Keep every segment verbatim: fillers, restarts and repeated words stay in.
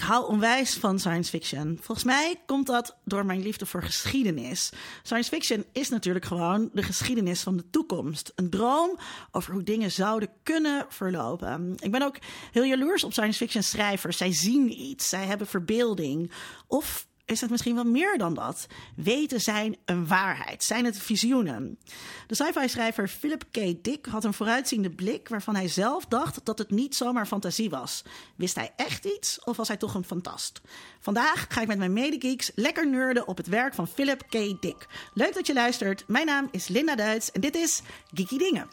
Ik hou onwijs van science fiction. Volgens mij komt dat door mijn liefde voor geschiedenis. Science fiction is natuurlijk gewoon de geschiedenis van de toekomst. Een droom over hoe dingen zouden kunnen verlopen. Ik ben ook heel jaloers op science fiction schrijvers. Zij zien iets, zij hebben verbeelding. Of is het misschien wel meer dan dat? Weten zijn een waarheid? Zijn het visioenen? De sci-fi schrijver Philip K. Dick had een vooruitziende blik waarvan hij zelf dacht dat het niet zomaar fantasie was. Wist hij echt iets of was hij toch een fantast? Vandaag ga ik met mijn medegeeks lekker nerden op het werk van Philip K. Dick. Leuk dat je luistert. Mijn naam is Linda Duits en dit is Geeky Dingen.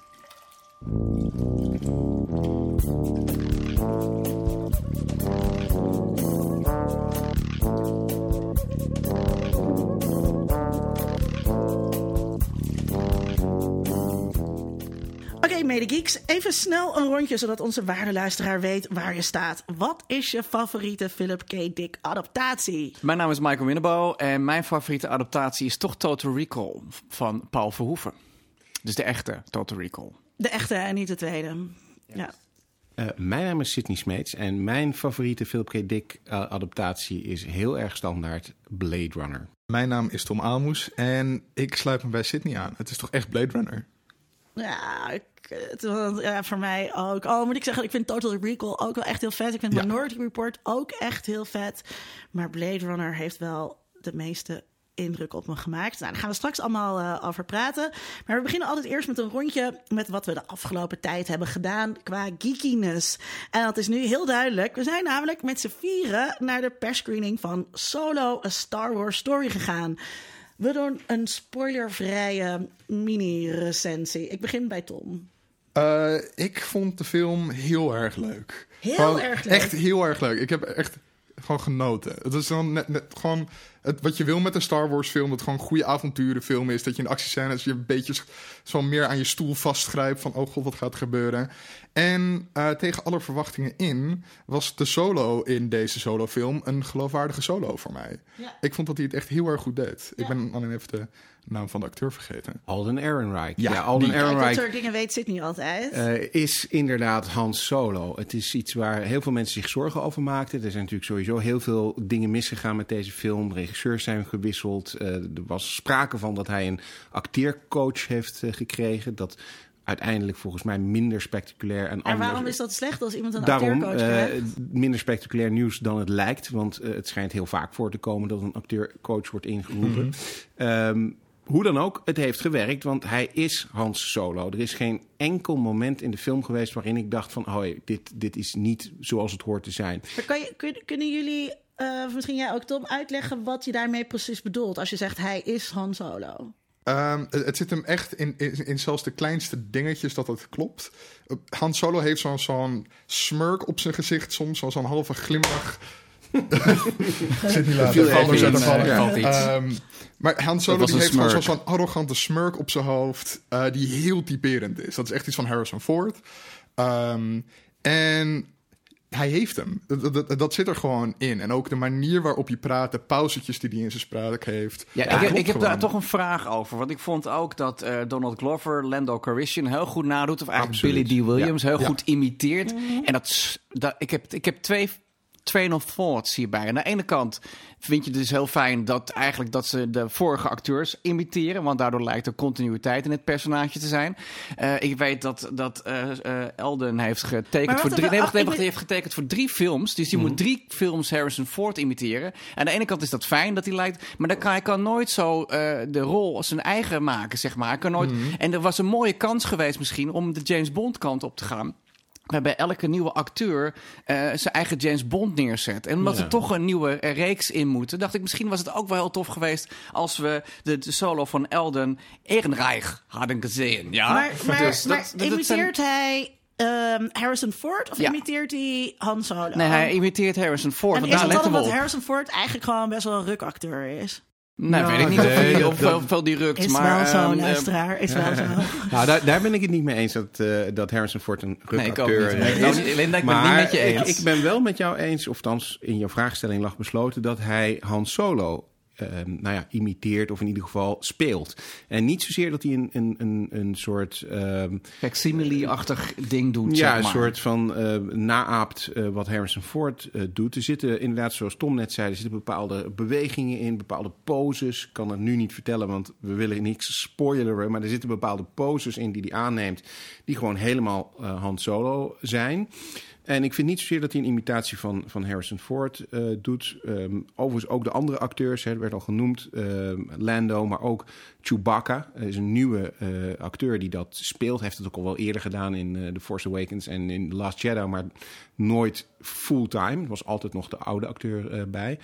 Oké, okay, medegeeks, even snel een rondje zodat onze waarde luisteraar weet waar je staat. Wat is je favoriete Philip K. Dick adaptatie? Mijn naam is Michael Winnebow en mijn favoriete adaptatie is toch Total Recall van Paul Verhoeven. Dus de echte Total Recall. De echte en niet de tweede. Yes. Ja. Uh, mijn naam is Sidney Smeets en mijn favoriete Philip K. Dick uh, adaptatie is heel erg standaard Blade Runner. Mijn naam is Tom Aalmoes en ik sluit me bij Sidney aan. Het is toch echt Blade Runner? Ja, ik, het, ja, voor mij ook. Oh, moet ik zeggen, ik vind Total Recall ook wel echt heel vet. Ik vind ja. Minority Report ook echt heel vet. Maar Blade Runner heeft wel de meeste indruk op me gemaakt. Nou, daar gaan we straks allemaal uh, over praten. Maar we beginnen altijd eerst met een rondje met wat we de afgelopen tijd hebben gedaan qua geekiness. En dat is nu heel duidelijk. We zijn namelijk met z'n vieren naar de persscreening van Solo, A Star Wars Story gegaan. We doen een spoilervrije mini-recensie. Ik begin bij Tom. Uh, ik vond de film heel erg leuk. Heel gewoon erg leuk? Echt heel erg leuk. Ik heb echt gewoon genoten. Het is dan net, net gewoon het, wat je wil met een Star Wars film. Dat het gewoon een goede avonturenfilm is. Dat je in de actiescènes je een beetje zo meer aan je stoel vastgrijpt. Van, oh god, wat gaat er gebeuren? En uh, tegen alle verwachtingen in was de solo in deze solofilm een geloofwaardige solo voor mij. Ja. Ik vond dat hij het echt heel erg goed deed. Ja. Ik ben alleen even de naam van de acteur vergeten. Alden Ehrenreich. Ja, ja Alden Ehrenreich. Dat soort dingen weet Sidney altijd. Uh, is inderdaad Han Solo. Het is iets waar heel veel mensen zich zorgen over maakten. Er zijn natuurlijk sowieso heel veel dingen misgegaan met deze film. Regisseurs zijn gewisseld. Uh, er was sprake van dat hij een acteercoach heeft uh, gekregen. Dat uiteindelijk volgens mij minder spectaculair en anders. En waarom is dat slecht als iemand een Daarom, acteercoach uh, krijgt? Minder spectaculair nieuws dan het lijkt. Want uh, het schijnt heel vaak voor te komen dat een acteercoach wordt ingeroepen. Mm-hmm. Um, Hoe dan ook, het heeft gewerkt, want hij is Hans Solo. Er is geen enkel moment in de film geweest waarin ik dacht van, oh, dit, dit is niet zoals het hoort te zijn. Maar kan je, kun, kunnen jullie, uh, misschien jij ook Tom, uitleggen wat je daarmee precies bedoelt als je zegt hij is Han Solo? Um, het, het zit hem echt in, in, in zelfs de kleinste dingetjes dat het klopt. Uh, Han Solo heeft zo'n, zo'n smirk op zijn gezicht soms, zo'n halve glimlach. Zit niet laten vallen, zet er vallen. Ja. Ja. Um, maar Han Solo die heeft gewoon zo, zo'n arrogante smirk op zijn hoofd, uh, die heel typerend is. Dat is echt iets van Harrison Ford. Um, en hij heeft hem. Dat, dat, dat zit er gewoon in. En ook de manier waarop hij praat, de pauzetjes die hij in zijn spraak heeft. Ja, ja, ik, ik heb daar toch een vraag over. Want ik vond ook dat uh, Donald Glover Lando Calrissian heel goed nadoet. Of eigenlijk Absoluut. Billy D. Williams ja. heel ja. goed imiteert. Mm-hmm. En dat, dat, ik, heb, ik heb twee... train of thoughts hierbij. Aan de ene kant vind je het dus heel fijn dat eigenlijk dat ze de vorige acteurs imiteren, want daardoor lijkt er continuïteit in het personage te zijn. Uh, ik weet dat, dat uh, uh, Elden heeft getekend voor drie, nee, wacht, nee, wacht, heeft getekend voor drie films, dus die mm-hmm. moet drie films Harrison Ford imiteren. Aan de ene kant is dat fijn dat hij lijkt, maar dan kan hij kan nooit zo uh, de rol zijn eigen maken, zeg maar. Hij kan nooit. Mm-hmm. En er was een mooie kans geweest misschien om de James Bond kant op te gaan. Waarbij elke nieuwe acteur uh, zijn eigen James Bond neerzet. En omdat ja. er toch een nieuwe uh, reeks in moet, dacht ik misschien was het ook wel heel tof geweest als we de, de solo van Elden Ehrenreich hadden gezien. Ja? Maar, maar, dus maar dat, dat, imiteert dat zijn... hij um, Harrison Ford of ja. imiteert hij Han Solo? Nee, hij imiteert Harrison Ford. En is het dan omdat Harrison Ford eigenlijk gewoon best wel een rukacteur is? Nou, no, weet ik niet nee, of veel of, of die rukt. Is maar, wel zo, um, luisteraar. Is wel zo. Nou, daar, daar ben ik het niet mee eens dat, uh, dat Harrison Ford een rukacteur nee, is. Nee, ik, Linda, ik ben het niet met je eens. Ik, ik ben wel met jou eens, of thans in jouw vraagstelling lag besloten, dat hij Han Solo uh, nou ja, imiteert of in ieder geval speelt. En niet zozeer dat hij een, een, een, een soort... Uh, facsimile-achtig ding doet, Ja, zeg maar. een soort van uh, naaapt uh, wat Harrison Ford uh, doet. Er zitten inderdaad, zoals Tom net zei, er zitten bepaalde bewegingen in, bepaalde poses. Ik kan het nu niet vertellen, want we willen niks spoileren. Maar er zitten bepaalde poses in die hij aanneemt, die gewoon helemaal uh, Han Solo zijn. En ik vind niet zozeer dat hij een imitatie van, van Harrison Ford uh, doet. Um, overigens ook de andere acteurs, hè, er werd al genoemd, uh, Lando, maar ook Chewbacca. Er is een nieuwe uh, acteur die dat speelt. Hij heeft het ook al wel eerder gedaan in uh, The Force Awakens en in The Last Jedi, maar nooit fulltime. Er was altijd nog de oude acteur uh, bij.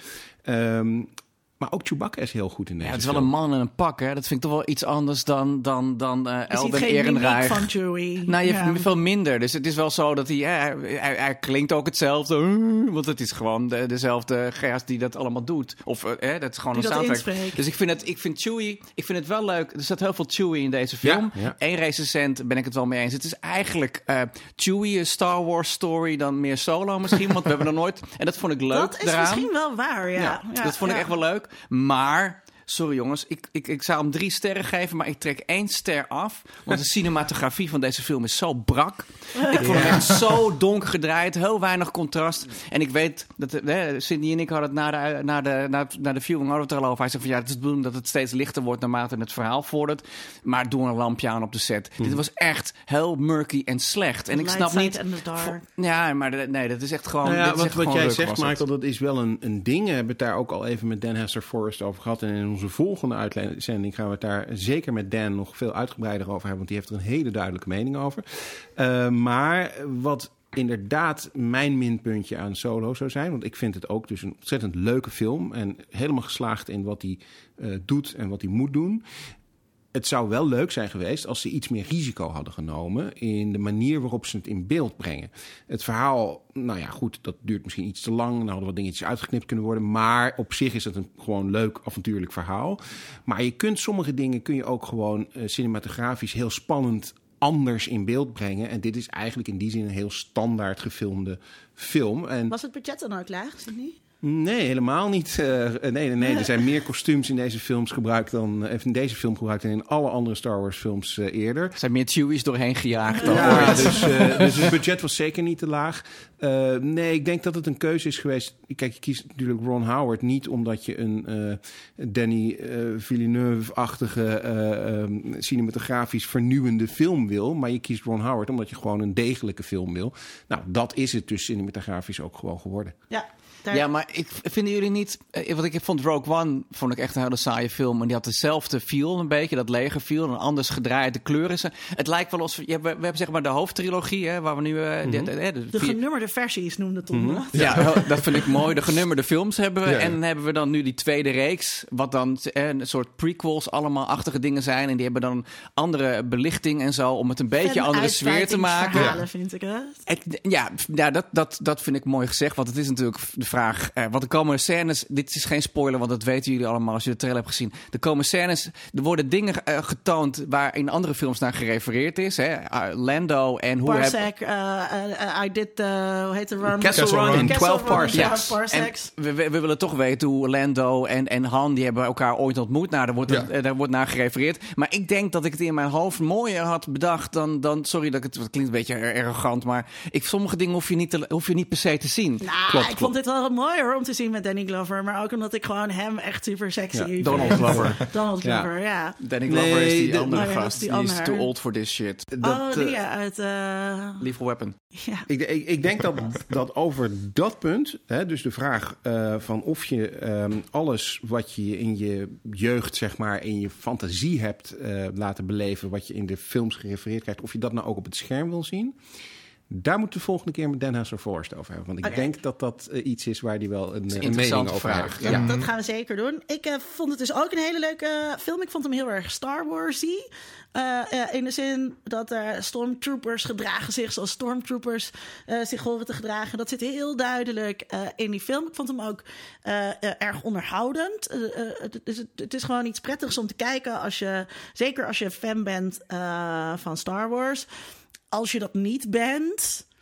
Um, Maar ook Chewbacca is heel goed in deze Ja, het is film. wel een man in een pak, hè. Dat vind ik toch wel iets anders dan, dan, dan uh, Je ziet Alden geen Ehrenreich. mimiek van Chewie. Nou, je Ja. hebt veel minder. Dus het is wel zo dat hij... Hij, hij, hij klinkt ook hetzelfde. Want het is gewoon de, dezelfde gast die dat allemaal doet. Of uh, dat is gewoon Die een dat soundtrack. inspreekt. Dus ik vind, het, ik vind Chewie... Ik vind het wel leuk. Er staat heel veel Chewie in deze film. Ja, ja. Eén recensent ben ik het wel mee eens. Het is eigenlijk uh, Chewie, een Star Wars story... dan meer Solo misschien. Want we hebben er nooit... En dat vond ik leuk Dat is eraan. misschien wel waar, ja. Ja, Ja, dat vond ik ja. echt wel leuk. Maar... Sorry jongens, ik, ik, ik zou hem drie sterren geven, maar ik trek één ster af. Want de cinematografie van deze film is zo brak. Ik vond hem echt zo donker gedraaid, heel weinig contrast. En ik weet, dat hè, Sydney en ik hadden het na de, na de, na, na de viewing hadden we het er al over. Hij zegt van ja, het is de bedoeling dat het steeds lichter wordt naarmate het verhaal vordert. Maar doe een lampje aan op de set. Mm. Dit was echt heel murky en slecht. En ik Light snap side niet... and the dark. Vo- Ja, maar de- nee, dat is echt gewoon... Nou ja, dit is wat, echt wat gewoon jij ruk, zegt, was het. Michael, dat is wel een, een ding. We hebben het daar ook al even met Dan Hester Forrest over gehad. En in onze volgende uitzending gaan we het daar zeker met Dan nog veel uitgebreider over hebben. Want die heeft er een hele duidelijke mening over. Uh, maar wat inderdaad mijn minpuntje aan Solo zou zijn. Want ik vind het ook dus een ontzettend leuke film. En helemaal geslaagd in wat hij uh, doet en wat hij moet doen. Het zou wel leuk zijn geweest als ze iets meer risico hadden genomen in de manier waarop ze het in beeld brengen. Het verhaal, nou ja, goed, dat duurt misschien iets te lang. Dan hadden wat dingetjes uitgeknipt kunnen worden. Maar op zich is het een gewoon leuk, avontuurlijk verhaal. Maar je kunt sommige dingen kun je ook gewoon uh, cinematografisch heel spannend anders in beeld brengen. En dit is eigenlijk in die zin een heel standaard gefilmde film. En Was het budget dan ook laag, Sydney? Nee, helemaal niet. Uh, nee, nee, nee, er zijn meer kostuums in deze films gebruikt dan in deze film gebruikt dan in alle andere Star Wars films uh, eerder. Er zijn meer Chewies doorheen gejaagd dan Ja, ooit. dus, uh, dus het budget was zeker niet te laag. Uh, nee, ik denk dat het een keuze is geweest. Kijk, je kiest natuurlijk Ron Howard niet omdat je een uh, Danny uh, Villeneuve-achtige uh, um, cinematografisch vernieuwende film wil. Maar je kiest Ron Howard omdat je gewoon een degelijke film wil. Nou, dat is het dus cinematografisch ook gewoon geworden. Ja. Daar... Ja, maar ik, vinden jullie niet... Eh, want ik vond Rogue One vond ik echt een hele saaie film. En die had dezelfde feel een beetje. Dat lege feel. En anders gedraaid. De kleur is er. Het lijkt wel alsof... Ja, we, we hebben zeg maar de hoofdtrilogie. Hè, waar we nu... Uh, mm-hmm. de, de, de, de, de vier... genummerde versies noemde Tom mm-hmm. dat. Ja, ja, dat vind ik mooi. De genummerde films hebben we. Ja, ja. En dan hebben we dan nu die tweede reeks. Wat dan eh, een soort prequels. Allemaal achtige dingen zijn. En die hebben dan andere belichting en zo. Om het een beetje andere sfeer te maken. Ja, vind ik het. Ik, ja, ja dat, dat, dat vind ik mooi gezegd. Want het is natuurlijk de vraag... Uh, wat er komen scènes... Dit is geen spoiler, want dat weten jullie allemaal als je de trailer hebt gezien. Er komen scènes... Er worden dingen uh, getoond waar in andere films naar gerefereerd is. Hè? Uh, Lando en hoe... Parsec, heb... uh, uh, I did... Uh, hoe heet het? Run? Castle, Castle Run in twaalf parsecs. Ja, parsecs. En we, we, we willen toch weten hoe Lando en, en Han... die hebben elkaar ooit ontmoet. Nou, daar wordt, ja. er, daar wordt naar gerefereerd. Maar ik denk dat ik het in mijn hoofd mooier had bedacht dan... dan sorry, dat het, het klinkt een beetje arrogant, maar... Ik, sommige dingen hoef je, niet te, hoef je niet per se te zien. Nou, klopt, ik klopt. vond dit wel mooi hoor, om te zien met Danny Glover. Maar ook omdat ik gewoon hem echt super sexy ja, vind. Donald Glover. Donald Glover, ja. ja. Danny Glover nee, is die de, andere oh, ja, gast. Die, die ander. is too old for this shit. Dat, oh, die uh, uit... Uh... Lethal Weapon. Ja. Ik, ik, ik denk dat, dat over dat punt, hè, dus de vraag uh, van of je um, alles wat je in je jeugd, zeg maar, in je fantasie hebt uh, laten beleven, wat je in de films gerefereerd krijgt, of je dat nou ook op het scherm wil zien. Daar moeten we de volgende keer met Dan Hester Forrest over hebben. Want ik okay. denk dat dat uh, iets is waar hij wel een, een mening over vraag. heeft. Ja, ja, dat gaan we zeker doen. Ik uh, vond het dus ook een hele leuke film. Ik vond hem heel erg Star Wars-y. Uh, uh, in de zin dat uh, stormtroopers gedragen zich zoals stormtroopers uh, zich horen te gedragen. Dat zit heel duidelijk uh, in die film. Ik vond hem ook uh, uh, erg onderhoudend. Uh, uh, het, is, het is gewoon iets prettigs om te kijken. Als je, zeker als je fan bent uh, van Star Wars. Als je dat niet bent,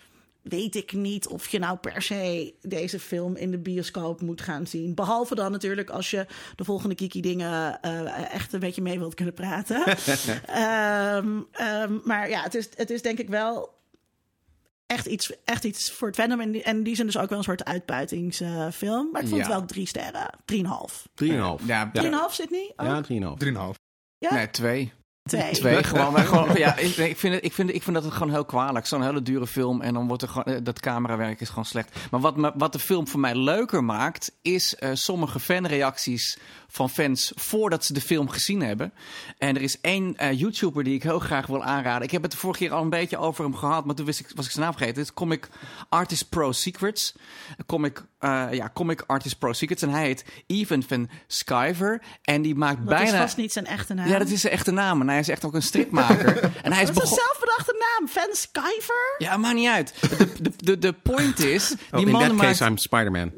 weet ik niet of je nou per se deze film in de bioscoop moet gaan zien. Behalve dan natuurlijk als je de volgende Kiki dingen uh, echt een beetje mee wilt kunnen praten. um, um, maar ja, het is, het is denk ik wel echt iets, echt iets voor het fandom. En die, en die zijn dus ook wel een soort uitbuitingsfilm. Uh, maar ik vond ja. het wel drie sterren. Drieënhalf. Drieënhalf. Ja, Drieënhalf, Sydney? Oh. Ja, drieënhalf. Drieënhalf. Ja? Nee, twee. Twee. Twee, gewoon. Maar gewoon ja, ik, ik, vind het, ik, vind, ik vind dat het gewoon heel kwalijk. Zo'n hele dure film en dan wordt er gewoon... Dat camerawerk is gewoon slecht. Maar wat, me, wat de film voor mij leuker maakt... is uh, sommige fanreacties van fans voordat ze de film gezien hebben. En er is één uh, YouTuber die ik heel graag wil aanraden. Ik heb het de vorige keer al een beetje over hem gehad... maar toen wist ik, was ik zijn naam vergeten. Het is Comic Artist Pro Secrets. Comic, uh, ja, Comic Artist Pro Secrets. En hij heet Evan van Sciver. En die maakt dat bijna... Dat is vast niet zijn echte naam. Ja, dat is zijn echte naam. En hij is echt ook een stripmaker. En hij is dat is begon... een zelfbedachte naam. Van Sciver? Ja, maakt niet uit. De, de, de, de point is... Die oh, in man that maakt... case, I'm Spider-Man.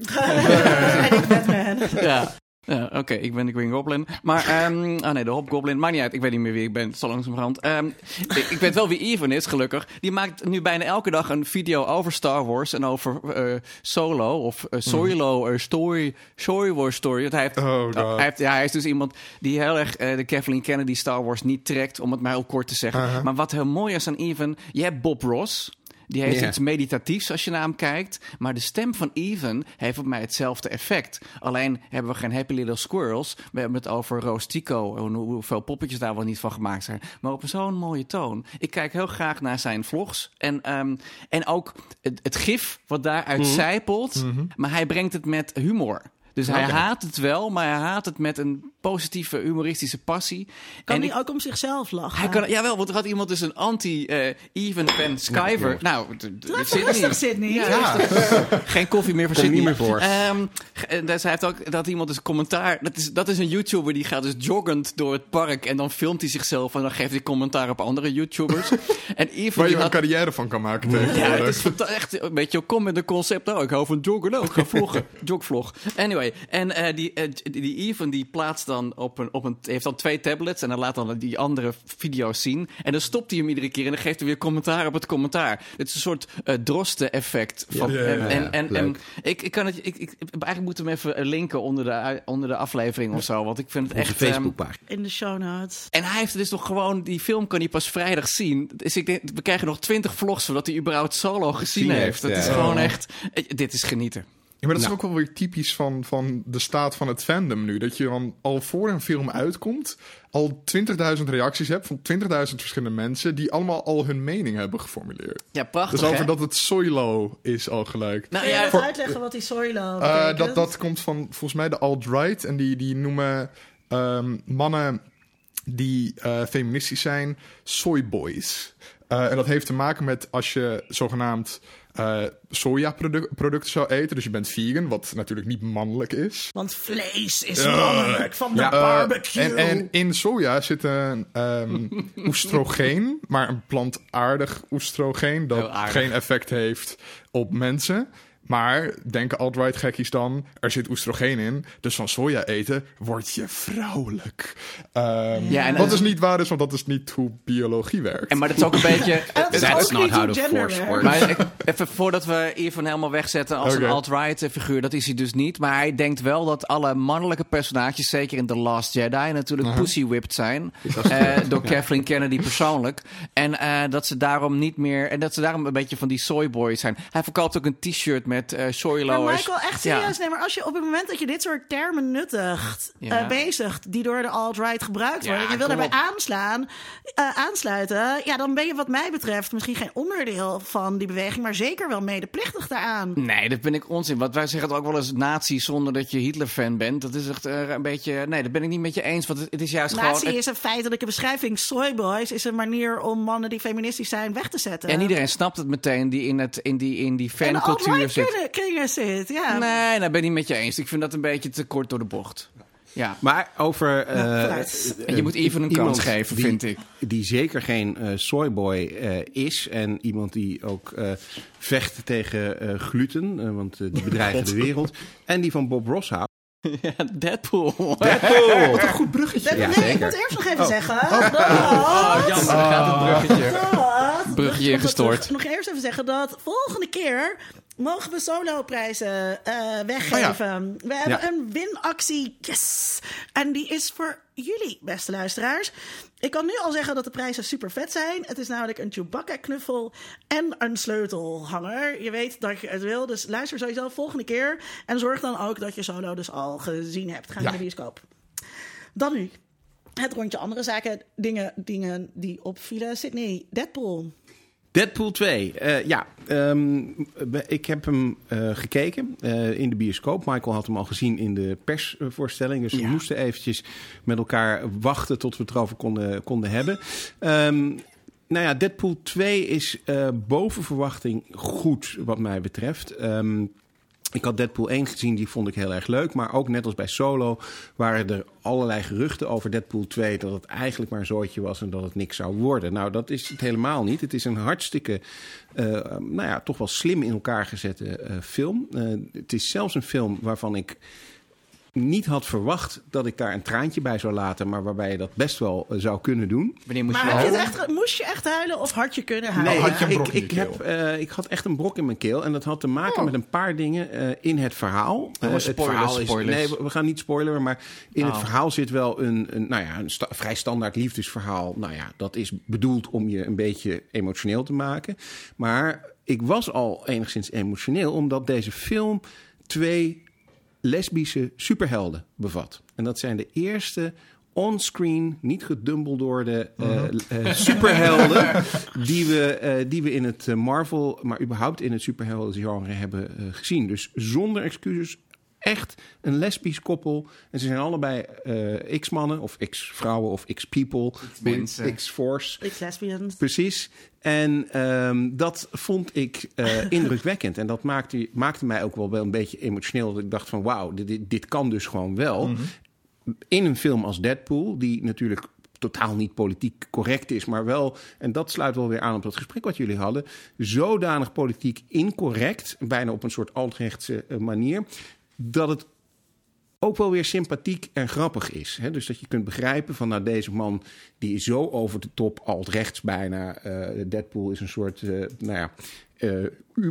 En ik Batman. Ja. Ja, oké, okay, ik ben de Green Goblin. Maar, um, oh nee, de Hobgoblin. Maakt niet uit, ik weet niet meer wie ik ben, zo langzamerhand. Um, ik, ik weet wel wie Evan is, gelukkig. Die maakt nu bijna elke dag een video over Star Wars en over uh, Solo of uh, Solo, uh, Story, Story Wars Story. Hij, heeft, oh God. uh, hij, heeft, ja, hij is dus iemand die heel erg uh, de Kathleen Kennedy Star Wars niet trekt, om het maar heel kort te zeggen. Uh-huh. Maar wat heel mooi is aan Evan, je hebt Bob Ross... Die heeft yeah. iets meditatiefs als je naar hem kijkt. Maar de stem van Evan heeft op mij hetzelfde effect. Alleen hebben we geen Happy Little Squirrels. We hebben het over Roos Tico. Hoeveel poppetjes daar wel niet van gemaakt zijn. Maar op zo'n mooie toon. Ik kijk heel graag naar zijn vlogs. En, um, en ook het, het gif wat daaruit mm-hmm. zijpelt. Mm-hmm. Maar hij brengt het met humor. Dus hij okay. haat het wel, maar hij haat het met een positieve, humoristische passie. Kan en hij ik, ook om zichzelf lachen? Hij kan, jawel, want er had iemand dus een anti-Evan uh, van Sciver. Ja, nou, dat is rustig, Sydney. Ja, ja. Geen koffie meer voor Kom Sydney. niet meer voor. Um, dus hij heeft ook dat iemand dus commentaar... Dat is, dat is een YouTuber die gaat dus joggend door het park... en dan filmt hij zichzelf en dan geeft hij commentaar op andere YouTubers. En Evan, waar je had, een carrière van kan maken tegenwoordig. Ja, het is echt een beetje, kom met een concept. Oh, ik hou van joggen, nou, ik ga vloggen. Jogvlog. Anyway, en uh, die, uh, die Evan die plaatst dan op een, op een... heeft dan twee tablets en dan laat dan die andere video's zien. En dan stopt hij hem iedere keer en dan geeft hij weer commentaar op het commentaar. Het is een soort uh, drosten-effect. Van, ja, ja, ja, en, en, ja, en ik, ik kan het... Ik, ik, eigenlijk moeten we hem even linken onder de, onder de aflevering of zo. Want ik vind het Onze echt... Facebookpagina. Um, in de show notes. En hij heeft dus nog gewoon... Die film kan hij pas vrijdag zien. Dus ik denk, we krijgen nog twintig vlogs voordat hij überhaupt Solo gezien heeft. heeft. Dat ja, is ja. gewoon echt... Dit is genieten. Ja, maar dat nou. is ook wel weer typisch van, van de staat van het fandom nu. Dat je dan al voor een film uitkomt... al twintigduizend reacties hebt van twintigduizend verschillende mensen... die allemaal al hun mening hebben geformuleerd. Ja, prachtig, Dus over hè? dat het Soilo is al gelijk. Nou, Kun je ja, voor, uitleggen wat die Soilo betekent? Uh, dat, dat komt van volgens mij de alt-right. En die, die noemen um, mannen die uh, feministisch zijn soyboys. Uh, en dat heeft te maken met als je zogenaamd... Uh, sojaproducten zou eten. Dus je bent vegan, wat natuurlijk niet mannelijk is. Want vlees is uh, mannelijk van de ja, barbecue. Uh, en, en in soja zit een um, oestrogeen, maar een plantaardig oestrogeen... dat geen effect heeft op mensen... Maar denken alt-right gekkies dan, er zit oestrogeen in, dus van soja eten word je vrouwelijk. Um, ja, en, wat dus niet waar is, want dat is niet hoe biologie werkt. En maar dat is ook een beetje... That's not how the force works. Maar even voordat we Evan helemaal wegzetten als okay. een alt-right figuur, dat is hij dus niet. Maar hij denkt wel dat alle mannelijke personages, zeker in The Last Jedi, natuurlijk uh-huh. pussy-whipped zijn. uh, door ja. Kathleen Kennedy persoonlijk. En uh, dat ze daarom niet meer... En dat ze daarom een beetje van die soyboys zijn. Hij verkoopt ook een t-shirt met met uh, soyloers. Maar Michael, echt serieus. Ja. Nee, maar als je op het moment dat je dit soort termen nuttigt, ja. uh, bezigt, die door de alt-right gebruikt worden, ja, en je wil daarbij aanslaan, uh, aansluiten, ja, dan ben je wat mij betreft misschien geen onderdeel van die beweging, maar zeker wel medeplichtig daaraan. Nee, dat ben ik onzin. Want wij zeggen het ook wel eens nazi zonder dat je Hitler-fan bent. Dat is echt uh, een beetje... Nee, dat ben ik niet met je eens. Want het, het is juist nazi gewoon... Nazi is een feitelijke beschrijving. Soyboys is een manier om mannen die feministisch zijn weg te zetten. En iedereen snapt het meteen die in, het, in die, in die fancultuur zit. Kringen zit, ja. Nee, dat ben ik niet met je eens. Ik vind dat een beetje te kort door de bocht. Ja. Maar over... Uh, ja, en je moet even een kans geven, die, vind ik. Die zeker geen uh, soyboy uh, is. En iemand die ook uh, vecht tegen uh, gluten. Uh, want uh, die bedreigen de wereld. En die van Bob Ross houdt. Ja, Deadpool. Deadpool. Wat een goed bruggetje. Ja, nee, ik moet eerst nog even oh. zeggen. Oh, oh. oh Jan, daar gaat het bruggetje. Dat. Brugje ingestort. Nog eerst even zeggen dat volgende keer mogen we Solo-prijzen uh, weggeven. Oh ja. We hebben Ja. een winactie. Yes! En die is voor jullie, beste luisteraars. Ik kan nu al zeggen dat de prijzen super vet zijn. Het is namelijk een Chewbacca-knuffel en een sleutelhanger. Je weet dat je het wil, dus luister sowieso volgende keer. En zorg dan ook dat je Solo dus al gezien hebt. Ga Ja. naar de bioscoop. Dan nu. Het rondje andere zaken, dingen, dingen die opvielen. Sydney, Deadpool. Deadpool twee. Uh, ja, um, ik heb hem uh, gekeken uh, in de bioscoop. Michael had hem al gezien in de persvoorstelling. Dus we Ja. moesten eventjes met elkaar wachten tot we het erover konden, konden hebben. Um, nou ja, Deadpool twee is uh, boven verwachting goed wat mij betreft. Um, Ik had Deadpool één gezien, die vond ik heel erg leuk. Maar ook net als bij Solo waren er allerlei geruchten over Deadpool twee... dat het eigenlijk maar een zooitje was en dat het niks zou worden. Nou, dat is het helemaal niet. Het is een hartstikke, uh, nou ja, toch wel slim in elkaar gezette uh, film. Uh, het is zelfs een film waarvan ik niet had verwacht dat ik daar een traantje bij zou laten... maar waarbij je dat best wel uh, zou kunnen doen. Wanneer moest je Maar heb je wel? het echt, moest je echt huilen of had je kunnen huilen? Nee, had je een ik, brok in ik, je ik, heb, uh, ik had echt een brok in mijn keel. En dat had te maken Oh. met een paar dingen uh, in het verhaal. Uh, spoilers, het verhaal is, spoilers. Nee, we, we gaan niet spoileren. Maar in Oh. het verhaal zit wel een, een, nou ja, een sta- vrij standaard liefdesverhaal. Nou ja, dat is bedoeld om je een beetje emotioneel te maken. Maar ik was al enigszins emotioneel, omdat deze film twee lesbische superhelden bevat. En dat zijn de eerste onscreen, niet gedumbledorde uh, uh, superhelden die we, uh, die we in het uh, Marvel, maar überhaupt in het superheldengenre hebben uh, gezien. Dus zonder excuses, echt een lesbisch koppel. En ze zijn allebei uh, X-mannen of X-vrouwen of X-people, Mensen. X-force. Ik lesbians. Precies. En um, dat vond ik uh, indrukwekkend. En dat maakte, maakte mij ook wel, wel een beetje emotioneel. Dat ik dacht van wauw, dit, dit kan dus gewoon wel. Mm-hmm. In een film als Deadpool, die natuurlijk totaal niet politiek correct is, maar wel, en dat sluit wel weer aan op dat gesprek wat jullie hadden, zodanig politiek incorrect, bijna op een soort altrechtse uh, manier, dat het ook wel weer sympathiek en grappig is. Hè? Dus dat je kunt begrijpen van, nou, deze man die is zo over de top, alt-rechts bijna. Uh, Deadpool is een soort, uh, nou ja, uh,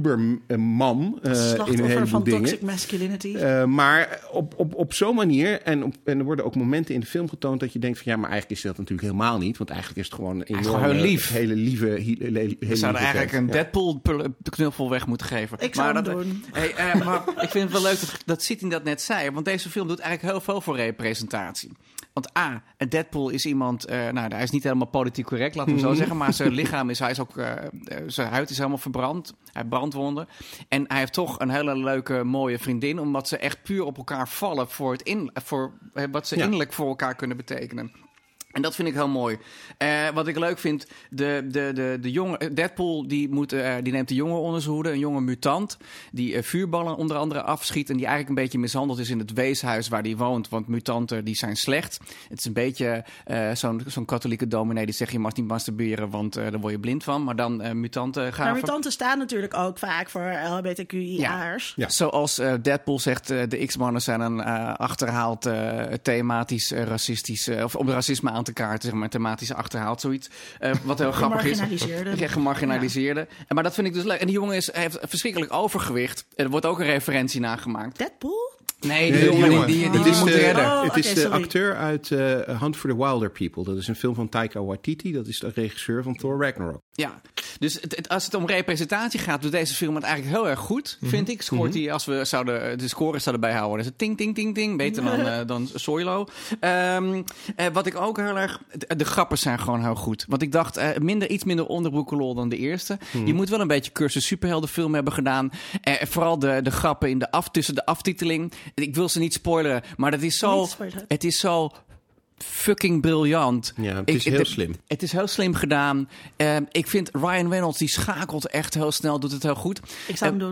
uberman uh, in een Slachtoffer heleboel van dingen. toxic masculinity. Uh, maar op, op, op zo'n manier, en, op, en er worden ook momenten in de film getoond dat je denkt van, ja, maar eigenlijk is dat natuurlijk helemaal niet. Want eigenlijk is het gewoon een enorme, gewoon heel lief. hele lieve, hele, hele We zouden eigenlijk vent. een Ja. Deadpool-knuffel weg moeten geven. Ik zou maar hem dat, doen. Hey, uh, maar ik vind het wel leuk dat, dat Sydney dat net zei. Want deze film doet eigenlijk heel veel voor representatie. Want A, Deadpool is iemand, uh, nou, hij is niet helemaal politiek correct, laten we zo zeggen. Maar zijn lichaam is, hij is ook, uh, zijn huid is helemaal verbrand. Hij heeft brandwonden. En hij heeft toch een hele leuke, mooie vriendin. Omdat ze echt puur op elkaar vallen voor, het in, voor uh, wat ze Ja. innerlijk voor elkaar kunnen betekenen. En dat vind ik heel mooi. Uh, wat ik leuk vind, de, de, de, de jonge Deadpool die, moet, uh, die neemt een jongen onder zijn hoede, een jonge mutant, die uh, vuurballen onder andere afschiet en die eigenlijk een beetje mishandeld is in het weeshuis waar hij woont, want mutanten die zijn slecht. Het is een beetje uh, zo'n, zo'n katholieke dominee die zegt je mag niet masturberen, want uh, daar word je blind van. Maar dan uh, mutanten gaan... Maar mutanten staan natuurlijk ook vaak voor L H B T Q I-aars. Ja. Zoals uh, Deadpool zegt, uh, de X-mannen zijn een uh, achterhaald uh, thematisch, uh, racistisch, uh, of op racisme aan te kaarten, zeg maar, thematisch achterhaald, zoiets. Uh, wat heel grappig is. Gemarginaliseerde. Ja, gemarginaliseerde. Ja. Maar dat vind ik dus leuk. En die jongen is, heeft verschrikkelijk overgewicht. Er wordt ook een referentie naar gemaakt. Deadpool? Nee, Nee, die jongen die, jongen. die, die, die Het is moet de, redden. Oh, het oké, is de sorry. acteur uit uh, Hunt for the Wilder People. Dat is een film van Taika Waititi. Dat is de regisseur van Thor Ragnarok. Ja, dus het, het, als het om representatie gaat, doet deze film het eigenlijk heel erg goed, vind ik. Scoort hij, als we zouden, de scores zouden bijhouden, dan is het ting, ting, ting, ting. Beter dan, uh, dan Solo. Um, uh, wat ik ook heel erg... De, de grappen zijn gewoon heel goed. Want ik dacht, uh, minder, iets minder onderbroekenlol dan de eerste. Mm-hmm. Je moet wel een beetje cursus superheldenfilm hebben gedaan. Uh, vooral de, de grappen in de af, tussen de aftiteling. Ik wil ze niet spoileren, maar dat is zo... Het is zo... fucking briljant. Ja, het is ik, heel het, slim. Het is heel slim gedaan. Uh, ik vind Ryan Reynolds, die schakelt echt heel snel, doet het heel goed. Ik zou uh, hem doen.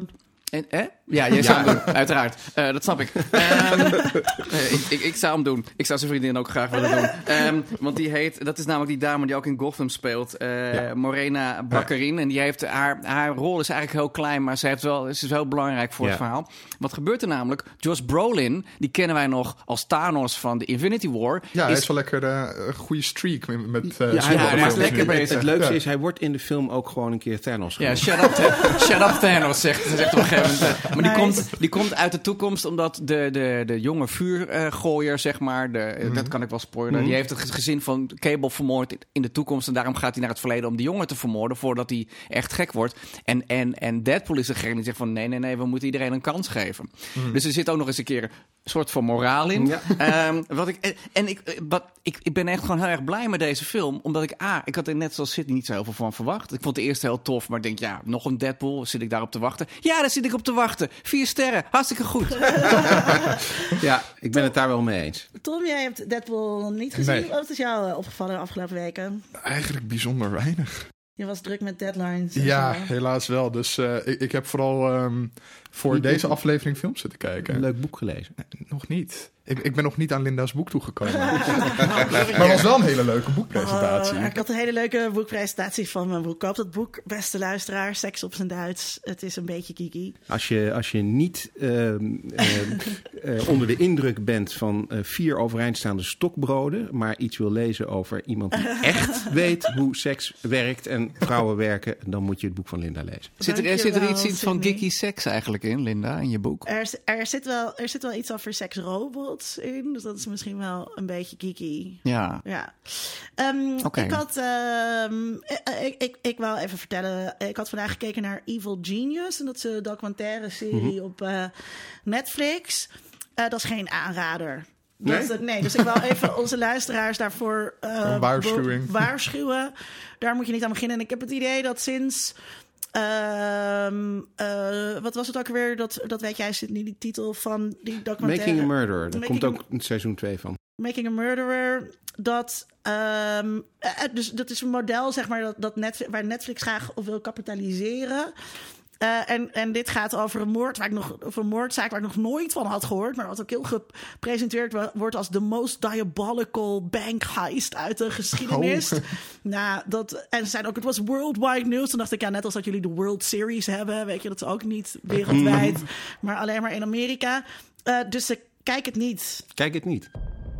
En, hè? Ja, jij zou hem doen, uiteraard. Uh, dat snap ik. Um, uh, ik, ik. Ik zou hem doen. Ik zou zijn vriendin ook graag willen doen. Um, want die heet, dat is namelijk die dame die ook in Gotham speelt. Uh, ja. Morena Baccarin. Ja. En die heeft, haar, haar rol is eigenlijk heel klein, maar ze, heeft wel, ze is wel belangrijk voor ja. het verhaal. Wat gebeurt er namelijk? Josh Brolin, die kennen wij nog als Thanos van de Infinity War. Ja, is, hij is wel lekker uh, een goede streak met... met uh, ja, hij, hij is lekker bezig. Het leukste ja. is, hij wordt in de film ook gewoon een keer Thanos genoemd. Ja, shut up, shut up Thanos, zegt, zegt op een gegeven moment. Maar die, nice. komt, die komt uit de toekomst omdat de, de, de jonge vuurgooier, zeg maar, de, mm-hmm. dat kan ik wel spoilen, mm-hmm. die heeft het gezin van Cable vermoord in de toekomst en daarom gaat hij naar het verleden om die jongen te vermoorden voordat hij echt gek wordt. En, en, en Deadpool is degene die zegt van nee, nee, nee, we moeten iedereen een kans geven. Mm-hmm. Dus er zit ook nog eens een keer een soort van moraal in. Ja. Um, wat ik, en ik, wat, ik, ik ben echt gewoon heel erg blij met deze film, omdat ik, ah, ik had er net zoals Sydney niet zo heel veel van verwacht. Ik vond de eerste heel tof, maar ik denk, ja, nog een Deadpool, zit ik daarop te wachten? Ja, daar zit ik op te wachten. Vier sterren, hartstikke goed. Ja, ik ben het daar wel mee eens. Tom, jij hebt Deadpool niet gezien. Nee. Wat is jou opgevallen de afgelopen weken? Eigenlijk bijzonder weinig. Je was druk met deadlines. Ja, helaas wel. Dus uh, ik, ik heb vooral um, voor niet deze aflevering films zitten kijken. Een leuk boek gelezen? Nee, nog niet. Ik, ik ben nog niet aan Linda's boek toegekomen. Maar het was wel een hele leuke boekpresentatie. Uh, ik had een hele leuke boekpresentatie van mijn boek. Koop dat boek, beste luisteraar. Seks op zijn Duits. Het is een beetje geeky. Als je, als je niet uh, uh, uh, onder de indruk bent van uh, vier overeindstaande stokbroden, maar iets wil lezen over iemand die echt weet hoe seks werkt en vrouwen werken, dan moet je het boek van Linda lezen. Zit er, zit er iets in van geeky seks eigenlijk in, Linda, in je boek? Er, er, zit, wel, er zit wel iets over seksrobots in, dus dat is misschien wel een beetje geeky. Ja. ja. Um, okay. Ik had, um, ik, ik, ik wou even vertellen, ik had vandaag gekeken naar Evil Genius, en dat is een documentaire serie mm-hmm. op uh, Netflix. Uh, dat is geen aanrader. Nee? Dat, nee, dus ik wil even onze luisteraars daarvoor uh, waarschuwing. Be- waarschuwen. Daar moet je niet aan beginnen. En ik heb het idee dat sinds... Uh, uh, wat was het ook weer? Dat, dat weet jij, zit niet die titel van die documentaire. Making a Murderer. Daar Making komt ook een seizoen twee van. Making a Murderer. Dat, um, uh, dus, dat is een model, zeg maar, dat, dat Netflix, waar Netflix graag op wil kapitaliseren. Uh, en, en dit gaat over een moord, waar ik nog, over een moordzaak waar ik nog nooit van had gehoord, maar wat ook heel gepresenteerd wordt als de most diabolical bank heist uit de geschiedenis. Oh. Nou, dat, en ze zeiden ook, het was worldwide news. Toen dacht ik, ja, net als dat jullie de World Series hebben, weet je, dat is ook niet wereldwijd, maar alleen maar in Amerika. Uh, dus uh, kijk het niet. Kijk het niet.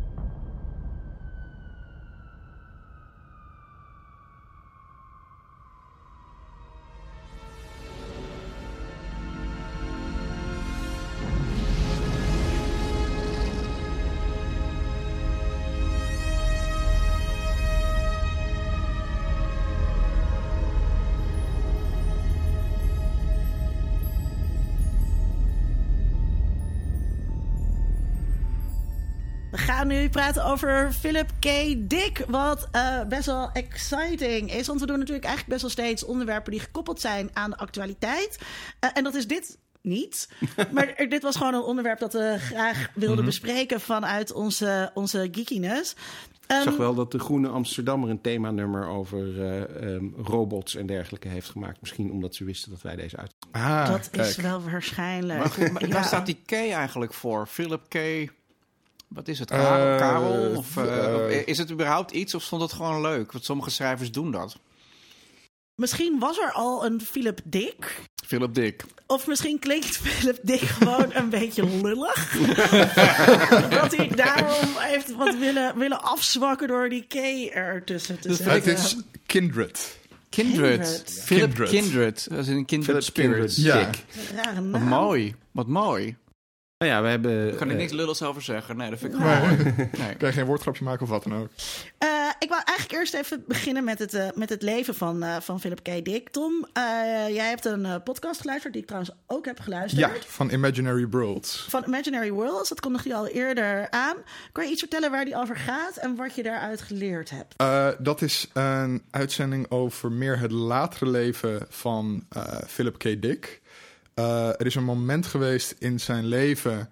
We gaan nu praten over Philip K. Dick, wat uh, best wel exciting is. Want we doen natuurlijk eigenlijk best wel steeds onderwerpen die gekoppeld zijn aan de actualiteit. Uh, en dat is dit niet. Maar er, dit was gewoon een onderwerp dat we graag wilden mm-hmm. bespreken vanuit onze, onze geekiness. Um, ik zag wel dat de Groene Amsterdammer een themanummer over uh, um, robots en dergelijke heeft gemaakt. Misschien omdat ze wisten dat wij deze uit. Ah, dat kijk. Is wel waarschijnlijk. Maar goed, maar, ja. Waar staat die K eigenlijk voor? Philip K. Wat is het? Karel? Uh, Karel? Of, uh, uh, is het überhaupt iets of stond het gewoon leuk? Want sommige schrijvers doen dat. Misschien was er al een Philip Dick. Philip Dick. Of misschien klinkt Philip Dick gewoon een beetje lullig. Dat hij daarom heeft wat willen, willen afzwakken door die K ertussen te zetten. Het is Kindred. Kindred. Kindred. Philip Kindred. Kindred. Dat is een Kindred Spirit. Ja. Rare naam. Wat mooi. Wat mooi. Nou ja, we hebben... Ik kan er uh, niks lulligs over zeggen. Nee, dat vind ik nee. mooi. Nee. Kan je geen woordgrapje maken of wat dan ook? Uh, ik wou eigenlijk eerst even beginnen met het, uh, met het leven van, uh, van Philip K. Dick. Tom, uh, jij hebt een uh, podcast geluisterd die ik trouwens ook heb geluisterd. Ja, van Imaginary Worlds. Van Imaginary Worlds, dat kondigde je al eerder aan. Kan je iets vertellen waar die over gaat en wat je daaruit geleerd hebt? Uh, dat is een uitzending over meer het latere leven van uh, Philip K. Dick. Uh, er is een moment geweest in zijn leven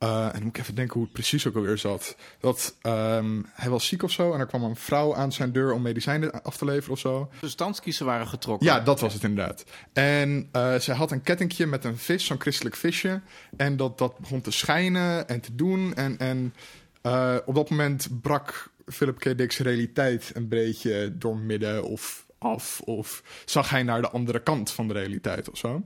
Uh, en dan moet ik even denken hoe het precies ook alweer zat. Dat um, hij was ziek of zo en er kwam een vrouw aan zijn deur om medicijnen af te leveren of zo. De standskiezen waren getrokken. Ja, dat was het inderdaad. En uh, zij had een kettingje met een vis, zo'n christelijk visje. En dat, dat begon te schijnen en te doen. En, en uh, op dat moment brak Philip K. Dick's realiteit een beetje doormidden of af. Of zag hij naar de andere kant van de realiteit of zo.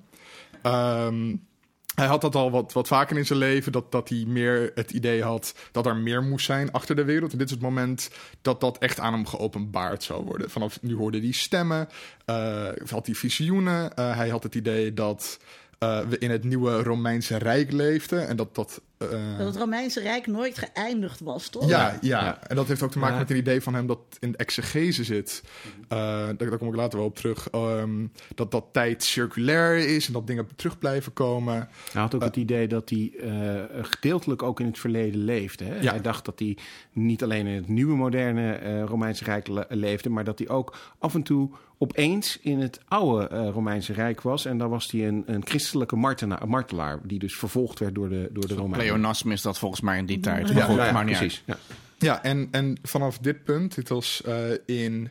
Um, Hij had dat al wat, wat vaker in zijn leven, dat, dat hij meer het idee had dat er meer moest zijn achter de wereld. En dit is het moment dat dat echt aan hem geopenbaard zou worden. Vanaf nu hoorde hij stemmen, uh, had hij visioenen. Uh, hij had het idee dat uh, we in het nieuwe Romeinse Rijk leefden. En dat dat... Uh... Dat het Romeinse Rijk nooit geëindigd was, toch? Ja, ja. ja. En dat heeft ook te maken ja. met een idee van hem dat in de exegese zit. Uh, daar, daar kom ik later wel op terug. Um, dat dat tijd circulair is en dat dingen terug blijven komen. Hij had ook uh, het idee dat hij uh, gedeeltelijk ook in het verleden leefde. Hè? Ja. Hij dacht dat hij niet alleen in het nieuwe, moderne uh, Romeinse Rijk le- leefde, maar dat hij ook af en toe opeens in het oude uh, Romeinse Rijk was. En dan was hij een, een christelijke martena- martelaar, die dus vervolgd werd door de, door de Romeinen. Pleonasme is dat volgens mij in die tijd. Ja, Maar goed, ja, ja, maar niet precies. Ja. Ja, en, en vanaf dit punt, dit was uh, in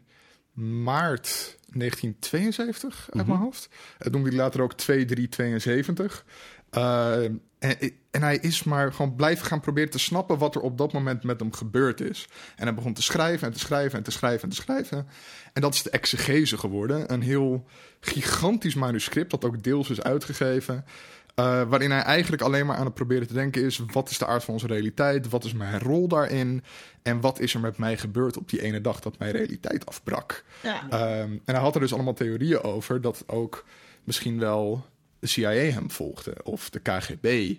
maart negentien tweeënzeventig uit Mm-hmm. mijn hoofd. Dat noemde hij later ook twee drie tweeënzeventig. Uh, en, en hij is maar gewoon blijven gaan proberen te snappen wat er op dat moment met hem gebeurd is. En hij begon te schrijven en te schrijven en te schrijven en te schrijven. En dat is de exegese geworden. Een heel gigantisch manuscript dat ook deels is uitgegeven. Uh, waarin hij eigenlijk alleen maar aan het proberen te denken is... wat is de aard van onze realiteit? Wat is mijn rol daarin? En wat is er met mij gebeurd op die ene dag dat mijn realiteit afbrak? Ja. Um, en hij had er dus allemaal theorieën over... dat ook misschien wel de C I A hem volgde. Of de K G B.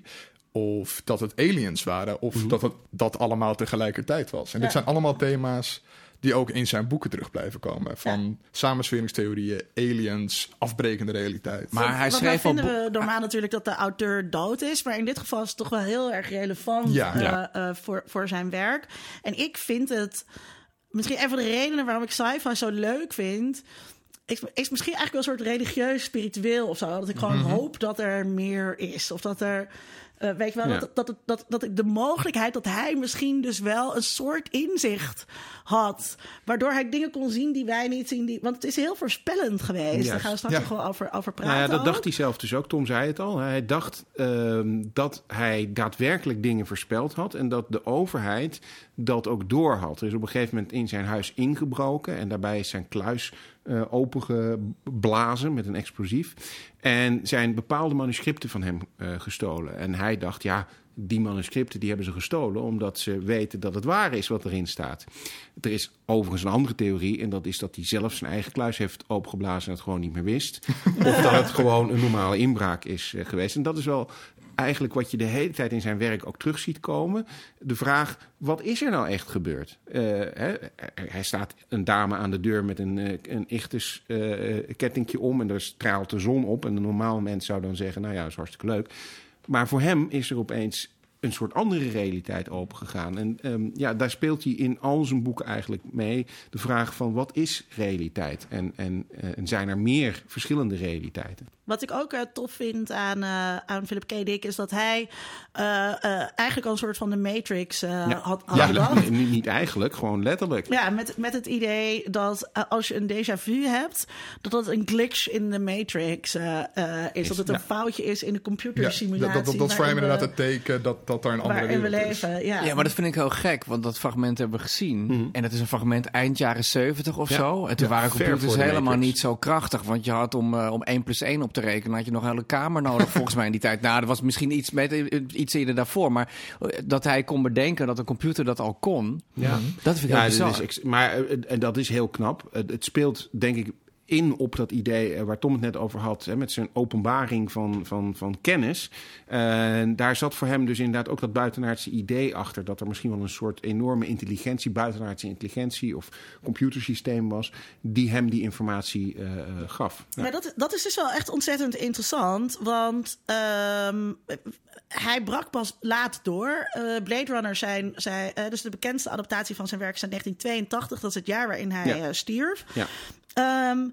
Of dat het aliens waren. Of mm-hmm. dat het dat allemaal tegelijkertijd was. En ja. dit zijn allemaal thema's... die ook in zijn boeken terug blijven komen. Van ja. samensweringstheorieën, aliens, afbrekende realiteit. Maar hij schreef al... vinden we normaal natuurlijk dat de auteur dood is. Maar in dit geval is het toch wel heel erg relevant ja. uh, ja. uh, voor, voor zijn werk. En ik vind het... Misschien een van de redenen waarom ik sci-fi zo leuk vind... Is, is misschien eigenlijk wel een soort religieus, spiritueel of zo. Dat ik gewoon mm-hmm. hoop dat er meer is. Of dat er... Uh, weet je wel, ja. dat, dat, dat, dat, dat de mogelijkheid dat hij misschien dus wel een soort inzicht had. Waardoor hij dingen kon zien die wij niet zien. Die, want het is heel voorspellend geweest. Yes. Daar gaan we straks ja. nog wel over, over praten. Nou ja, dat ook. dacht hij zelf dus ook. Tom zei het al. Hij dacht uh, dat hij daadwerkelijk dingen voorspeld had. En dat de overheid dat ook doorhad. Er is op een gegeven moment in zijn huis ingebroken. En daarbij is zijn kluis uh, opengeblazen met een explosief. En zijn bepaalde manuscripten van hem uh, gestolen. En hij dacht, ja, die manuscripten die hebben ze gestolen... omdat ze weten dat het waar is wat erin staat. Er is overigens een andere theorie... en dat is dat hij zelf zijn eigen kluis heeft opengeblazen... en het gewoon niet meer wist. Of dat het gewoon een normale inbraak is uh, geweest. En dat is wel eigenlijk wat je de hele tijd in zijn werk ook terug ziet komen. De vraag, wat is er nou echt gebeurd? Uh, hè, hij staat een dame aan de deur met een, een ichthus uh, kettingje om... en daar straalt de zon op. En een normaal mens zou dan zeggen, nou ja, dat is hartstikke leuk. Maar voor hem is er opeens een soort andere realiteit opengegaan. En um, ja, daar speelt hij in al zijn boeken eigenlijk mee. De vraag van, wat is realiteit? En, en, uh, en zijn er meer verschillende realiteiten? Wat ik ook uh, tof vind aan, uh, aan Philip K. Dick... is dat hij uh, uh, eigenlijk al een soort van de Matrix uh, ja. had, had ja, bedacht. Nee, niet eigenlijk, gewoon letterlijk. Ja, met, met het idee dat uh, als je een déjà vu hebt... dat dat een glitch in de Matrix uh, uh, is. is. Dat het een ja. foutje is in de computersimulatie. Ja, dat, dat, dat is voor hem inderdaad het teken dat, dat er een andere wereld we leven, is. Ja. ja, maar dat vind ik heel gek. Want dat fragment hebben we gezien. Mm-hmm. En dat is een fragment eind jaren zeventig of ja. zo. En toen ja, waren computers helemaal Matrix. Niet zo krachtig. Want je had om, uh, om één plus één op te rekenen... had je nog een hele kamer nodig volgens mij in die tijd. Nou, er was misschien iets, met, iets eerder daarvoor. Maar dat hij kon bedenken dat een computer dat al kon... Ja. Dat vind ik ja, heel bizar. Is, maar en dat is heel knap. Het, het speelt, denk ik... in op dat idee waar Tom het net over had... Hè, met zijn openbaring van, van, van kennis. Uh, daar zat voor hem dus inderdaad ook dat buitenaardse idee achter... dat er misschien wel een soort enorme intelligentie... buitenaardse intelligentie of computersysteem was... die hem die informatie uh, gaf. Ja. Maar dat, dat is dus wel echt ontzettend interessant... want um, hij brak pas laat door. Uh, Blade Runner zijn, zijn uh, dus de bekendste adaptatie van zijn werk... is in negentien tweeëntachtig, dat is het jaar waarin hij ja. uh, stierf... Ja. Um,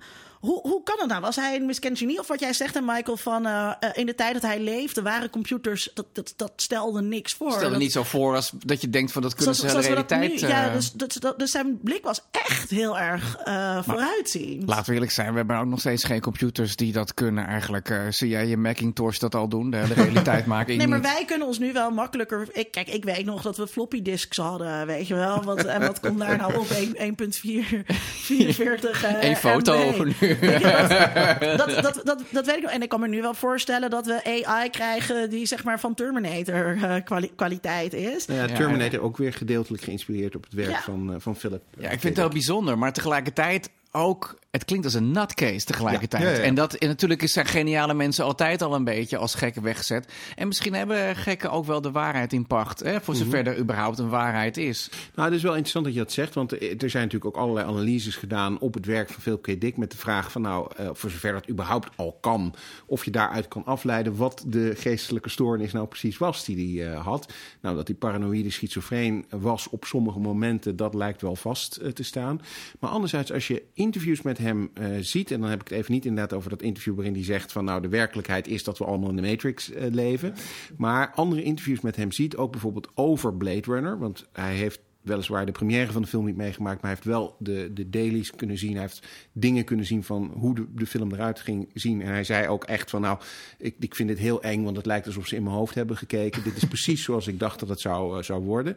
hoe, hoe kan het nou? Was hij een miskend genie? Of wat jij zegt, en Michael, van uh, uh, in de tijd dat hij leefde, waren computers, dat, dat, dat stelde niks voor. Stelde dat, niet zo voor als dat je denkt van dat kunnen zoals, ze de realiteit... Nu, uh... Ja, dus, dus, dus zijn blik was echt heel erg uh, vooruitziend. Laten we eerlijk zijn, we hebben ook nog steeds geen computers die dat kunnen eigenlijk. Uh, zie jij je Macintosh dat al doen? De, de realiteit maken. Nee, maar niet. wij kunnen ons nu wel makkelijker... Ik, kijk, ik weet nog dat we floppy disks hadden, weet je wel. Wat, en wat komt daar nou op? één komma vierenveertig uh, Eén foto M B. nu. Dat, dat, dat, dat, dat weet ik nog. En ik kan me nu wel voorstellen dat we A I krijgen die zeg maar van Terminator uh, kwali- kwaliteit is. Nou ja, Terminator ook weer gedeeltelijk geïnspireerd op het werk ja. van, uh, van Philip. Ja, ik vind het heel bijzonder, maar tegelijkertijd ook... Het klinkt als een nutcase tegelijkertijd. Ja, ja, ja. En, dat, en natuurlijk is zijn geniale mensen altijd al een beetje als gekken weggezet. En misschien hebben gekken ook wel de waarheid in pacht. Hè, voor zover mm-hmm. er überhaupt een waarheid is. Nou, het is wel interessant dat je dat zegt. Want er zijn natuurlijk ook allerlei analyses gedaan op het werk van Philip K. Dick. Met de vraag van nou, uh, voor zover dat überhaupt al kan. Of je daaruit kan afleiden wat de geestelijke stoornis nou precies was die hij uh, had. Nou, dat hij paranoïde schizofreen was op sommige momenten. Dat lijkt wel vast uh, te staan. Maar anderzijds, als je interviews met hem uh, ziet, en dan heb ik het even niet inderdaad over dat interview waarin hij zegt van nou, de werkelijkheid is dat we allemaal in de Matrix uh, leven. Maar andere interviews met hem ziet, ook bijvoorbeeld over Blade Runner, want hij heeft weliswaar de première van de film niet meegemaakt, maar hij heeft wel de, de dailies kunnen zien. Hij heeft dingen kunnen zien van hoe de, de film eruit ging zien. En hij zei ook echt van nou, ik, ik vind dit heel eng, want het lijkt alsof ze in mijn hoofd hebben gekeken. Dit is precies zoals ik dacht dat het zou, uh, zou worden.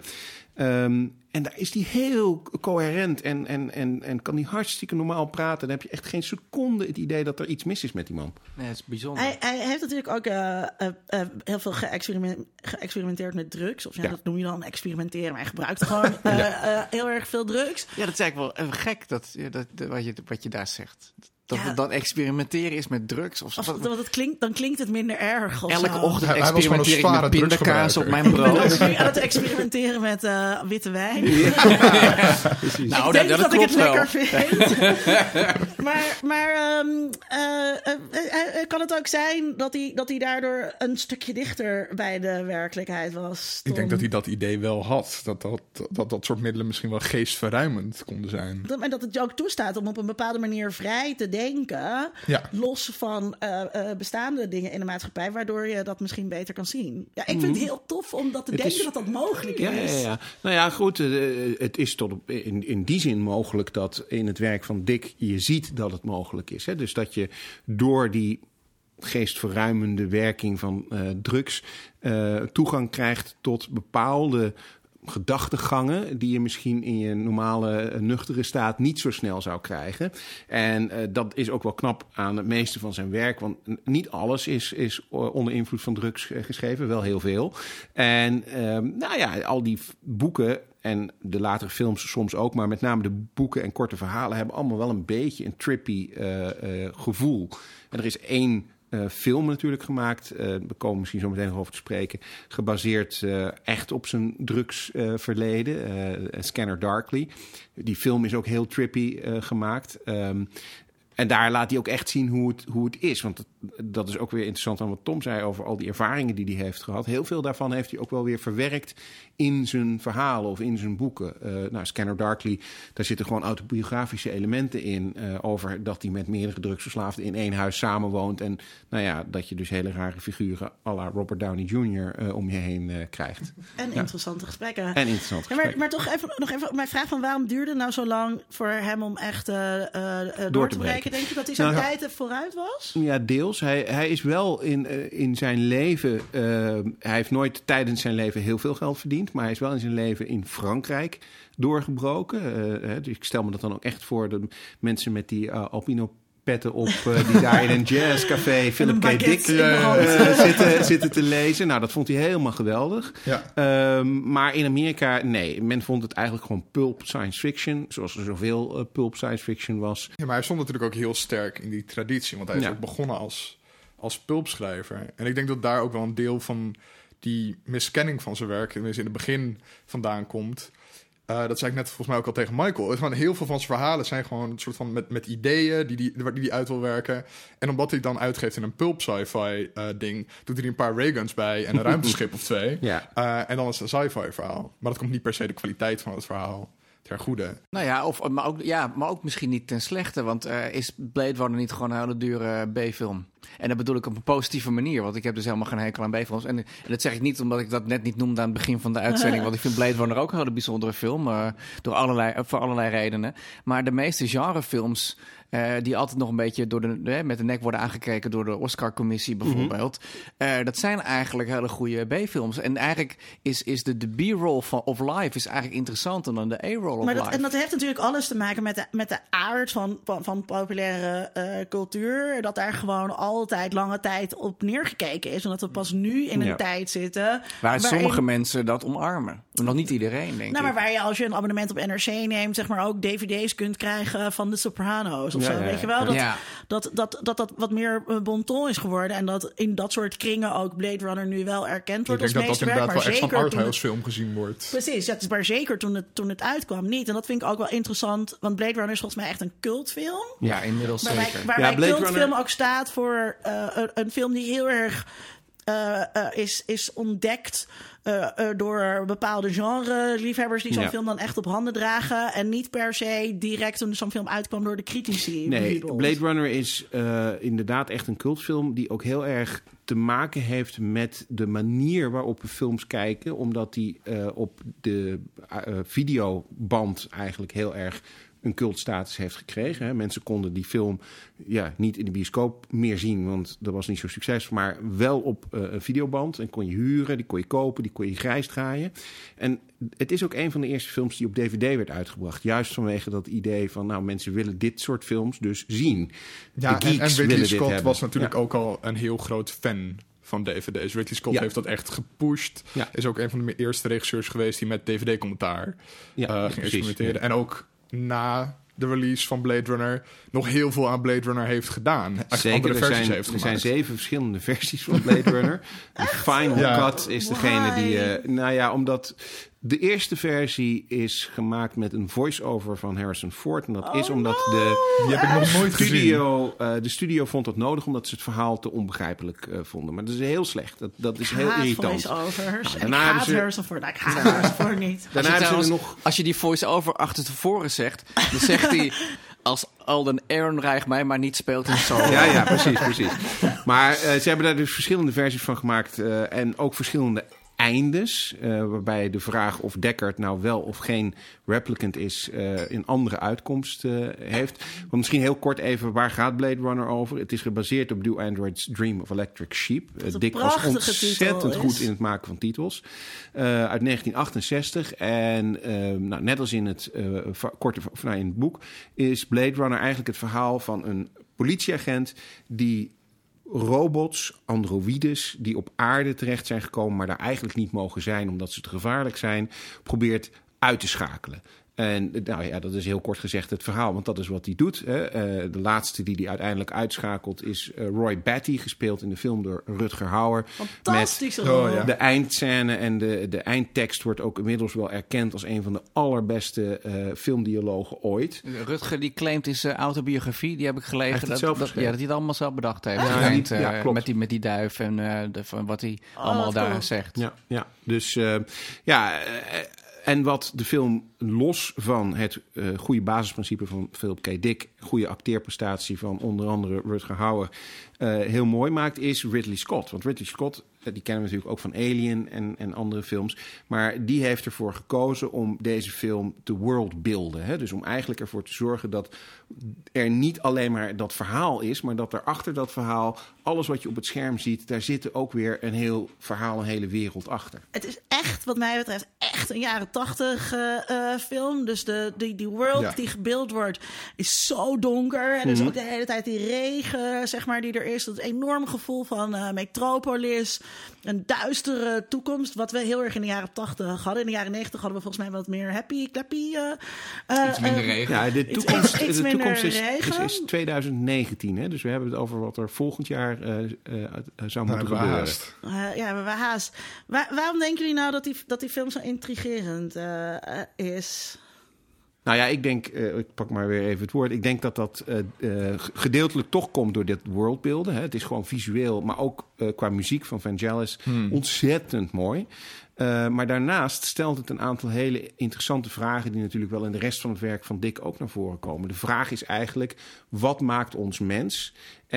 Um, en daar is hij heel coherent en, en, en, en kan hij hartstikke normaal praten. Dan heb je echt geen seconde het idee dat er iets mis is met die man. Nee, dat is bijzonder. Hij, hij heeft natuurlijk ook uh, uh, uh, heel veel geëxperiment, geëxperimenteerd met drugs. Of ja, ja. dat noem je dan experimenteren. Maar hij gebruikt gewoon uh, uh, heel erg veel drugs. Ja, dat is eigenlijk wel even gek dat, dat, dat, wat, je, wat je daar zegt. Dat ja. het dan experimenteren is met drugs? Of, of dat het klinkt, dan klinkt het minder erg. Elke zo. ochtend ja, experimenteer ik met pindakaas op mijn brood. Aan het experimenteren met uh, witte wijn. Ja. Ja, nou, ik denk dat, dat, dat ik het wel. lekker vind. maar maar um, uh, uh, uh, kan het ook zijn dat hij, dat hij daardoor een stukje dichter bij de werkelijkheid was? Tom? Ik denk dat hij dat idee wel had. Dat dat, dat dat soort middelen misschien wel geestverruimend konden zijn. Dat, en dat het je ook toestaat om op een bepaalde manier vrij te denken, ja. los van uh, uh, bestaande dingen in de maatschappij, waardoor je dat misschien beter kan zien. Ja, ik vind het heel tof om dat te het denken is, dat dat mogelijk ja, is. Ja, ja. Nou ja, goed, uh, het is tot op, in, in die zin mogelijk dat in het werk van Dick je ziet dat het mogelijk is. Hè? Dus dat je door die geestverruimende werking van uh, drugs uh, toegang krijgt tot bepaalde gedachtegangen die je misschien in je normale uh, nuchtere staat niet zo snel zou krijgen. En uh, dat is ook wel knap aan het meeste van zijn werk, want niet alles is, is onder invloed van drugs geschreven, wel heel veel. En uh, nou ja, al die boeken en de latere films soms ook, maar met name de boeken en korte verhalen hebben allemaal wel een beetje een trippy uh, uh, gevoel. En er is één Uh, film natuurlijk gemaakt. Uh, we komen misschien zo meteen nog over te spreken. Gebaseerd uh, echt op zijn drugsverleden. Uh, uh, Scanner Darkly. Die film is ook heel trippy uh, gemaakt. Um, en daar laat hij ook echt zien hoe het, hoe het is. Want dat, dat is ook weer interessant aan wat Tom zei over al die ervaringen die hij heeft gehad. Heel veel daarvan heeft hij ook wel weer verwerkt in zijn verhalen of in zijn boeken. Uh, nou, Scanner Darkly, daar zitten gewoon autobiografische elementen in. Uh, over dat hij met meerdere drugsverslaafden in één huis samenwoont. En nou ja, dat je dus hele rare figuren à la Robert Downey junior Uh, om je heen uh, krijgt. En ja. interessante gesprekken. En interessante ja, maar, gesprekken. maar toch even, nog even mijn vraag van waarom duurde het nou zo lang voor hem om echt uh, uh, door, door te breken? Denk je dat hij zijn nou, tijd vooruit was? Ja, deels. Hij, hij is wel in, uh, in zijn leven... Uh, hij heeft nooit tijdens zijn leven heel veel geld verdiend, maar hij is wel in zijn leven in Frankrijk doorgebroken. Uh, uh, dus ik stel me dat dan ook echt voor, de mensen met die uh, albino petten op uh, die daar in een jazzcafé Philip K. Dick uh, zitten, zitten te lezen. Nou, dat vond hij helemaal geweldig. Ja. Um, maar in Amerika, nee. Men vond het eigenlijk gewoon pulp science fiction, zoals er zoveel uh, pulp science fiction was. Ja, maar hij stond natuurlijk ook heel sterk in die traditie, want hij is ja. ook begonnen als, als pulpschrijver. En ik denk dat daar ook wel een deel van die miskenning van zijn werk, tenminste in het begin, vandaan komt. Uh, dat zei ik net volgens mij ook al tegen Michael. Het gewoon heel veel van zijn verhalen zijn gewoon een soort van met, met ideeën die hij die, die uit wil werken. En omdat hij het dan uitgeeft in een pulp sci-fi uh, ding, doet hij er een paar rayguns bij en een ruimteschip of twee. Ja. Uh, en dan is het een sci-fi verhaal. Maar dat komt niet per se de kwaliteit van het verhaal ter goede. Nou ja, of, maar, ook, ja, maar ook misschien niet ten slechte. Want uh, is Blade Runner niet gewoon een hele dure B-film? En dat bedoel ik op een positieve manier. Want ik heb dus helemaal geen hekel aan B-films. En, en dat zeg ik niet omdat ik dat net niet noemde aan het begin van de uitzending. Want ik vind Blade Runner ook een hele bijzondere film. Uh, door allerlei, uh, voor allerlei redenen. Maar de meeste genrefilms... Uh, die altijd nog een beetje door de, uh, met de nek worden aangekeken door de Oscar-commissie bijvoorbeeld. Mm-hmm. Uh, dat zijn eigenlijk hele goede B-films. En eigenlijk is, is de, de B-roll van of life is eigenlijk interessanter dan de A-roll of maar dat, life. En dat heeft natuurlijk alles te maken met de, met de aard van, van, van populaire uh, cultuur. Dat daar gewoon altijd lange tijd op neergekeken is. Omdat we pas nu in een ja. tijd zitten... Waaruit waarin... sommige mensen dat omarmen. Nog niet iedereen, denk nou, ik. Maar waar je als je een abonnement op N R C neemt... zeg maar ook D V D's kunt krijgen van de Sopranos of ja, zo. Ja, weet je wel? Dat, ja. dat, dat, dat dat wat meer bon ton is geworden. En dat in dat soort kringen ook Blade Runner nu wel erkend wordt ik denk als dat dat meesterwerk. inderdaad wel echt zo'n arthouse het... film gezien wordt. Precies, ja, het is maar zeker toen het, toen het uitkwam niet. En dat vind ik ook wel interessant. Want Blade Runner is volgens mij echt een cultfilm. Ja, inmiddels waarbij, zeker. Waarbij ja, Blade cultfilm Runner... ook staat voor uh, een, een film die heel erg... Uh, uh, is, is ontdekt uh, uh, door bepaalde genre-liefhebbers... die zo'n ja. film dan echt op handen dragen... en niet per se direct toen zo'n film uitkwam door de critici. Nee, Blade Runner is uh, inderdaad echt een cultfilm... die ook heel erg te maken heeft met de manier waarop we films kijken... omdat die uh, op de uh, videoband eigenlijk heel erg... een cultstatus heeft gekregen. Hè. Mensen konden die film ja, niet in de bioscoop meer zien... want dat was niet zo succesvol... maar wel op uh, een videoband. En kon je huren, die kon je kopen, die kon je grijs draaien. En het is ook een van de eerste films die op D V D werd uitgebracht. Juist vanwege dat idee van... nou, mensen willen dit soort films dus zien. Ja, en, en Ridley Scott was hebben. natuurlijk ja. ook al een heel groot fan... van D V D's. Ridley Scott ja. heeft dat echt gepusht. Ja. Is ook een van de eerste regisseurs geweest... die met D V D-commentaar ja, uh, ging experimenteren. Ja. En ook na... de release van Blade Runner... nog heel veel aan Blade Runner heeft gedaan. Zeker, andere er versies zijn, heeft er gemaakt. zijn zeven verschillende versies van Blade Runner. De final ja. cut is degene Why? die... Uh, nou ja, omdat... de eerste versie is gemaakt met een voice-over van Harrison Ford. En dat oh is omdat no, de, Die heb ik nog nooit studio, uh, de studio vond dat nodig... omdat ze het verhaal te onbegrijpelijk uh, vonden. Maar dat is heel slecht. Dat, dat is ik heel haat irritant. voice-overs. Nou, en ik haat ze... Harrison Ford. Nou, ik haat Harrison Ford niet. Daarna als, je hebben trouwens, ze er nog... als je die voice-over achter tevoren zegt... dan zegt hij... als Alden Ehrenreich mij maar niet speelt in solo. Ja, ja, precies, precies. Maar uh, ze hebben daar dus verschillende versies van gemaakt. Uh, en ook verschillende eindes. Uh, waarbij de vraag of Deckard nou wel of geen replicant is... Uh, een andere uitkomst uh, heeft. Want misschien heel kort even, waar gaat Blade Runner over? Het is gebaseerd op Do Android's Dream of Electric Sheep. Uh, Dick was ontzettend goed in het maken van titels. Uh, uit negentien achtenzestig. En uh, nou, net als in het, uh, korte, of, nou, in het boek... is Blade Runner eigenlijk het verhaal van een politieagent... die robots, androïdes, die op aarde terecht zijn gekomen... maar daar eigenlijk niet mogen zijn omdat ze te gevaarlijk zijn... probeert uit te schakelen. En nou ja, dat is heel kort gezegd het verhaal, want dat is wat hij doet. Hè. Uh, de laatste die hij uiteindelijk uitschakelt is uh, Roy Batty, gespeeld in de film door Rutger Hauer. Fantastische met rol. Oh, ja. De eindscène en de, de eindtekst wordt ook inmiddels wel erkend als een van de allerbeste uh, filmdialogen ooit. Rutger die claimt in zijn autobiografie, die heb ik gelezen, dat, dat, ja, dat hij het allemaal zelf bedacht heeft. Ja, ja, eind, ja, uh, met, die, met die duif en uh, de, van wat hij oh, allemaal daar cool. zegt. Ja, ja. dus uh, ja... Uh, En wat de film los van het uh, goede basisprincipe van Philip K. Dick... goede acteerprestatie van onder andere Rutger Hauer... Uh, heel mooi maakt, is Ridley Scott. Want Ridley Scott, uh, die kennen we natuurlijk ook van Alien en, en andere films... maar die heeft ervoor gekozen om deze film te worldbuilden. Hè? Dus om eigenlijk ervoor te zorgen dat er niet alleen maar dat verhaal is... maar dat er achter dat verhaal, alles wat je op het scherm ziet... daar zit ook weer een heel verhaal, een hele wereld achter. Het is echt, wat mij betreft, echt een jaren tachtig uh, uh, film. Dus de, die, die world ja. die gebeeld wordt is zo donker. En er is mm-hmm. ook de hele tijd die regen, zeg maar, die er is. Dat enorm gevoel van uh, metropolis. Een duistere toekomst, wat we heel erg in de jaren tachtig hadden. In de jaren negentig hadden we volgens mij wat meer happy, clappy. Uh, uh, iets minder regen. Ja, de toekomst, iets, iets de toekomst is, regen. is, is twintig negentien. Hè? Dus we hebben het over wat er volgend jaar uh, uh, zou moeten nou, gebeuren. Uh, ja, we hebben haast. Waar, waarom denken jullie nou dat die, dat die film zo intrigerend uh, uh, is? Nou ja, ik denk, uh, ik pak maar weer even het woord. Ik denk dat dat uh, uh, gedeeltelijk toch komt door dit worldbeelden. Hè. Het is gewoon visueel, maar ook uh, qua muziek van Vangelis hmm. ontzettend mooi. Uh, maar daarnaast stelt het een aantal hele interessante vragen die natuurlijk wel in de rest van het werk van Dick ook naar voren komen. De vraag is eigenlijk, wat maakt ons mens?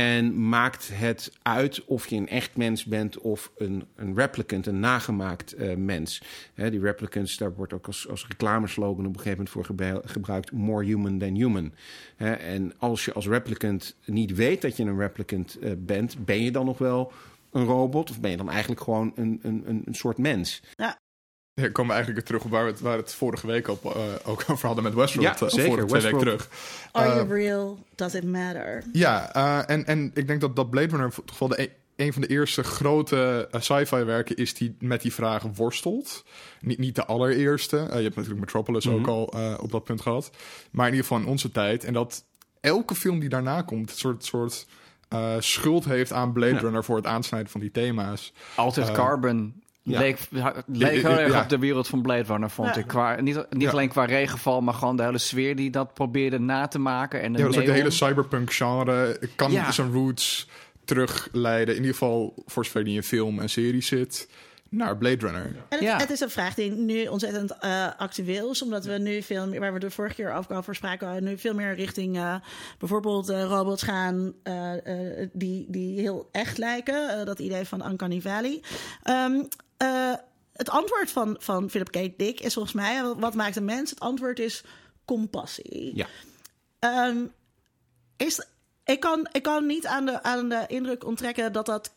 En maakt het uit of je een echt mens bent of een, een replicant, een nagemaakt uh, mens? He, die replicants, daar wordt ook als, als reclameslogan op een gegeven moment voor gebru- gebruikt, more human than human. He, en als je als replicant niet weet dat je een replicant uh, bent, ben je dan nog wel een robot? Of ben je dan eigenlijk gewoon een, een, een soort mens? Ja. Ja, komen we eigenlijk terug op waar we het, waar we het vorige week op, uh, ook over hadden met Westworld. Ja, uh, zeker. Vorige twee weken terug. Are Uh, you real? Does it matter? Ja, uh, en, en ik denk dat, dat Blade Runner toch wel de, e- een van de eerste grote uh, sci-fi werken is die met die vragen worstelt. Niet, niet de allereerste. Uh, je hebt natuurlijk Metropolis mm-hmm. ook al uh, op dat punt gehad. Maar in ieder geval in onze tijd. En dat elke film die daarna komt, een soort... soort Uh, schuld heeft aan Blade ja. Runner voor het aansnijden van die thema's. Altered uh, Carbon ja. leek, leek heel erg ja. op de wereld van Blade Runner, vond ja. ik. Qua, niet niet ja. alleen qua regenval, maar gewoon de hele sfeer die dat probeerde na te maken. En de, ja, dus ook de hele cyberpunk genre kan ja. zijn roots terugleiden. In ieder geval voor zover die in film en serie zit, naar Blade Runner. En het, ja. het is een vraag die nu ontzettend uh, actueel is, omdat we nu veel meer, waar we de vorige keer over spraken, nu veel meer richting uh, bijvoorbeeld uh, robots gaan uh, uh, die, die heel echt lijken. Uh, dat idee van Uncanny Valley. Um, uh, het antwoord van, van Philip K. Dick is volgens mij, wat maakt een mens? Het antwoord is compassie. Ja. Um, is, ik, kan, ik kan niet aan de, aan de indruk onttrekken dat dat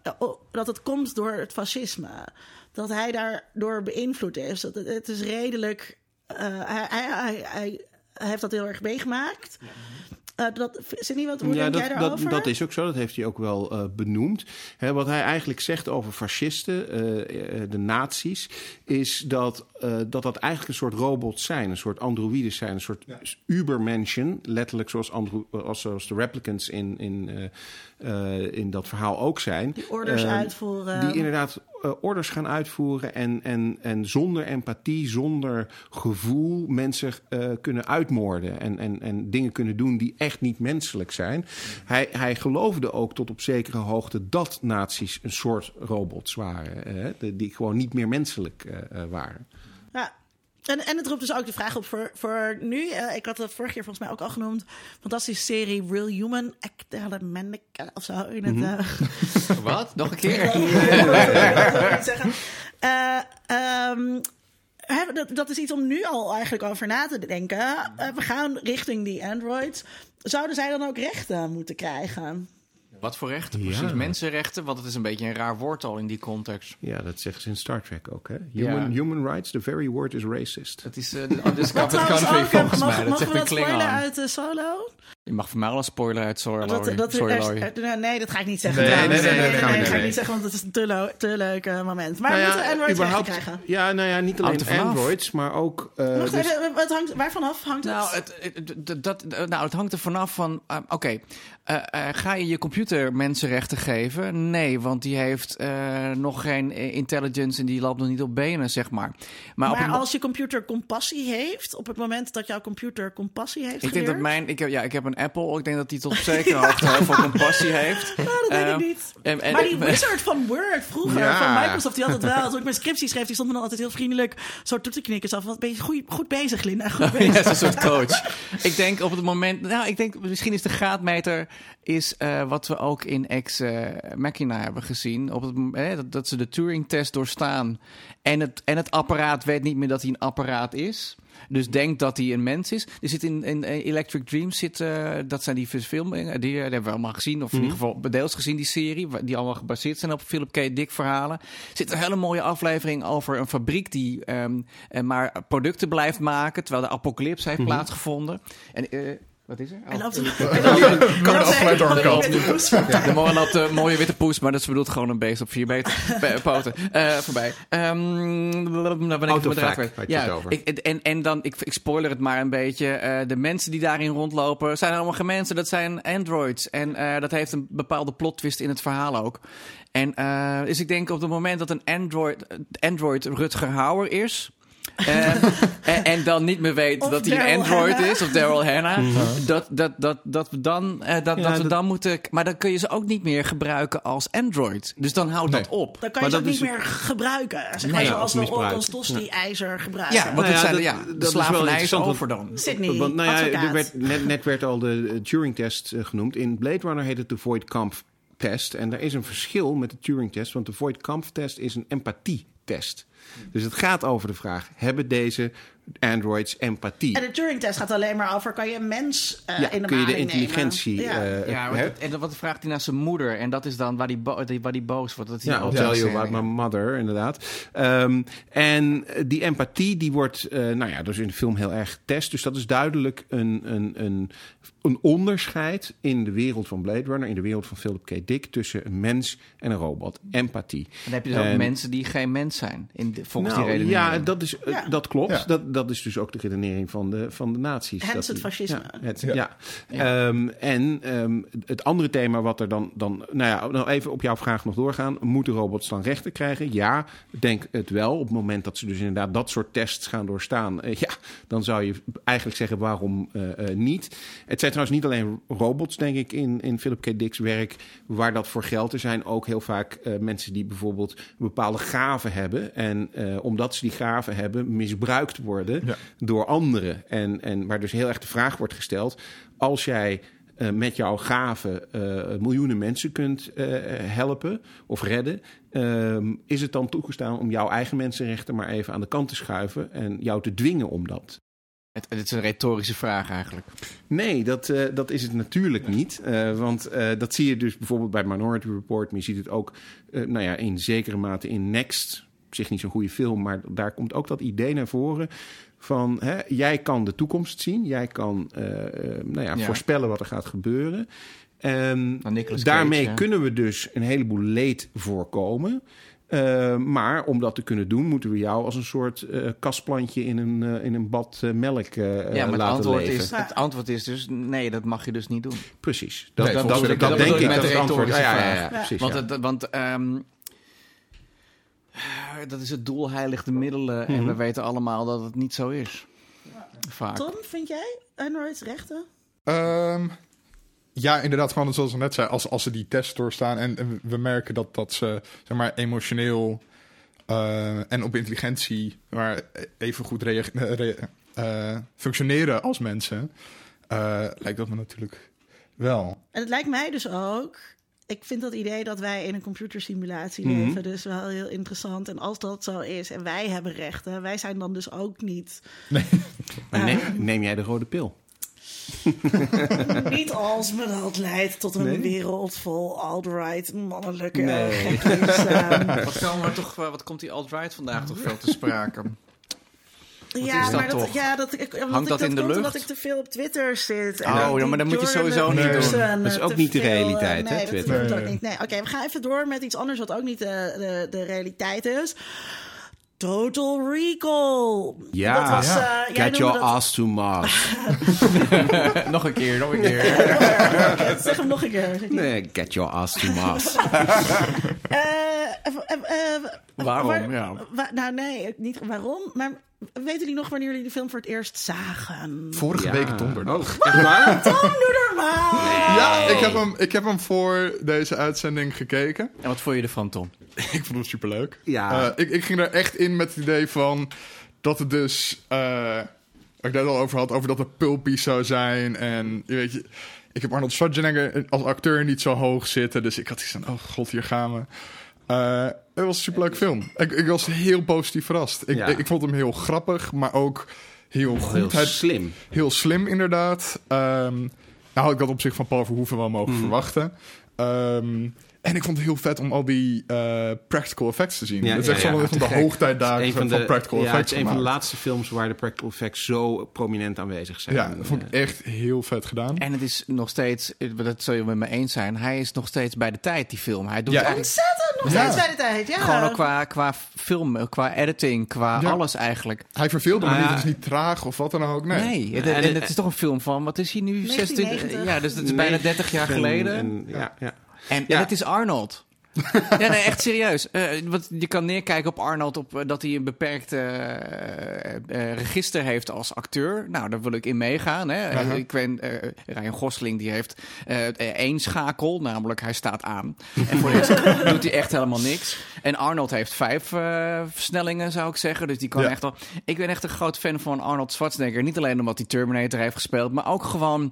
dat het komt door het fascisme. Dat hij daardoor beïnvloed is. Dat het, het is redelijk... Uh, hij, hij, hij, hij heeft dat heel erg meegemaakt. Ja. Uh, dat, zit niet wat, hoe ja, denk dat, jij daarover? Dat, dat is ook zo, dat heeft hij ook wel uh, benoemd. He, wat hij eigenlijk zegt over fascisten, uh, de nazi's, is dat, uh, dat dat eigenlijk een soort robots zijn, een soort androïdes zijn, een soort ja. ubermenschen, letterlijk zoals, andro- als, zoals de replicants in, in, uh, uh, in dat verhaal ook zijn. Die orders uh, uitvoeren. Die inderdaad uh, orders gaan uitvoeren en, en, en zonder empathie, zonder gevoel mensen uh, kunnen uitmoorden en, en, en dingen kunnen doen die echt niet menselijk zijn. Hij, hij geloofde ook tot op zekere hoogte dat nazi's een soort robots waren. Eh, die gewoon niet meer menselijk uh, waren. Ja. En, en het roept dus ook de vraag op voor, voor nu. Uh, ik had het vorige keer volgens mij ook al genoemd. Fantastische serie Real Human. Academic of zo. In het, mm-hmm. uh... Wat? Nog een keer? zeggen. Uh, um, Dat, dat is iets om nu al eigenlijk over na te denken. Uh, we gaan richting die androids. Zouden zij dan ook rechten moeten krijgen? Wat voor rechten? Ja. Precies, mensenrechten. Want het is een beetje een raar woord al in die context. Ja, dat zeggen ze in Star Trek ook. Hè? Human, ja. human rights, the very word is racist. Het is uh, de undiscovered country volgens mij. Dat mag zegt we een dat spoiler uit uh, Solo? Je mag voor mij al een spoiler uit Sorry. Dat, dat, Sorry er, nee, dat ga ik niet zeggen. Nee, nee, nee, nee, nee, nee, nee, nee, nee, dat ga ik nee. niet zeggen, want het is een te, lo- te leuk uh, moment. Maar nou ja, moeten Androids überhaupt, rechten krijgen? Ja, nou ja, niet alleen Androids, maar ook... Uh, Wacht, dus... even, wat hangt, waarvan af hangt het? Nou, het, het, dat, nou, het hangt er vanaf van... Uh, Oké, okay. uh, uh, ga je je computer mensenrechten geven? Nee, want die heeft uh, nog geen intelligence en die loopt nog niet op benen, zeg maar. Maar, maar op als je computer compassie heeft, op het moment dat jouw computer compassie heeft Ik geleerd? denk dat mijn... Ik heb, ja, ik heb een Apple. Ik denk dat die tot op zekere hoogte heel veel compassie heeft. Nou, dat weet uh, ik niet. En, en, maar die wizard van Word vroeger, ja. van Microsoft, die had het wel. Als ik mijn scriptie schreef, die stond me dan altijd heel vriendelijk zo toe te knikken. Zo van, wat ben je goed, goed bezig, Linda. Goed bezig. Ja, dat is een soort coach. Ik denk op het moment... Nou, ik denk misschien is de graadmeter... is uh, wat we ook in Ex uh, Machina hebben gezien. Op het, eh, dat, dat ze de Turing-test doorstaan. En het, en het apparaat weet niet meer dat hij een apparaat is. Dus denkt dat hij een mens is. Er zit in, in Electric Dreams, zit, uh, dat zijn die filmingen, die, die hebben we allemaal gezien. Of in mm. ieder geval bedeels gezien, die serie. Die allemaal gebaseerd zijn op Philip K. Dick verhalen. Er zit een hele mooie aflevering over een fabriek die um, maar producten blijft maken. Terwijl de apocalypse heeft mm-hmm. plaatsgevonden. En... Uh, Wat is er? Oh. En loopt een, kan het afgeleid door een kat. De mooie loopt de mooie witte poes, maar dat is bedoeld gewoon een beest op vier beter, poten. Uh, voorbij. Um, dan ben ik het bedrijf weer. Ja, ik, en, en dan, ik, ik spoiler het maar een beetje. Uh, de mensen die daarin rondlopen zijn allemaal geen mensen, dat zijn androids. En uh, dat heeft een bepaalde plot twist in het verhaal ook. En uh, dus ik denk op het moment dat een android, android Rutger Hauer is... en, en, en dan niet meer weet Of dat hij een Daryl android Hannah. is, of Daryl Hannah. Dat, dat, dat, dat we dan, uh, dat, Ja, dat we dat- dan moeten... Maar dan kun je ze ook niet meer gebruiken als android. Dus dan houdt Nee. dat op. Dan kan je Maar ze ook dat niet is- meer gebruiken. Zeg maar Nee, zoals of we misbruiken. ons tosti-ijzer gebruiken. Ja, want Nou het ja, zijn, dat- ja, dat de is wel slavernij is interessant, over dan. Sydney, Want, nou ja, advocaat. er werd, net, net werd al de uh, Turing-test uh, genoemd. In Blade Runner heet het de Voight-Kampff-test. En daar is een verschil met de Turing-test. Want de Voight-Kampff-test is een empathietest. Dus het gaat over de vraag, hebben deze androids empathie? En de Turing-test gaat alleen maar over, kan je een mens uh, Ja, in de kun je de maling intelligentie... nemen? Ja. uh, Ja, hè? want- en wat vraagt hij naar zijn moeder? En dat is dan waar hij bo- waar die boos wordt. Dat hij Ja, ook I'll tell zegt, you ja, about ja. my mother, inderdaad. Um, en die empathie, die wordt, uh, nou ja, dus in de film heel erg getest. Dus dat is duidelijk een, een, een, een onderscheid in de wereld van Blade Runner, in de wereld van Philip K. Dick, tussen een mens en een robot. Empathie. Dan heb je dus ook En- mensen die geen mens zijn, in de, volgens Nou, die redenering. ja, dat, is, uh, Ja. dat klopt. Ja. Dat, dat is dus ook de redenering van de, van de nazi's. Hence Dat het die- fascisme. Ja, het, Ja. ja. Ja. Um, en um, het andere thema wat er dan... dan nou ja, nou even op jouw vraag nog doorgaan. Moeten robots dan rechten krijgen? Ja, ik denk het wel. Op het moment dat ze dus inderdaad dat soort tests gaan doorstaan... Uh, ja, dan zou je eigenlijk zeggen waarom uh, uh, niet. Het zijn trouwens niet alleen robots, denk ik, in, in Philip K. Dick's werk... waar dat voor geldt. Er zijn ook heel vaak uh, mensen die bijvoorbeeld een bepaalde gaven hebben... en uh, omdat ze die gaven hebben, misbruikt worden... Ja. door anderen. En, en waar dus heel erg de vraag wordt gesteld... als jij uh, met jouw gaven uh, miljoenen mensen kunt uh, helpen of redden... Um, is het dan toegestaan om jouw eigen mensenrechten maar even aan de kant te schuiven... en jou te dwingen om dat? Het, het is een retorische vraag eigenlijk. Nee, dat, uh, dat is het natuurlijk niet. Uh, want uh, dat zie je dus bijvoorbeeld bij Minority Report... maar je ziet het ook uh, nou ja, in zekere mate in Next... op zich niet zo'n goede film, maar daar komt ook dat idee naar voren... van hè, jij kan de toekomst zien, jij kan uh, uh, nou ja, Ja. voorspellen wat er gaat gebeuren. En Nou, Nicolas daarmee Cage, ja. kunnen we dus een heleboel leed voorkomen. Uh, maar om dat te kunnen doen, moeten we jou als een soort uh, kastplantje in een, uh, in een bad uh, melk uh, Ja, maar het laten antwoord, leven. is, het antwoord is dus, nee, dat mag je dus niet doen. Precies. Dat, Nee, dat, volgens dat, mij- dat dat denk bedoel ik ik dat met het de antwoord is. retorische Ja, ja, ja, vraag. precies. Want, ja. het, want ehm, dat is het doel heiligt de middelen. En Mhm. we weten allemaal dat het niet zo is. Vaak. Tom, vind jij androids rechten? Ehm, ja, inderdaad, gewoon zoals we net zei, als, als ze die test doorstaan en, en we merken dat, dat ze zeg maar, emotioneel uh, en op intelligentie maar even goed rea- re- uh, functioneren als mensen, uh, lijkt dat me natuurlijk wel. En het lijkt mij dus ook... Ik vind dat idee dat wij in een computersimulatie Mhm. leven dus wel heel interessant. En als dat zo is en wij hebben rechten, wij zijn dan dus ook niet... Maar neem, neem jij de rode pil? Niet als me dat leidt tot een Nee? wereld vol alt-right mannelijke Nee. gekkies. ehm. Wat, komen we toch, wat komt die alt-right vandaag toch veel te sprake? ja, is dat maar dat, toch? ja, dat, ik, omdat Hangt ik, dat in de komt lucht? Omdat ik te veel op Twitter zit. En Oh, die ja, maar dat moet je sowieso Jordan niet doen. Peterson, Dat is ook te niet de veel, realiteit, hè, nee, Twitter? Dat klopt ook Nee. niet. Nee, oké, we gaan even door met iets anders wat ook niet de, de, de realiteit is. Total Recall. Ja, dat was, ja. uh, jij Get noemde your dat- ass to Mars. nog een keer, nog een keer. Zeg hem nog een keer. zeg niet. Nee, get your ass to Mars. Eh, eh, eh, eh, Waarom? waar- Ja. wa- nou, nee, niet waarom. Maar weten jullie nog wanneer jullie de film voor het eerst zagen? Vorige Ja. week donderdag. Oh, echt waar? Tom, doe normaal! Ja, ik heb, hem, ik heb hem voor deze uitzending gekeken. En wat vond je ervan, Tom? Ik vond het superleuk. Ja. Uh, ik, ik ging er echt in met het idee van dat het dus... Uh, waar ik daar al over had, over dat het pulpy zou zijn. En je weet je, ik heb Arnold Schwarzenegger als acteur niet zo hoog zitten. Dus ik had iets van, oh god, hier gaan we. Uh, het was een superleuk film. Ik, ik was heel positief verrast. Ik, Ja. ik, ik vond hem heel grappig, maar ook heel goed. Heel Hij- slim. Heel slim, inderdaad. Um, nou had ik dat op zich van Paul Verhoeven wel mogen Mm. verwachten. Um, en ik vond het heel vet om al die uh, practical effects te zien. Ja, Het is ja, echt ja. wel een van de Te gek. hoogtijdagen Een van, van de, practical ja, effects het is een van de gemaakt. laatste films waar de practical effects zo prominent aanwezig zijn. Ja, dat vond ik Eh, echt heel vet gedaan. En het is nog steeds, dat zul je met me eens zijn, hij is nog steeds bij de tijd, die film. Hij doet Ja. eigenlijk Ontzettend, nog Ja. steeds bij de tijd. Ja. gewoon ook qua, qua film, qua editing, qua Ja. alles eigenlijk. Hij verveelde me Ah, niet, ja. het is niet traag of wat dan ook. Nee. Nee, het, En- en het is toch een film van, wat is hij nu? negentien negentig. zesentwintig Ja, dus dat is bijna dertig jaar en- geleden. En, en- ja, ja. en, Ja. het is Arnold. Ja, nee, echt serieus. Uh, wat, je kan neerkijken op Arnold op uh, dat hij een beperkt uh, uh, register heeft als acteur. Nou, daar wil ik in meegaan. Hè. Uh-huh. Uh, ik weet, uh, Ryan Gosling die heeft uh, één schakel, namelijk hij staat aan. En voor de rest doet hij echt helemaal niks. En Arnold heeft vijf uh, versnellingen, zou ik zeggen. Dus die kan ja. echt al. Ik ben echt een groot fan van Arnold Schwarzenegger. Niet alleen omdat hij Terminator heeft gespeeld, maar ook gewoon.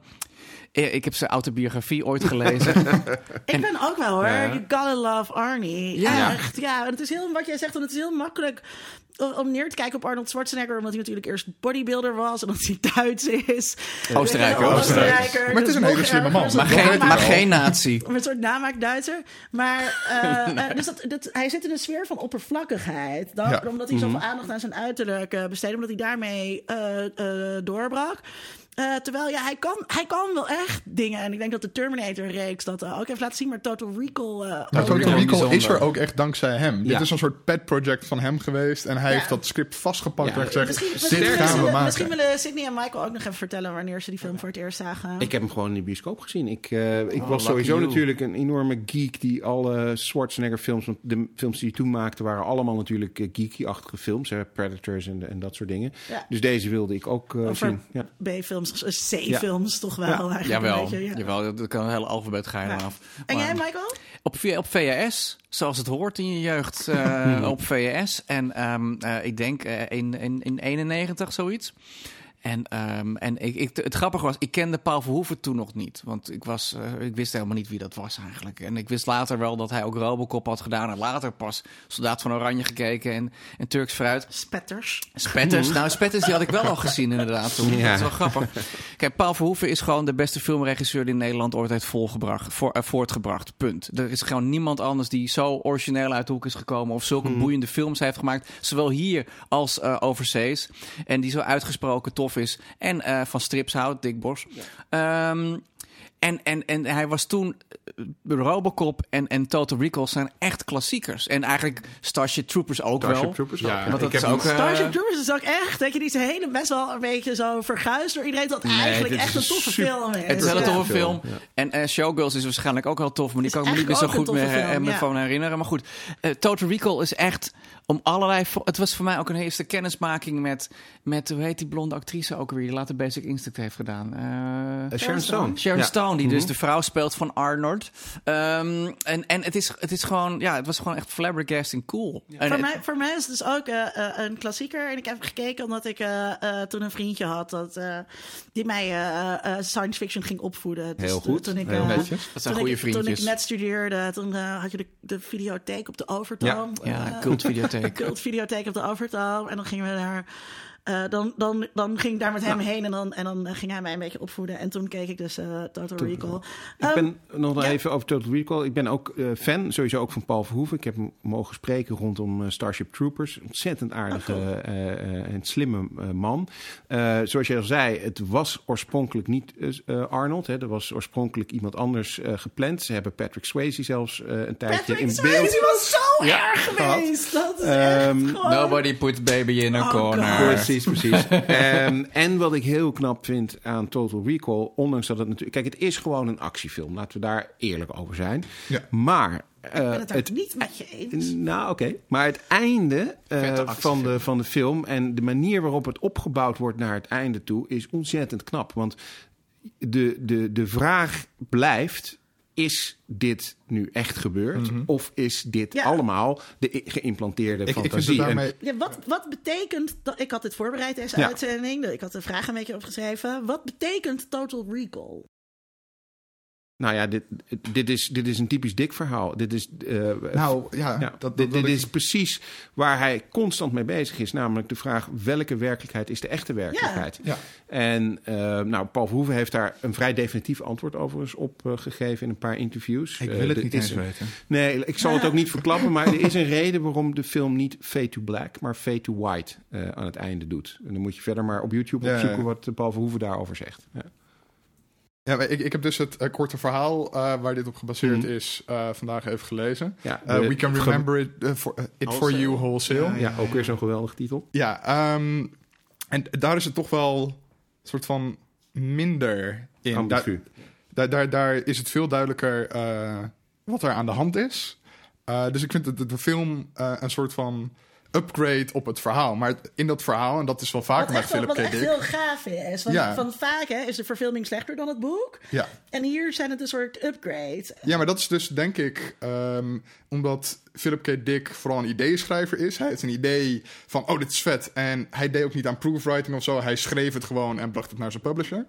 Ik heb zijn autobiografie ooit gelezen. Ik ben ook wel hoor. Ja. You gotta love Arnie. Ja. Echt, ja. Het is heel, wat jij zegt, want het is heel makkelijk om neer te kijken op Arnold Schwarzenegger, omdat hij natuurlijk eerst bodybuilder was en dat hij Duits is. Oostenrijker. Ja, Oostenrijker. Maar het is een hele slimme man. Maar geen, maar geen nazi. Een soort namaak Duitser. Maar uh, nee. uh, dus dat, dat, hij zit in een sfeer van oppervlakkigheid. Dan, ja. Omdat hij zoveel mm-hmm. aandacht aan zijn uiterlijk uh, besteedde, omdat hij daarmee uh, uh, doorbrak. Uh, terwijl ja, hij kan, hij kan wel echt dingen. En ik denk dat de Terminator-reeks dat uh, ook heeft laten zien. Maar Total Recall... Uh, nou, Total Recall is er ook echt dankzij hem. Ja. Dit is een soort pet project van hem geweest. En hij ja. heeft dat script vastgepakt ja. en gezegd, misschien, dit gaan we maken. Misschien willen Sydney en Michael ook nog even vertellen wanneer ze die film voor het eerst zagen. Ik heb hem gewoon in de bioscoop gezien. Ik, uh, ik oh, was sowieso you. natuurlijk een enorme geek die alle Schwarzenegger-films... Want de films die hij toen maakte waren allemaal natuurlijk uh, geeky-achtige films. Hè, Predators en, en dat soort dingen. Ja. Dus deze wilde ik ook uh, zien. Ja. B-films, C-films ja. toch wel. Ja. Jawel, een beetje, ja. Jawel, dat kan een hele alfabet ga je ja. af. En jij, Michael? Op, op V H S, zoals het hoort in je jeugd, uh, op V H S. En um, uh, ik denk uh, in, in, in eenennegentig, zoiets. En, um, en ik, ik, het grappige was, ik kende Paul Verhoeven toen nog niet. Want ik, was, uh, ik wist helemaal niet wie dat was eigenlijk. En ik wist later wel dat hij ook Robocop had gedaan. En later pas Soldaat van Oranje gekeken en, en Turks Fruit. Spetters. Spetters. Nou, Spetters die had ik wel al gezien inderdaad toen. Ja. Dat is wel grappig. Kijk, Paul Verhoeven is gewoon de beste filmregisseur die Nederland ooit heeft volgebracht, voor, uh, voortgebracht. Punt. Er is gewoon niemand anders die zo origineel uit de hoek is gekomen of zulke hmm. boeiende films heeft gemaakt. Zowel hier als uh, overzees. En die zo uitgesproken tof is. En uh, van strips houdt, Dick Bos. Ja. Um, en, en, en hij was toen... Robocop en, en Total Recall zijn echt klassiekers. En eigenlijk Starship Troopers ook Starship wel. Troopers, ja. ja. Want dat is ook, uh, Starship Troopers is ook echt... Dat je die is hele best wel een beetje zo verguisd door iedereen. Dat nee, eigenlijk echt een toffe super, film is. Het is wel een toffe ja. film. Ja. En uh, Showgirls is waarschijnlijk ook wel tof. Maar die kan ik me niet meer zo goed meer film, ja. van herinneren. Maar goed, uh, Total Recall is echt... Om allerlei... Het was voor mij ook een eerste kennismaking met... met hoe heet die blonde actrice ook weer? Die later Basic Instinct heeft gedaan. Uh, uh, Sharon Stone. Sharon ja. Stone, die mm-hmm. dus de vrouw speelt van Arnold. Um, en en het, is, het is gewoon... Ja, het was gewoon echt flabbergasting cool. Ja. En voor, het, mij, voor mij is het dus ook uh, uh, een klassieker. En ik heb gekeken omdat ik uh, uh, toen een vriendje had... Dat, uh, die mij uh, uh, science fiction ging opvoeden. Dus heel goed. Toen ik, heel uh, netjes. Dat zijn goede vriendjes. Toen ik net studeerde, toen uh, had je de, de videotheek op de Overtoom. Ja, ja uh, cultvideotheek. Cultvideotheek op de Overtoom. En dan gingen we daar... Uh, dan, dan, dan ging ik daar met hem nou. heen en dan, en dan ging hij mij een beetje opvoeden. En toen keek ik dus uh, Total toen, Recall. Ik um, ben nog ja. even over Total Recall. Ik ben ook uh, fan, sowieso ook van Paul Verhoeven. Ik heb hem mogen spreken rondom uh, Starship Troopers. Ontzettend aardige oh, cool. uh, uh, en slimme uh, man. Uh, zoals je al zei, het was oorspronkelijk niet uh, Arnold. Hè. Er was oorspronkelijk iemand anders uh, gepland. Ze hebben Patrick Swayze zelfs uh, een tijdje Patrick in Swayze beeld. Patrick Swayze was zo ja, erg geweest. Dat is um, echt gewoon... Nobody puts baby in a oh, corner. Precies. Precies, precies. um, en wat ik heel knap vind aan Total Recall, ondanks dat het natuurlijk... Kijk, het is gewoon een actiefilm. Laten we daar eerlijk over zijn. Ja. Maar... Uh, ik ben het daar het, niet met je eens. Nou, oké. Okay. Maar het einde uh, van, de, van de film en de manier waarop het opgebouwd wordt naar het einde toe is ontzettend knap. Want de, de, de vraag blijft... Is dit nu echt gebeurd? Mm-hmm. Of is dit ja. allemaal de geïmplanteerde ik, fantasie? Ik daarmee... ja, wat, wat betekent... Dat, ik had dit voorbereid, deze ja. uitzending. Ik had de vraag een beetje opgeschreven. Wat betekent Total Recall? Nou ja, dit, dit, is, dit is een typisch Dick verhaal. Dit is, uh, nou, ja, ja, dat, dit, dit ik... is precies waar hij constant mee bezig is. Namelijk de vraag, welke werkelijkheid is de echte werkelijkheid? Ja. Ja. En uh, nou, Paul Verhoeven heeft daar een vrij definitief antwoord overigens op uh, gegeven in een paar interviews. Ik wil het uh, niet eens een, weten. Nee, ik zal het ook niet verklappen. Maar er is een reden waarom de film niet Fade to Black, maar Fade to White uh, aan het einde doet. En dan moet je verder maar op YouTube ja, opzoeken ja. wat Paul Verhoeven daarover zegt. Ja. Ja, ik, ik heb dus het uh, korte verhaal uh, waar dit op gebaseerd mm-hmm. is uh, vandaag even gelezen. Ja, uh, We Can Remember It, uh, for, uh, it For You Wholesale. Ja, ja, ook weer zo'n geweldige titel. Ja, um, en daar is het toch wel een soort van minder in. Daar, daar, daar, daar is het veel duidelijker uh, wat er aan de hand is. Uh, dus ik vind de, de, de film uh, een soort van upgrade op het verhaal. Maar in dat verhaal, en dat is wel vaker met Philip K. Dick... Wat echt heel gaaf is. Want ja. van vaak hè, is de verfilming slechter dan het boek. Ja. En hier zijn het een soort upgrade. Ja, maar dat is dus denk ik... Um, omdat Philip K. Dick vooral een ideeënschrijver is. Hij heeft een idee van, oh, dit is vet. En hij deed ook niet aan proofwriting of zo. Hij schreef het gewoon en bracht het naar zijn publisher.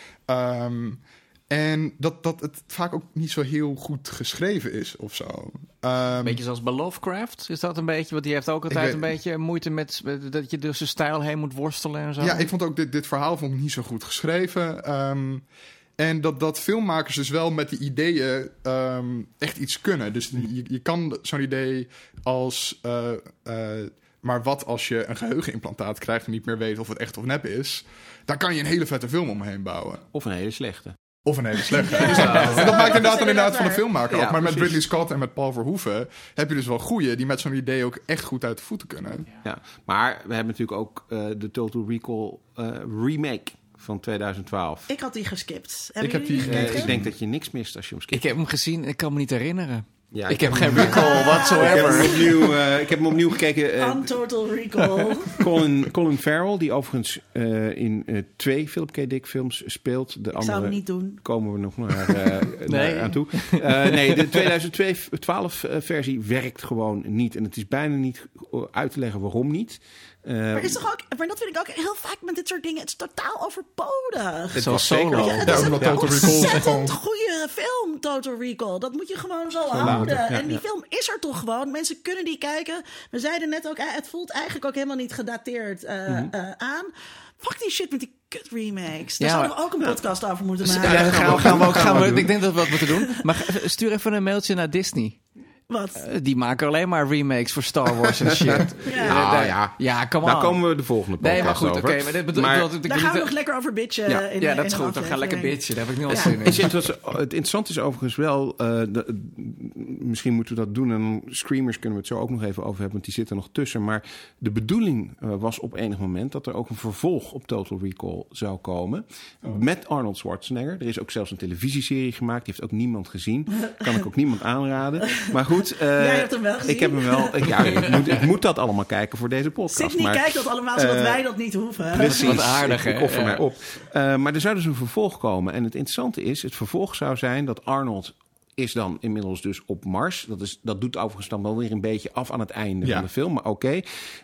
Um, En dat, dat het vaak ook niet zo heel goed geschreven is of zo. Um, beetje zoals bij Lovecraft, is dat een beetje? Want die heeft ook altijd weet, een beetje moeite met... dat je dus zijn stijl heen moet worstelen en zo. Ja, ik vond ook dit, dit verhaal vond ik niet zo goed geschreven. Um, en dat, dat filmmakers dus wel met die ideeën um, echt iets kunnen. Dus je, je kan zo'n idee als... Uh, uh, maar wat als je een geheugenimplantaat krijgt en niet meer weet of het echt of nep is? Daar kan je een hele vette film omheen bouwen. Of een hele slechte. Of een hele slechte. Dus dat, dat maakt inderdaad dan inderdaad van de filmmaker. Ja, ook. Maar precies. Met Ridley Scott en met Paul Verhoeven heb je dus wel goeie die met zo'n idee ook echt goed uit de voeten kunnen. Ja, maar we hebben natuurlijk ook uh, de Total Recall uh, remake van tweeduizend twaalf. Ik had die geskipt. Ik, heb die uh, ik denk dat je niks mist als je hem skipt. Ik heb hem gezien, ik kan me niet herinneren. Ja, ik, ik heb geen recall whatsoever. Ik heb hem opnieuw, uh, ik heb hem opnieuw gekeken. Uh, On Total Recall. Colin, Colin Farrell, die overigens uh, in uh, twee Philip K. Dick films speelt. De ik andere zou hem niet doen. Komen we nog naar, uh, nee. naar aan toe. Uh, nee, de tweeduizend twaalf uh, versie werkt gewoon niet. En het is bijna niet uit te leggen waarom niet. Uh, maar, is toch ook, maar dat vind ik ook heel vaak met dit soort dingen. Het is totaal overbodig. Het was Solo. Ja, het is een ja, ontzettend goede film, Total Recall. Dat moet je gewoon zo Gewoon houden. laten, ja, en die ja. film is er toch gewoon. Mensen kunnen die kijken. We zeiden net ook, het voelt eigenlijk ook helemaal niet gedateerd uh, mm-hmm. uh, aan. Fuck die shit met die kut remakes. Daar ja, zouden we ook een podcast ja. over moeten maken. Ja, gaan we, gaan we ook, gaan we, ik denk dat we wat moeten doen. Maar stuur even een mailtje naar Disney. Wat? Uh, die maken alleen maar remakes voor Star Wars en shit. ja. Nou, ja, ja, come on. Daar komen we de volgende podcast nee, maar goed, over. Okay, maar dit bedoel, maar, ik bedoel, daar gaan we nog lekker over bitchen. Ja, in, ja dat in is goed. Dan gaan we lekker bitchen. Daar heb ik nu al ja. zin in. Is het, het interessante is overigens wel... Uh, de, misschien moeten we dat doen. En Screamers kunnen we het zo ook nog even over hebben. Want die zitten nog tussen. Maar de bedoeling uh, was op enig moment... dat er ook een vervolg op Total Recall zou komen. Oh. Met Arnold Schwarzenegger. Er is ook zelfs een televisieserie gemaakt. Die heeft ook niemand gezien. Kan ik ook niemand aanraden. Maar goed... Uh, Jij hebt hem wel gezien. Ik heb hem wel... Ja, ik moet, ik moet dat allemaal kijken voor deze podcast. Sydney maar, kijkt dat allemaal, zodat uh, wij dat niet hoeven. Precies. Wat aardig, ik, ik offer ja. mij op. Uh, maar er zou dus een vervolg komen. En het interessante is, het vervolg zou zijn dat Arnold is dan inmiddels dus op Mars. Dat, is, dat doet overigens dan wel weer een beetje af aan het einde ja. van de film, maar oké. Okay.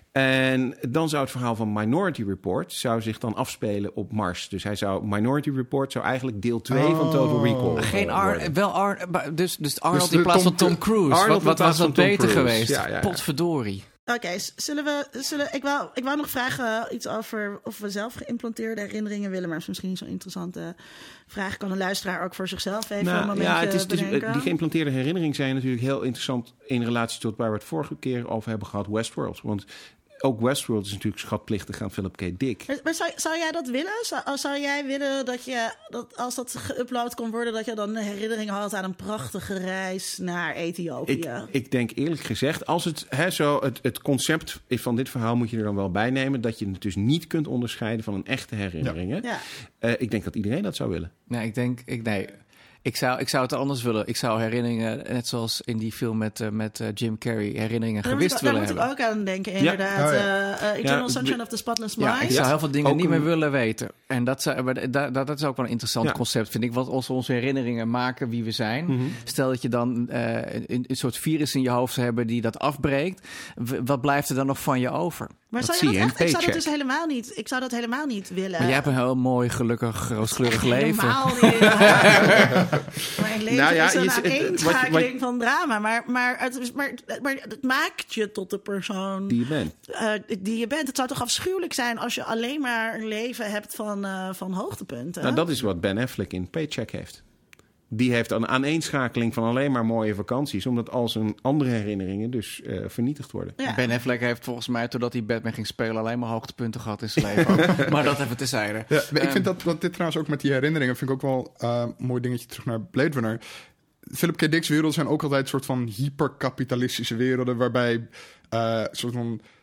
En dan zou het verhaal van Minority Report zou zich dan afspelen op Mars. Dus hij zou Minority Report zou eigenlijk deel twee oh. van Total Recall. Geen Ar, wel Ar, dus, dus Arnold dus in plaats Tom, van Tom Cruise. Arnold wat wat was wat beter Cruise. geweest? Ja, ja, ja. Potverdorie. Oké, okay, zullen we... Zullen, ik, wou, ik wou nog vragen iets over of we zelf geïmplanteerde herinneringen willen. Maar dat is misschien niet zo'n interessante vraag. Kan een luisteraar ook voor zichzelf even nou, een momentje ja, het is, bedenken? Het is, die geïmplanteerde herinneringen zijn natuurlijk heel interessant in relatie tot waar we het vorige keer over hebben gehad, Westworld. Want ook Westworld is natuurlijk schatplichtig aan Philip K. Dick. Maar, maar zou, zou jij dat willen? Zou, zou jij willen dat je, dat als dat geüpload kon worden, dat je dan een herinnering had aan een prachtige reis naar Ethiopië? Ik, ik denk eerlijk gezegd, als het, hè, zo, het, het concept van dit verhaal moet je er dan wel bij nemen, dat je het dus niet kunt onderscheiden van een echte herinnering. Ja. Ja. Uh, ik denk dat iedereen dat zou willen. Nee, ik denk, ik, nee. Ik zou, ik zou het anders willen. Ik zou herinneringen, net zoals in die film met, uh, met uh, Jim Carrey, herinneringen daar gewist ik, willen daar hebben. Daar moet ik ook aan denken, inderdaad. Ja. Uh, uh, Eternal ja, Sunshine of the Spotless Mind. Ja, ik zou heel veel dingen ook niet meer een... willen weten. En dat, zou, dat, dat is ook wel een interessant ja. concept, vind ik. Wat als we onze herinneringen maken wie we zijn. Mm-hmm. Stel dat je dan uh, een, een soort virus in je hoofd zou hebben die dat afbreekt. Wat blijft er dan nog van je over? Maar zou je dat echt, ik zou dat dus helemaal niet, ik zou dat helemaal niet willen. Maar jij hebt een heel mooi, gelukkig, rooskleurig leven. Helemaal niet. Mijn leven nou ja, is een aaneenschakeling van drama. Maar, maar, het, maar, maar het maakt je tot de persoon die je bent. Uh, die je bent. Het zou toch afschuwelijk zijn als je alleen maar een leven hebt van, uh, van hoogtepunten. Nou, dat is wat Ben Affleck in Paycheck heeft. Die heeft een aaneenschakeling van alleen maar mooie vakanties, omdat al zijn andere herinneringen dus uh, vernietigd worden. Ja. Ben Affleck heeft volgens mij, totdat hij Batman ging spelen, alleen maar hoogtepunten gehad in zijn leven. Maar dat even terzijde. Ja, ik vind dat, dat dit trouwens ook met die herinneringen, vind ik ook wel uh, een mooi dingetje terug naar Blade Runner. Philip K. Dick's werelden zijn ook altijd een soort van hyperkapitalistische werelden, waarbij uh, soort van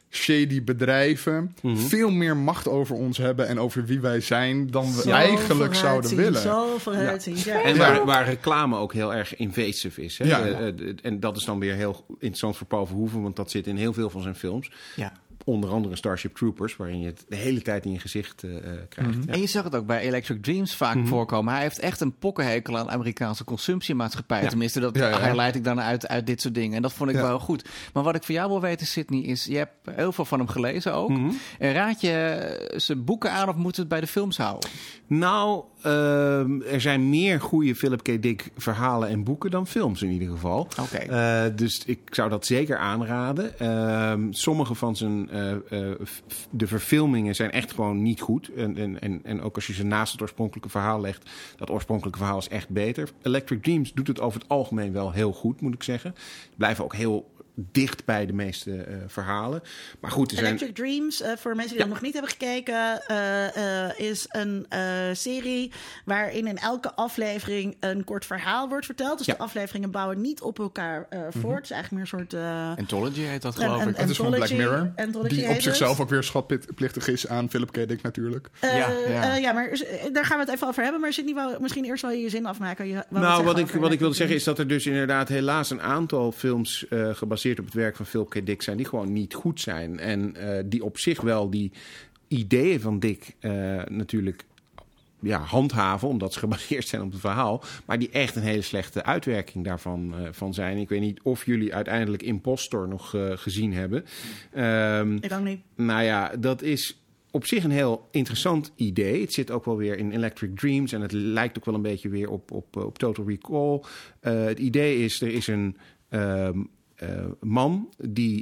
shady bedrijven mm-hmm. veel meer macht over ons hebben en over wie wij zijn dan we zo eigenlijk zouden zien, willen. Zo vooruitzien. Ja. Ja. En waar, waar reclame ook heel erg invasive is. Hè? Ja. Uh, uh, en dat is dan weer heel interessant voor Paul Verhoeven, want dat zit in heel veel van zijn films. Ja. Onder andere Starship Troopers, waarin je het de hele tijd in je gezicht uh, krijgt. Mm-hmm. Ja. En je zag het ook bij Electric Dreams vaak mm-hmm. voorkomen. Hij heeft echt een pokkenhekel aan Amerikaanse consumptiemaatschappij. Ja. Tenminste, dat ja, ja. highlight ik dan uit, uit dit soort dingen. En dat vond ik ja. wel goed. Maar wat ik voor jou wil weten, Sydney, is... Je hebt heel veel van hem gelezen ook. Mm-hmm. En raad je zijn boeken aan of moeten we het bij de films houden? Nou, uh, er zijn meer goede Philip K. Dick verhalen en boeken dan films in ieder geval. Okay. Uh, dus ik zou dat zeker aanraden. Uh, sommige van zijn... Uh, uh, de verfilmingen zijn echt gewoon niet goed. En, en, en, en ook als je ze naast het oorspronkelijke verhaal legt... dat oorspronkelijke verhaal is echt beter. Electric Dreams doet het over het algemeen wel heel goed, moet ik zeggen. Blijven ook heel... dicht bij de meeste uh, verhalen. Maar goed, er zijn... Electric Dreams, uh, voor mensen die ja. dat nog niet hebben gekeken... Uh, uh, is een uh, serie waarin in elke aflevering een kort verhaal wordt verteld. Dus ja. de afleveringen bouwen niet op elkaar uh, voort. Mm-hmm. Het is eigenlijk meer een soort... Uh, Anthology heet dat, geloof een, ik. Een, het is van Black Mirror. Anthology die op zichzelf het. ook weer schatplichtig is aan Philip K. Dick natuurlijk. Uh, ja, ja. Uh, ja, maar daar gaan we het even over hebben. Maar Sydney, wou, misschien eerst wel je zin afmaken. Je, nou, wat ik, wat ik wilde zeggen is dat er dus inderdaad helaas een aantal films uh, gebaseerd op het werk van Philip K. Dick zijn die gewoon niet goed zijn. En uh, die op zich wel die ideeën van Dick uh, natuurlijk ja, handhaven, omdat ze gebaseerd zijn op het verhaal. Maar die echt een hele slechte uitwerking daarvan uh, van zijn. Ik weet niet of jullie uiteindelijk Impostor nog uh, gezien hebben. Um, ik ook niet. Nou ja, dat is op zich een heel interessant idee. Het zit ook wel weer in Electric Dreams en het lijkt ook wel een beetje weer op, op, op Total Recall. Uh, het idee is, er is een um, uh, man die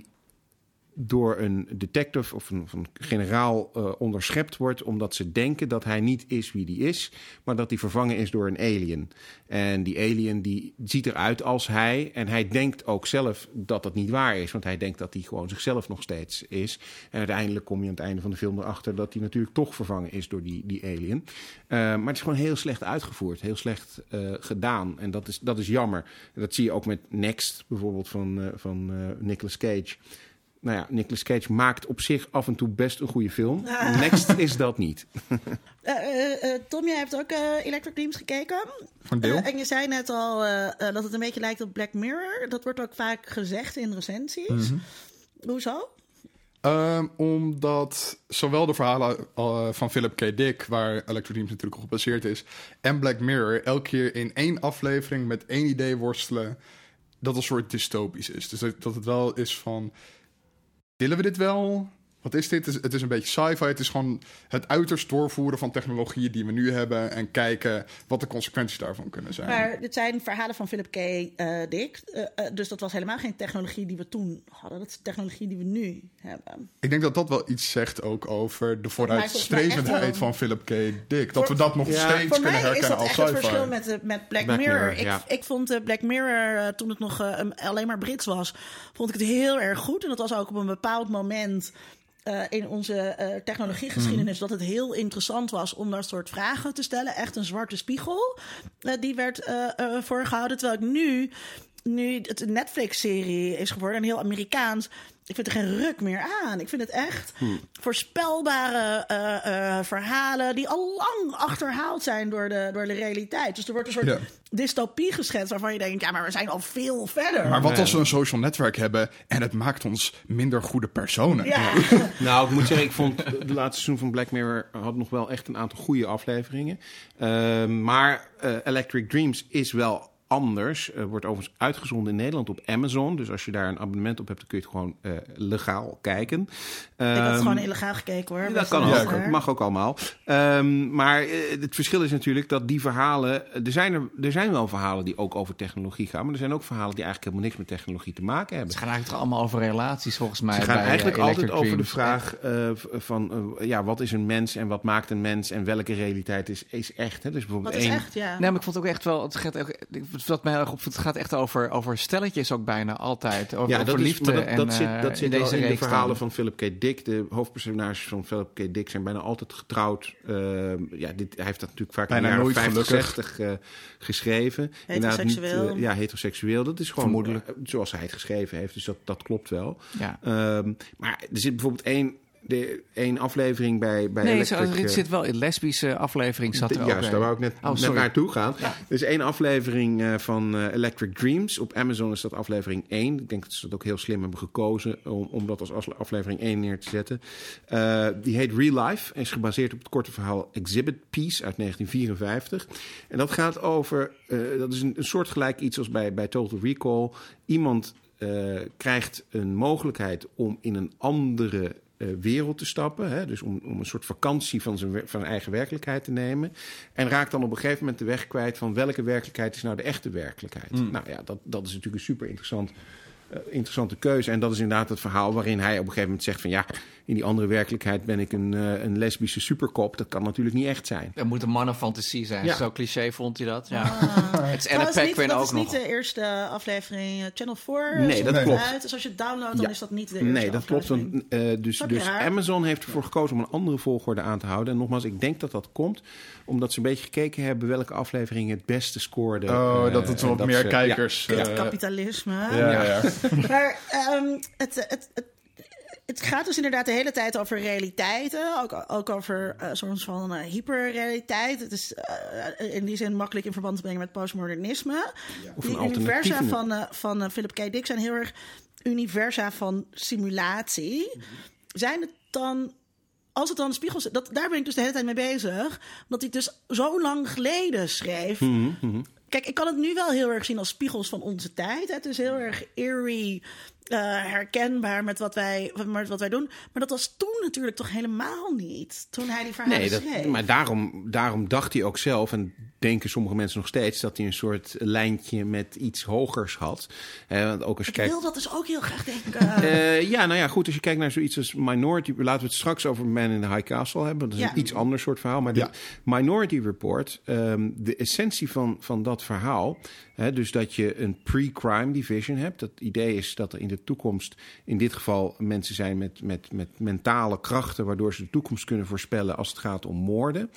door een detective of een, of een generaal uh, onderschept wordt, omdat ze denken dat hij niet is wie die is, maar dat hij vervangen is door een alien. En die alien die ziet eruit als hij, en hij denkt ook zelf dat dat niet waar is, want hij denkt dat hij gewoon zichzelf nog steeds is. En uiteindelijk kom je aan het einde van de film erachter dat hij natuurlijk toch vervangen is door die, die alien. Uh, maar het is gewoon heel slecht uitgevoerd, heel slecht uh, gedaan. En dat is, dat is jammer. En dat zie je ook met Next, bijvoorbeeld van, uh, van uh, Nicolas Cage. Nou ja, Nicolas Cage maakt op zich af en toe best een goede film. Next is dat niet. uh, uh, uh, Tom, jij hebt ook uh, Electric Dreams gekeken. Van deel. Uh, en je zei net al uh, uh, dat het een beetje lijkt op Black Mirror. Dat wordt ook vaak gezegd in recensies. Mm-hmm. Hoezo? Um, omdat zowel de verhalen uh, van Philip K. Dick, waar Electric Dreams natuurlijk op gebaseerd is, en Black Mirror elke keer in één aflevering met één idee worstelen, dat een soort dystopisch is. Dus dat, dat het wel is van, willen we dit wel? Wat is dit? Het is, het is een beetje sci-fi. Het is gewoon het uiterst doorvoeren van technologieën die we nu hebben en kijken wat de consequenties daarvan kunnen zijn. Maar dit zijn verhalen van Philip K. Uh, Dick. Uh, uh, dus dat was helemaal geen technologie die we toen hadden. Dat is technologie die we nu hebben. Ik denk dat dat wel iets zegt ook over de vooruitstrevendheid van Philip K. Dick. Dat voor, we dat nog ja, steeds kunnen herkennen als sci-fi. Voor mij is dat echt het verschil met, uh, met Black, Black Mirror. Mirror ja. ik, ik vond uh, Black Mirror, uh, toen het nog uh, alleen maar Brits was, vond ik het heel erg goed. En dat was ook op een bepaald moment Uh, in onze uh, technologiegeschiedenis, mm. dat het heel interessant was om dat soort vragen te stellen. Echt een zwarte spiegel. Uh, die werd uh, uh, voorgehouden. Terwijl ik nu, nu het een Netflix-serie is geworden en heel Amerikaans, ik vind er geen ruk meer aan. Ik vind het echt hmm. voorspelbare uh, uh, verhalen die al lang achterhaald zijn door de, door de realiteit. Dus er wordt een soort ja. dystopie geschetst waarvan je denkt, ja, maar we zijn al veel verder. Maar wat als we een social netwerk hebben en het maakt ons minder goede personen? Ja. Ja. Nou, ik moet zeggen, ik vond de laatste seizoen van Black Mirror had nog wel echt een aantal goede afleveringen. Uh, maar uh, Electric Dreams is wel anders. Uh, wordt overigens uitgezonden in Nederland op Amazon. Dus als je daar een abonnement op hebt, dan kun je het gewoon uh, legaal kijken. Um, ik heb het gewoon illegaal gekeken, hoor. Dat kan ook. Ja, mag ook allemaal. Um, maar uh, het verschil is natuurlijk dat die verhalen, er zijn, er, er zijn wel verhalen die ook over technologie gaan, maar er zijn ook verhalen die eigenlijk helemaal niks met technologie te maken hebben. Ze gaan eigenlijk allemaal over relaties, volgens mij. Ze gaan bij, eigenlijk uh, altijd Dreams. over de vraag uh, van, uh, ja, wat is een mens en wat maakt een mens en welke realiteit is, is echt. Hè? Dus bijvoorbeeld wat is één... echt, ja. Nee, maar ik vond het ook echt wel, het gaat ook, wat mij heel erg opviel, het gaat echt over, over stelletjes ook bijna altijd. Over, ja, over dat liefde. Is, dat, en, dat zit, uh, dat zit in wel deze in de verhalen dan. van Philip K. Dick. De hoofdpersonages van Philip K. Dick zijn bijna altijd getrouwd. Uh, ja, dit, hij heeft dat natuurlijk vaak bijna in de jaren vijftig, zestig uh, geschreven. Heteroseksueel. Niet, uh, ja, heteroseksueel. Dat is gewoon vermoedelijk uh, zoals hij het geschreven heeft. Dus dat, dat klopt wel. Ja. Um, maar er zit bijvoorbeeld één... De één aflevering bij, bij nee, Electric... Nee, het zit wel in de lesbische aflevering. Zat er juist, ook, daar wou ik net, oh, net naartoe gaan. Ja. Er is één aflevering uh, van uh, Electric Dreams. Op Amazon is dat aflevering één. Ik denk dat ze dat ook heel slim hebben gekozen om, om dat als aflevering één neer te zetten. Uh, die heet Real Life en is gebaseerd op het korte verhaal Exhibit Piece uit negentien vierenvijftig. En dat gaat over... Uh, dat is een, een soortgelijk iets als bij, bij Total Recall. Iemand uh, krijgt een mogelijkheid om in een andere... Uh, wereld te stappen. Hè? Dus om, om een soort vakantie van zijn, van zijn eigen werkelijkheid te nemen. En raakt dan op een gegeven moment de weg kwijt van welke werkelijkheid is nou de echte werkelijkheid. Mm. Nou ja, dat, dat is natuurlijk een super interessant, uh, interessante keuze. En dat is inderdaad het verhaal waarin hij op een gegeven moment zegt van ja, in die andere werkelijkheid ben ik een, uh, een lesbische superkop. Dat kan natuurlijk niet echt zijn. Er moet een mannenfantasie zijn. Ja. Zo cliché vond hij dat. Ja. Ah. Het is Anna Paquin ook nog. Dat is niet de eerste aflevering Channel vier. Nee, dat klopt. Uit. Dus als je het downloadt, dan ja. is dat niet de eerste Nee, dat aflevering. klopt. Want, uh, dus dus Amazon heeft ervoor gekozen om een andere volgorde aan te houden. En nogmaals, ik denk dat dat komt omdat ze een beetje gekeken hebben welke aflevering het beste scoorde. Oh, uh, dat het wat meer ze, kijkers... Ja. Uh, kapitalisme. Ja, ja. ja. Maar um, het... het, het Het gaat dus inderdaad de hele tijd over realiteiten. Ook, ook over uh, soms van uh, hyperrealiteit. Het is uh, in die zin makkelijk in verband te brengen met postmodernisme. Ja, of die universa van, uh, van uh, Philip K. Dick zijn heel erg universa van simulatie. Mm-hmm. Zijn het dan... Als het dan spiegels... Dat, daar ben ik dus de hele tijd mee bezig. Dat hij dus zo lang geleden schreef... Mm-hmm. Kijk, ik kan het nu wel heel erg zien als spiegels van onze tijd. Het is heel erg eerie... Uh, herkenbaar met wat, wij, met wat wij doen. Maar dat was toen natuurlijk toch helemaal niet. Toen hij die verhalen nee, dat, schreef. Maar daarom, daarom dacht hij ook zelf... en denken sommige mensen nog steeds... dat hij een soort lijntje met iets hogers had. Uh, ook als ik kijkt, wil dat dus ook heel graag denken. Uh, ja, nou ja, goed. Als je kijkt naar zoiets als Minority... laten we het straks over Man in the High Castle hebben. Dat is ja. een iets ander soort verhaal. Maar ja. de Minority Report... Um, de essentie van, van dat verhaal... Hè, dus dat je een pre-crime division hebt. Het idee is dat er in de toekomst in dit geval mensen zijn met, met, met mentale krachten... waardoor ze de toekomst kunnen voorspellen als het gaat om moorden.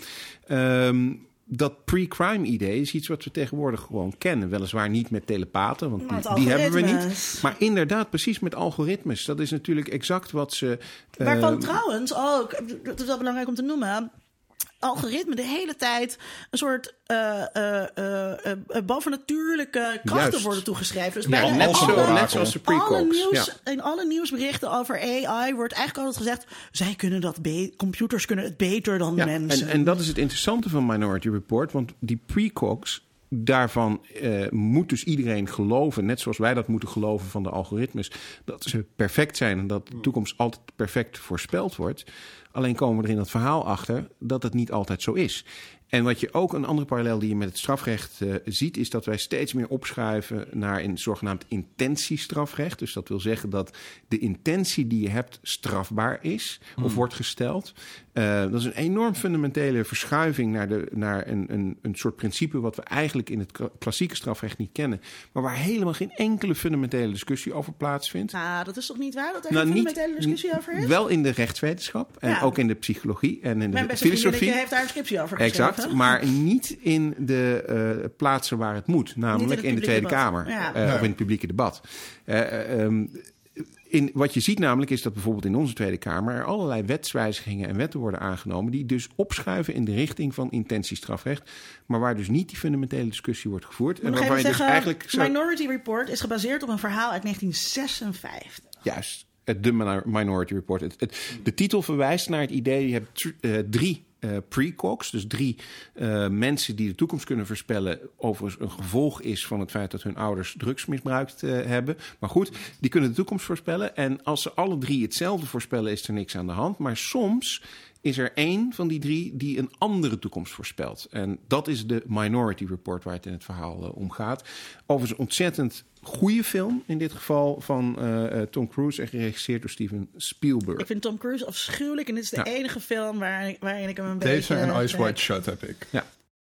Um, dat pre-crime idee is iets wat we tegenwoordig gewoon kennen. Weliswaar niet met telepaten, want die, die hebben we niet. Maar inderdaad, precies met algoritmes. Dat is natuurlijk exact wat ze... Uh, Waarvan trouwens ook, dat is wel belangrijk om te noemen... algoritme de hele tijd een soort uh, uh, uh, uh, bovennatuurlijke krachten Juist. worden toegeschreven. Dus ja, net, alle, zo, net zoals de precogs. Nieuws, ja. In alle nieuwsberichten over A I wordt eigenlijk altijd gezegd... zij kunnen dat be- computers kunnen het beter dan ja, mensen. En, en dat is het interessante van Minority Report, want die precogs... Daarvan uh, moet dus iedereen geloven, net zoals wij dat moeten geloven van de algoritmes, dat ze perfect zijn en dat de toekomst altijd perfect voorspeld wordt. Alleen komen we er in dat verhaal achter dat het niet altijd zo is. En wat je ook, een andere parallel die je met het strafrecht uh, ziet... is dat wij steeds meer opschuiven naar een zogenaamd intentiestrafrecht. Dus dat wil zeggen dat de intentie die je hebt strafbaar is of hmm. wordt gesteld. Uh, dat is een enorm fundamentele verschuiving naar, de, naar een, een, een soort principe... wat we eigenlijk in het klassieke strafrecht niet kennen. Maar waar helemaal geen enkele fundamentele discussie over plaatsvindt. Nou, dat is toch niet waar dat er nou, geen fundamentele discussie over is? Wel in de rechtswetenschap en ja. ook in de psychologie en in de Mijn filosofie. Mijn heeft daar een scriptie over geschreven. Exact. Maar niet in de uh, plaatsen waar het moet. Namelijk in, in de Tweede debat. Kamer. Ja. Uh, ja. Of in het publieke debat. Uh, um, in, wat je ziet namelijk is dat bijvoorbeeld in onze Tweede Kamer... er allerlei wetswijzigingen en wetten worden aangenomen... die dus opschuiven in de richting van intentiestrafrecht. Maar waar dus niet die fundamentele discussie wordt gevoerd. En waarvan je dus zeggen, eigenlijk zou... Minority Report is gebaseerd op een verhaal uit negentien zesenvijftig. Juist. De Minority Report. Het, het, de titel verwijst naar het idee... je hebt tr- uh, drie... Uh, precogs, dus drie uh, mensen die de toekomst kunnen voorspellen... overigens een gevolg is van het feit dat hun ouders drugs misbruikt uh, hebben. Maar goed, die kunnen de toekomst voorspellen. En als ze alle drie hetzelfde voorspellen, is er niks aan de hand. Maar soms is er één van die drie die een andere toekomst voorspelt. En dat is de Minority Report waar het in het verhaal uh, om gaat. Overigens een ontzettend goede film, in dit geval van uh, Tom Cruise en geregisseerd door Steven Spielberg. Ik vind Tom Cruise afschuwelijk en dit is de ja. enige film waar, waarin ik hem een Deze beetje... Deze en Ice uh, White Shut heb ik. Ja.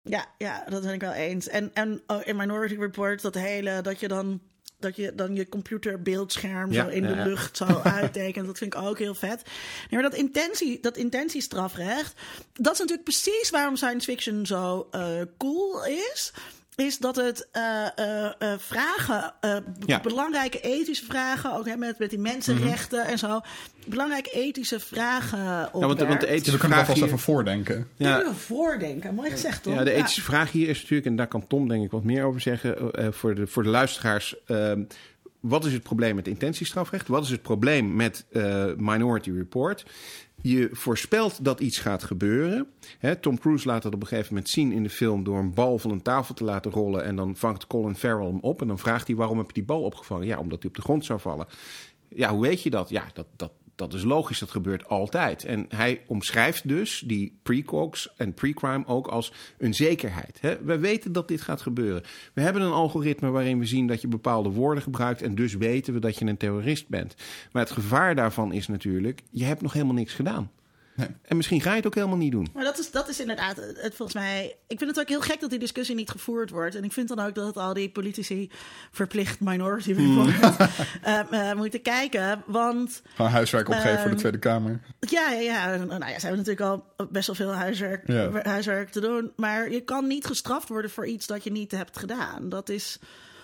Ja, ja, dat ben ik wel eens. En, en oh, in Minority Report, dat hele, dat je dan... dat je dan je computerbeeldscherm ja, zo in ja, de ja. lucht zo uittekent. Dat vind ik ook heel vet. Nee, maar dat, intentie, dat intentiestrafrecht, dat is natuurlijk precies waarom science fiction zo uh, cool is. Is dat het uh, uh, uh, vragen, uh, ja. belangrijke ethische vragen, ook hè, met, met die mensenrechten mm-hmm. en zo, belangrijke ethische vragen opwerpt. Ja, want, want de ethische dus we kunnen vast even voordenken. Ja. Kunnen we voordenken, mooi gezegd toch? Ja, de ethische ja. vraag hier is natuurlijk, en daar kan Tom denk ik wat meer over zeggen, uh, voor, de, voor de luisteraars. Uh, wat is het probleem met intentiestrafrecht? Wat is het probleem met uh, Minority Report? Je voorspelt dat iets gaat gebeuren. He, Tom Cruise laat dat op een gegeven moment zien in de film door een bal van een tafel te laten rollen. En dan vangt Colin Farrell hem op. En dan vraagt hij, waarom heb je die bal opgevangen? Ja, omdat hij op de grond zou vallen. Ja, hoe weet je dat? Ja, dat, dat, dat is logisch. Dat gebeurt altijd. En hij omschrijft dus die precogs en precrime ook als een zekerheid. He, we weten dat dit gaat gebeuren. We hebben een algoritme waarin we zien dat je bepaalde woorden gebruikt. En dus weten we dat je een terrorist bent. Maar het gevaar daarvan is natuurlijk, je hebt nog helemaal niks gedaan. Nee. En misschien ga je het ook helemaal niet doen. Maar dat is, dat is inderdaad, het, volgens mij... Ik vind het ook heel gek dat die discussie niet gevoerd wordt. En ik vind dan ook dat het al die politici verplicht Minority Report uh, uh, moeten kijken. Want... Gewoon huiswerk opgeven uh, voor de Tweede Kamer. Ja, ja, ja. Nou ja, ze hebben natuurlijk al best wel veel huiswerk, ja. huiswerk te doen. Maar je kan niet gestraft worden voor iets dat je niet hebt gedaan. Dat is...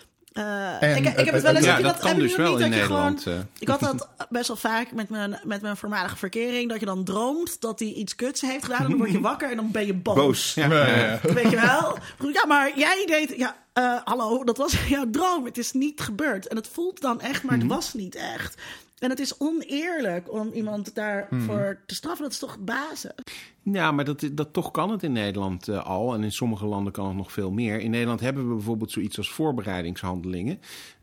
Uh, en, ik, ik heb het wel eens. Ja, dat, dat kan dus wel in Nederland. Gewoon, uh. Ik had dat best wel vaak met mijn, met mijn voormalige verkering. Dat je dan droomt dat hij iets kuts heeft gedaan. En dan word je wakker en dan ben je boos. Boos. Ja. Ja, ja, ja. Weet je wel? Ja, maar jij deed... Ja, uh, hallo, dat was jouw droom. Het is niet gebeurd. En het voelt dan echt, maar het was niet echt. En het is oneerlijk om iemand daarvoor hmm. te straffen. Dat is toch basis? Ja, maar dat, dat toch kan het in Nederland uh, al. En in sommige landen kan het nog veel meer. In Nederland hebben we bijvoorbeeld zoiets als voorbereidingshandelingen.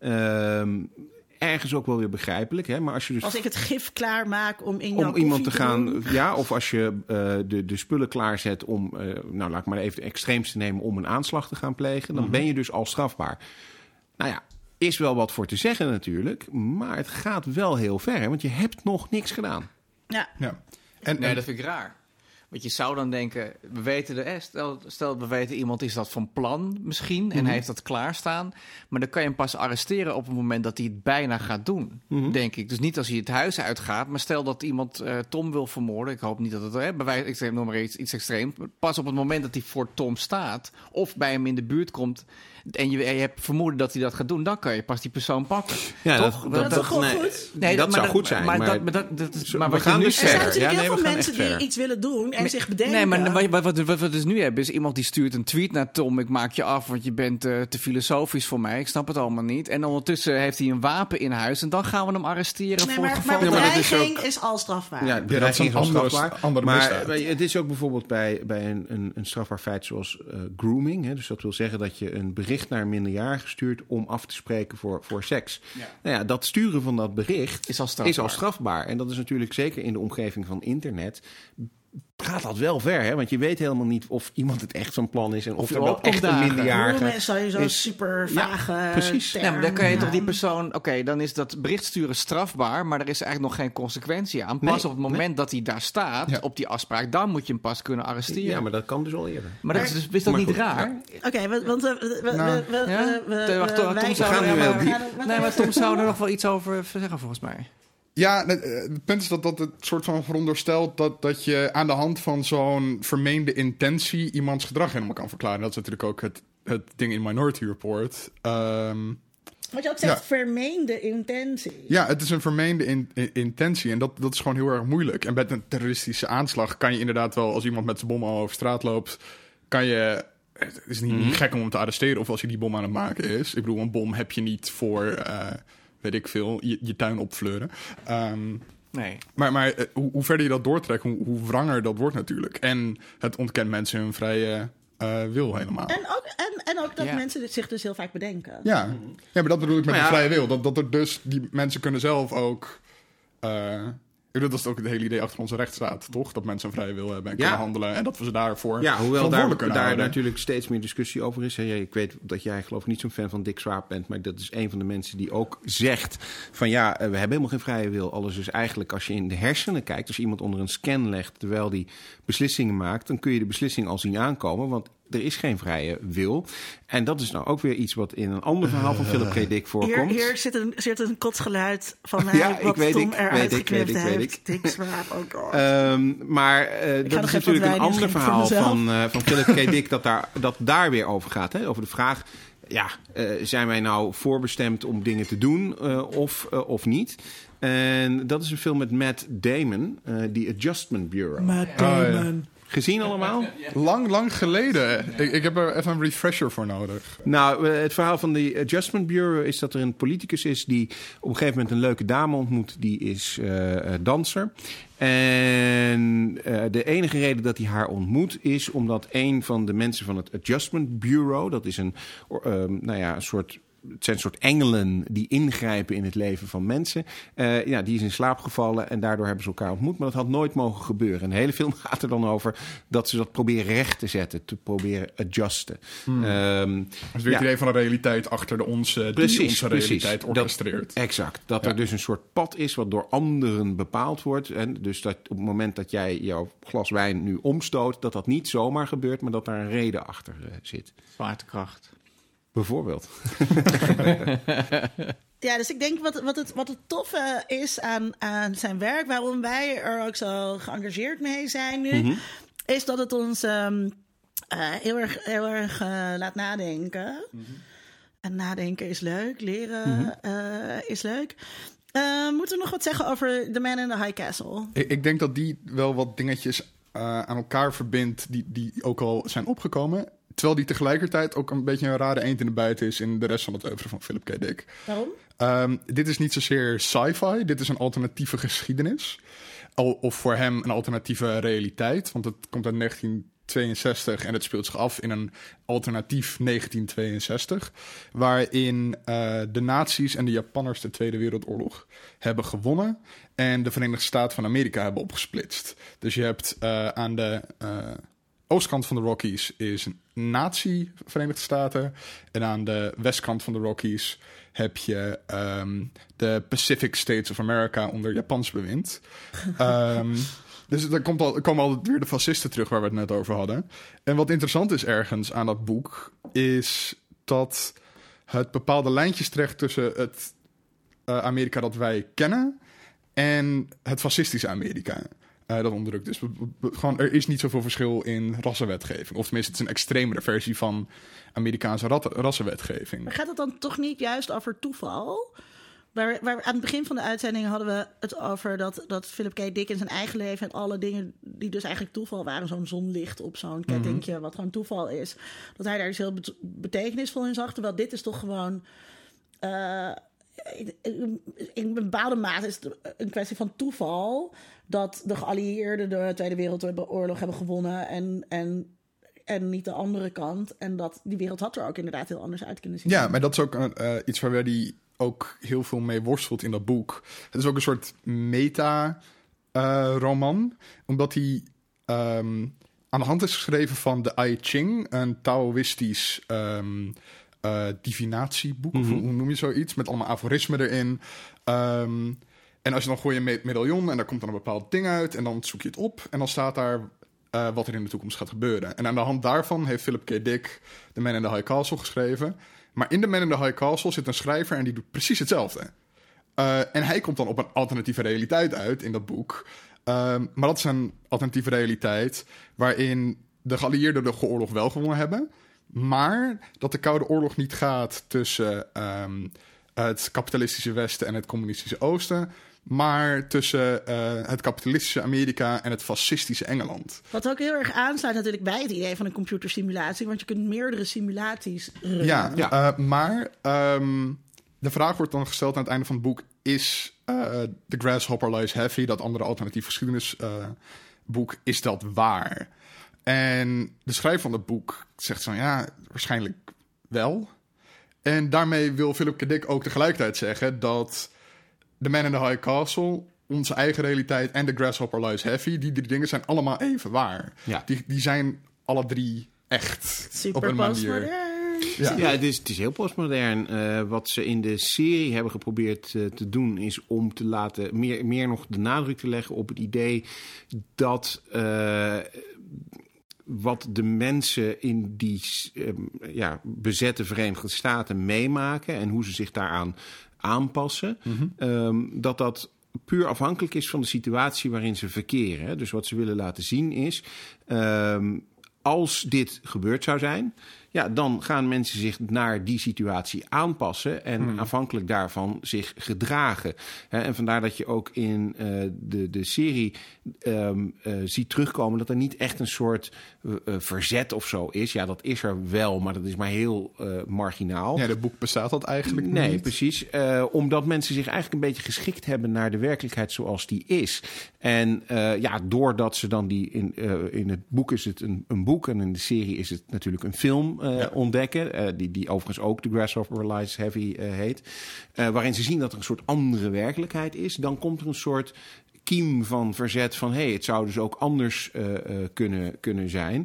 Uh, ergens ook wel weer begrijpelijk. Hè? Maar als je dus als ik het gif klaarmaak om in jouw om iemand te, te gaan, doen. Ja, of als je uh, de, de spullen klaarzet om, uh, nou laat ik maar even de extreemste nemen, om een aanslag te gaan plegen. Dan mm-hmm. ben je dus al strafbaar. Nou ja. Is wel wat voor te zeggen natuurlijk, maar het gaat wel heel ver, hè? Want je hebt nog niks gedaan. Ja. ja. En, nee, en... dat vind ik raar. Want je zou dan denken, we weten de stel, stel we weten iemand is dat van plan misschien mm-hmm. en hij heeft dat klaarstaan, maar dan kan je hem pas arresteren op het moment dat hij het bijna gaat doen, mm-hmm. denk ik. Dus niet als hij het huis uitgaat, maar stel dat iemand uh, Tom wil vermoorden. Ik hoop niet dat het hè, bij wijze, ik noem maar iets, iets extreem. Pas op het moment dat hij voor Tom staat of bij hem in de buurt komt. En je, en je hebt vermoeden dat hij dat gaat doen, dan kan je pas die persoon pakken. Ja, toch? Dat, dat, dat, dat, dat, nee, goed. Nee, dat zou dat, goed zijn. Maar, maar, dat, maar, dat, dat is, maar we wat gaan je nu dus er zijn verder. natuurlijk Ja, heel nee, veel mensen die verder. iets willen doen en nee, zich bedenken. Nee, maar wat, wat, wat, wat we dus nu hebben is iemand die stuurt een tweet naar Tom. Ik maak je af, want je bent uh, te filosofisch voor mij. Ik snap het allemaal niet. En ondertussen heeft hij een wapen in huis en dan gaan we hem arresteren nee, voor maar, het geval. Maar bedreiging ja, maar is, is al strafbaar. Ja, bedreiging is al strafbaar. Andere maar bij, het is ook bijvoorbeeld bij, bij een, een, een strafbaar feit zoals uh, grooming. Hè, dus dat wil zeggen dat je een bericht naar een minderjarige stuurt om af te spreken voor, voor seks. Ja. Nou ja, dat sturen van dat bericht is al strafbaar. Is al strafbaar. En dat is natuurlijk zeker in de omgeving van internet. Gaat dat wel ver, hè? Want je weet helemaal niet of iemand het echt van plan is en of, of er wel echt een minderjarige is. Zou je zo is, super vage ja, precies. Ja, maar dan kan je toch die persoon... Oké, okay, dan is dat bericht sturen strafbaar, maar er is eigenlijk nog geen consequentie aan. Pas nee, op het moment nee. dat hij daar staat, ja. op die afspraak, dan moet je hem pas kunnen arresteren. Ja, maar dat kan dus al eerder. Maar dat is, dus, is dat maar niet goed, raar? Oké, okay, want we, we, nou, we, we, ja? we, we, Wacht, Tom, Tom zou er wel diep. Nee, maar Tom zou er nog wel iets over zeggen, volgens mij. Ja, het punt is dat, dat het soort van veronderstelt dat, dat je aan de hand van zo'n vermeende intentie iemands gedrag helemaal kan verklaren. Dat is natuurlijk ook het, het ding in Minority Report. Um, Wat je ook zegt, ja. vermeende intentie. Ja, het is een vermeende in, in, intentie en dat, dat is gewoon heel erg moeilijk. En met een terroristische aanslag kan je inderdaad wel, als iemand met zijn bom al over straat loopt, kan je... Het is niet, mm-hmm. niet gek om hem te arresteren of als hij die bom aan het maken is. Ik bedoel, een bom heb je niet voor... Uh, weet ik veel, je, je tuin opfleuren. Um, nee. Maar, maar uh, hoe, hoe verder je dat doortrekt, hoe, hoe wranger dat wordt natuurlijk. En het ontkent mensen hun vrije uh, wil helemaal. En ook, en, en ook dat ja. mensen dit zich dus heel vaak bedenken. Ja, ja maar dat bedoel ik met de ja. vrije wil. Dat, dat er dus, die mensen kunnen zelf ook... Uh, Ik bedoel, dat is ook het hele idee achter onze rechtsstaat, toch? Dat mensen een vrije wil hebben en ja. kunnen handelen. En dat we ze daarvoor ja, hoewel daar, daar natuurlijk steeds meer discussie over is. Hè. Ik weet dat jij geloof ik niet zo'n fan van Dick Swaap bent. Maar dat is een van de mensen die ook zegt van ja, we hebben helemaal geen vrije wil. Alles dus eigenlijk als je in de hersenen kijkt. Als je iemand onder een scan legt terwijl die beslissingen maakt. Dan kun je de beslissing al zien aankomen. Want er is geen vrije wil. En dat is nou ook weer iets wat in een ander verhaal van Philip K. Dick voorkomt. Hier, hier zit, een, zit een kotsgeluid van mij, ja, wat ik weet, Tom ik, eruit weet, geknipt ik, weet, heeft. ik, weet Ik zwaar, oh god. Um, maar uh, dat is natuurlijk een ander verhaal van, uh, van Philip K. Dick dat daar, dat daar weer over gaat. Hè? Over de vraag, ja, uh, zijn wij nou voorbestemd om dingen te doen uh, of, uh, of niet? En dat is een film met Matt Damon, uh, The Adjustment Bureau. Matt Damon. Oh, ja. Gezien allemaal? Lang, lang geleden. Ik, ik heb er even een refresher voor nodig. Nou, het verhaal van de Adjustment Bureau is dat er een politicus is die op een gegeven moment een leuke dame ontmoet. Die is uh, danser. En uh, de enige reden dat hij haar ontmoet is omdat een van de mensen van het Adjustment Bureau, dat is een, uh, nou ja, een soort... Het zijn een soort engelen die ingrijpen in het leven van mensen. Uh, ja, die is in slaap gevallen en daardoor hebben ze elkaar ontmoet. Maar dat had nooit mogen gebeuren. En de hele film gaat er dan over dat ze dat proberen recht te zetten. Te proberen adjusten. Hmm. Um, dus weer het ja. idee van een realiteit achter de onze, precies, die onze realiteit precies. orchestreert. Dat, exact. Dat ja. er dus een soort pad is wat door anderen bepaald wordt. En dus dat op het moment dat jij jouw glas wijn nu omstoot, dat dat niet zomaar gebeurt, maar dat daar een reden achter uh, zit. Zwaartekracht. Bijvoorbeeld. Ja, dus ik denk wat, wat, het, wat het toffe is aan, aan zijn werk, waarom wij er ook zo geëngageerd mee zijn nu, mm-hmm. is dat het ons um, uh, heel erg, heel erg uh, laat nadenken. Mm-hmm. En nadenken is leuk, leren mm-hmm. uh, is leuk. Uh, moeten we nog wat zeggen over The Man in the High Castle? Ik, ik denk dat die wel wat dingetjes uh, aan elkaar verbindt die, die ook al zijn opgekomen. Terwijl die tegelijkertijd ook een beetje een rare eend in de bijt is in de rest van het oeuvre van Philip K. Dick. Waarom? Um, dit is niet zozeer sci-fi. Dit is een alternatieve geschiedenis. Al, of voor hem een alternatieve realiteit. Want het komt uit negentien tweeënzestig en het speelt zich af in een alternatief negentien tweeënzestig. Waarin uh, de nazi's en de Japanners de Tweede Wereldoorlog hebben gewonnen. En de Verenigde Staten van Amerika hebben opgesplitst. Dus je hebt uh, aan de... Uh, oostkant van de Rockies is nazi-Verenigde Staten. En aan de westkant van de Rockies heb je um, de Pacific States of America onder Japans bewind. um, dus daar komt al, komen al weer de fascisten terug waar we het net over hadden. En wat interessant is ergens aan dat boek, is dat het bepaalde lijntjes trekt tussen het uh, Amerika dat wij kennen en het fascistische Amerika. Uh, dat onderdrukt. Dus gewoon, er is niet zoveel verschil in rassenwetgeving. Of tenminste, het is een extremere versie van Amerikaanse rat- rassenwetgeving. Maar gaat het dan toch niet juist over toeval? Waar, waar, aan het begin van de uitzending hadden we het over dat, dat Philip K. Dick in zijn eigen leven en alle dingen die dus eigenlijk toeval waren, zo'n zonlicht op zo'n kettingje, mm-hmm. wat gewoon toeval is, dat hij daar iets heel bet- betekenisvol in zag. Terwijl dit is toch gewoon... Uh, in, in, in een bepaalde mate is het een kwestie van toeval dat de geallieerden de Tweede Wereldoorlog hebben gewonnen en, en, en niet de andere kant. En dat die wereld had er ook inderdaad heel anders uit kunnen zien. Ja, maar dat is ook uh, iets waar hij ook heel veel mee worstelt in dat boek. Het is ook een soort meta-roman, uh, omdat hij um, aan de hand is geschreven van de I Ching, een Taoïstisch um, uh, divinatieboek, mm-hmm. of hoe noem je zoiets, met allemaal aforismen erin. Um, En als je dan gooi je een medaillon en daar komt dan een bepaald ding uit en dan zoek je het op en dan staat daar uh, wat er in de toekomst gaat gebeuren. En aan de hand daarvan heeft Philip K. Dick The Man in the High Castle geschreven. Maar in The Man in the High Castle zit een schrijver en die doet precies hetzelfde. Uh, en hij komt dan op een alternatieve realiteit uit in dat boek. Uh, maar dat is een alternatieve realiteit waarin de geallieerden de oorlog wel gewonnen hebben. Maar dat de Koude Oorlog niet gaat tussen um, het kapitalistische Westen en het communistische Oosten, maar tussen uh, het kapitalistische Amerika en het fascistische Engeland. Wat ook heel erg aansluit natuurlijk bij het idee van een computersimulatie, want je kunt meerdere simulaties runnen. Ja, ja. Uh, maar um, de vraag wordt dan gesteld aan het einde van het boek, is uh, The Grasshopper Lies Heavy, dat andere alternatief geschiedenisboek, uh, is dat waar? En de schrijver van het boek zegt zo, ja, waarschijnlijk wel. En daarmee wil Philip K. Dick ook tegelijkertijd zeggen dat The Man in the High Castle, onze eigen realiteit en The Grasshopper Lies Heavy, die drie dingen zijn allemaal even waar. Ja. Die, die zijn alle drie echt. Super op een manier. postmodern. Ja, ja het, is, het is heel postmodern. Uh, wat ze in de serie hebben geprobeerd uh, te doen is om te laten meer, meer nog de nadruk te leggen op het idee dat uh, wat de mensen in die uh, ja, bezette Verenigde Staten meemaken en hoe ze zich daaraan aanpassen, mm-hmm. um, dat dat puur afhankelijk is van de situatie waarin ze verkeren. Hè. Dus wat ze willen laten zien is, um, als dit gebeurd zou zijn, ja, dan gaan mensen zich naar die situatie aanpassen en hmm. afhankelijk daarvan zich gedragen. He, en vandaar dat je ook in uh, de, de serie um, uh, ziet terugkomen dat er niet echt een soort uh, verzet of zo is. Ja, dat is er wel, maar dat is maar heel uh, marginaal. Ja, het boek bestaat dat eigenlijk niet. Nee, precies. Uh, omdat mensen zich eigenlijk een beetje geschikt hebben naar de werkelijkheid zoals die is. En uh, ja, doordat ze dan die in, uh, in het boek is het een, een boek en in de serie is het natuurlijk een film Uh, ja. ontdekken, uh, die, die overigens ook The Grasshopper Lies Heavy uh, heet, uh, waarin ze zien dat er een soort andere werkelijkheid is, dan komt er een soort kiem van verzet van, hé, hey, het zou dus ook anders uh, uh, kunnen, kunnen zijn.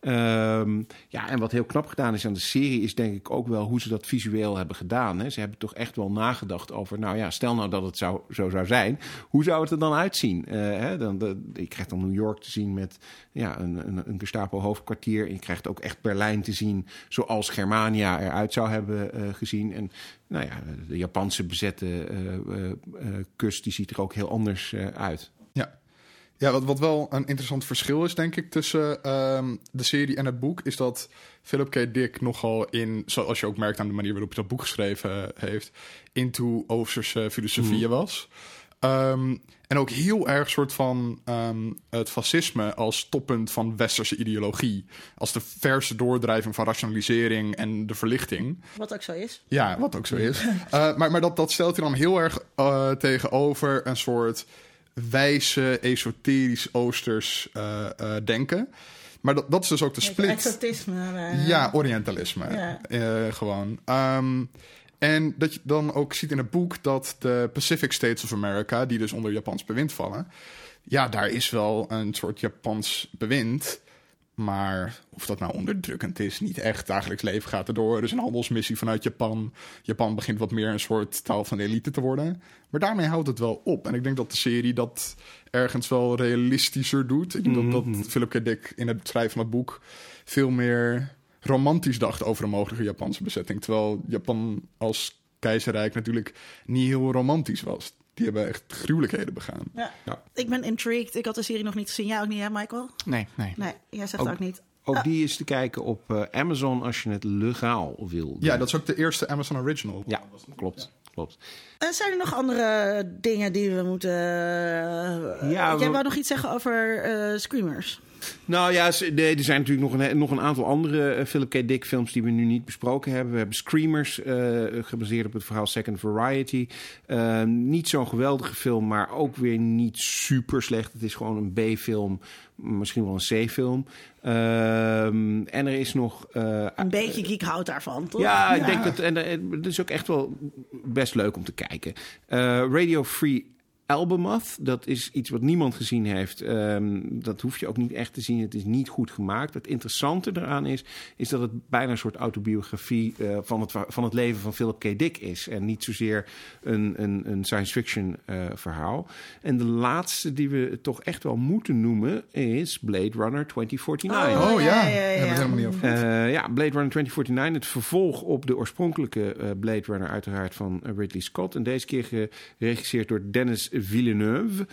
Um, ja, en wat heel knap gedaan is aan de serie is denk ik ook wel hoe ze dat visueel hebben gedaan. Hè. Ze hebben toch echt wel nagedacht over, nou ja, stel nou dat het zou, zo zou zijn, hoe zou het er dan uitzien? Uh, hè, dan, de, je krijgt dan New York te zien met ja, een, een, een Gestapo-hoofdkwartier. En je krijgt ook echt Berlijn te zien zoals Germania eruit zou hebben uh, gezien. En nou ja, de Japanse bezette uh, uh, uh, kust, die ziet er ook heel anders uh, uit. Ja. Ja, wat, wat wel een interessant verschil is, denk ik, tussen um, de serie en het boek, is dat Philip K. Dick nogal in, zoals je ook merkt aan de manier waarop hij dat boek geschreven heeft, into Oosterse filosofieën mm. was. Um, en ook heel erg soort van um, het fascisme als toppunt van westerse ideologie. Als de verse doordrijving van rationalisering en de verlichting. Wat ook zo is. Ja, wat ook zo is. uh, maar maar dat, dat stelt hij dan heel erg uh, tegenover een soort wijze, esoterisch oosters uh, uh, denken. Maar dat, dat is dus ook de split. Exotisme. Uh, ja, orientalisme. Ja. Uh, gewoon. Um, En dat je dan ook ziet in het boek dat de Pacific States of America, die dus onder Japans bewind vallen, ja, daar is wel een soort Japans bewind. Maar of dat nou onderdrukkend is, niet echt. Dagelijks leven gaat erdoor. Er is een handelsmissie vanuit Japan. Japan begint wat meer een soort taal van de elite te worden. Maar daarmee houdt het wel op. En ik denk dat de serie dat ergens wel realistischer doet. Ik denk mm-hmm. dat, dat Philip K. Dick in het schrijven van het boek veel meer romantisch dacht over een mogelijke Japanse bezetting. Terwijl Japan als keizerrijk natuurlijk niet heel romantisch was. Die hebben echt gruwelijkheden begaan. Ja. Ja. Ik ben intrigued. Ik had de serie nog niet gezien. Jij ook niet, hè, Michael? Nee, nee. Nee, jij zegt ook, ook niet. Ook ah. die is te kijken op uh, Amazon als je het legaal wil doen. Ja, dat is ook de eerste Amazon Original. Ja, klopt. klopt. Uh, zijn er nog andere dingen die we moeten... Uh, ja, jij we... wou nog iets zeggen over uh, Screamers? Nou ja, nee, er zijn natuurlijk nog een, nog een aantal andere uh, Philip K. Dick films die we nu niet besproken hebben. We hebben Screamers, uh, gebaseerd op het verhaal Second Variety. Uh, niet zo'n geweldige film, maar ook weer niet super slecht. Het is gewoon een B-film, misschien wel een C-film. Uh, en er is nog... Uh, een beetje geek houdt daarvan, toch? Ja, ik ja. denk dat... En het is ook echt wel best leuk om te kijken. Uh, Radio Free Albemarle, dat is iets wat niemand gezien heeft. Um, dat hoef je ook niet echt te zien. Het is niet goed gemaakt. Het interessante eraan is, is dat het bijna een soort autobiografie uh, van, het, van het leven van Philip K. Dick is. En niet zozeer een, een, een science fiction uh, verhaal. En de laatste die we toch echt wel moeten noemen is Blade Runner twintig forty-nine. Oh, oh ja, ja, ja, ja. Hebben we het helemaal niet over. Uh, ja, Blade Runner twintig forty-nine. Het vervolg op de oorspronkelijke uh, Blade Runner uiteraard van uh, Ridley Scott. En deze keer geregisseerd door Denis Villeneuve.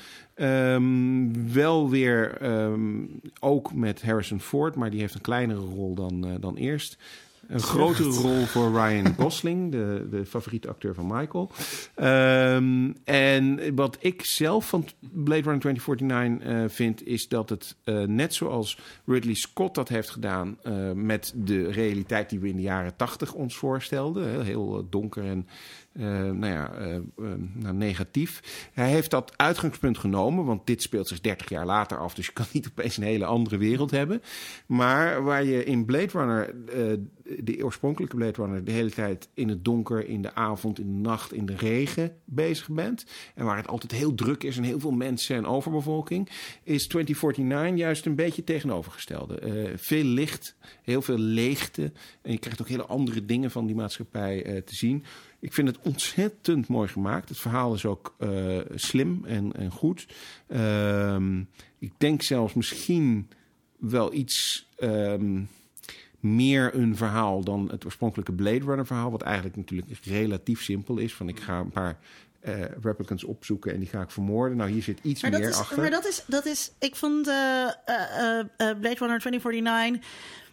Um, wel weer um, ook met Harrison Ford, maar die heeft een kleinere rol dan, uh, dan eerst. Een grotere rol voor Ryan Gosling, de, de favoriete acteur van Michael. Um, en wat ik zelf van Blade Runner twintig forty-nine uh, vind, is dat het uh, net zoals Ridley Scott dat heeft gedaan uh, met de realiteit die we in de jaren tachtig ons voorstelden. Heel uh, donker en Uh, nou ja, uh, uh, nou, negatief. Hij heeft dat uitgangspunt genomen, want dit speelt zich dertig jaar later af, dus je kan niet opeens een hele andere wereld hebben. Maar waar je in Blade Runner, uh, de oorspronkelijke Blade Runner, de hele tijd in het donker, in de avond, in de nacht, in de regen bezig bent, en waar het altijd heel druk is en heel veel mensen en overbevolking, is twintig forty-nine juist een beetje tegenovergestelde. Uh, veel licht, heel veel leegte, en je krijgt ook hele andere dingen van die maatschappij uh, te zien. Ik vind het ontzettend mooi gemaakt. Het verhaal is ook uh, slim en, en goed. Uh, ik denk zelfs misschien wel iets um, meer een verhaal dan het oorspronkelijke Blade Runner verhaal. Wat eigenlijk natuurlijk relatief simpel is. Van ik ga een paar uh, replicants opzoeken en die ga ik vermoorden. Nou, hier zit iets maar meer dat is, achter. Maar dat is, dat is ik vond uh, uh, uh, Blade Runner twintig forty-nine...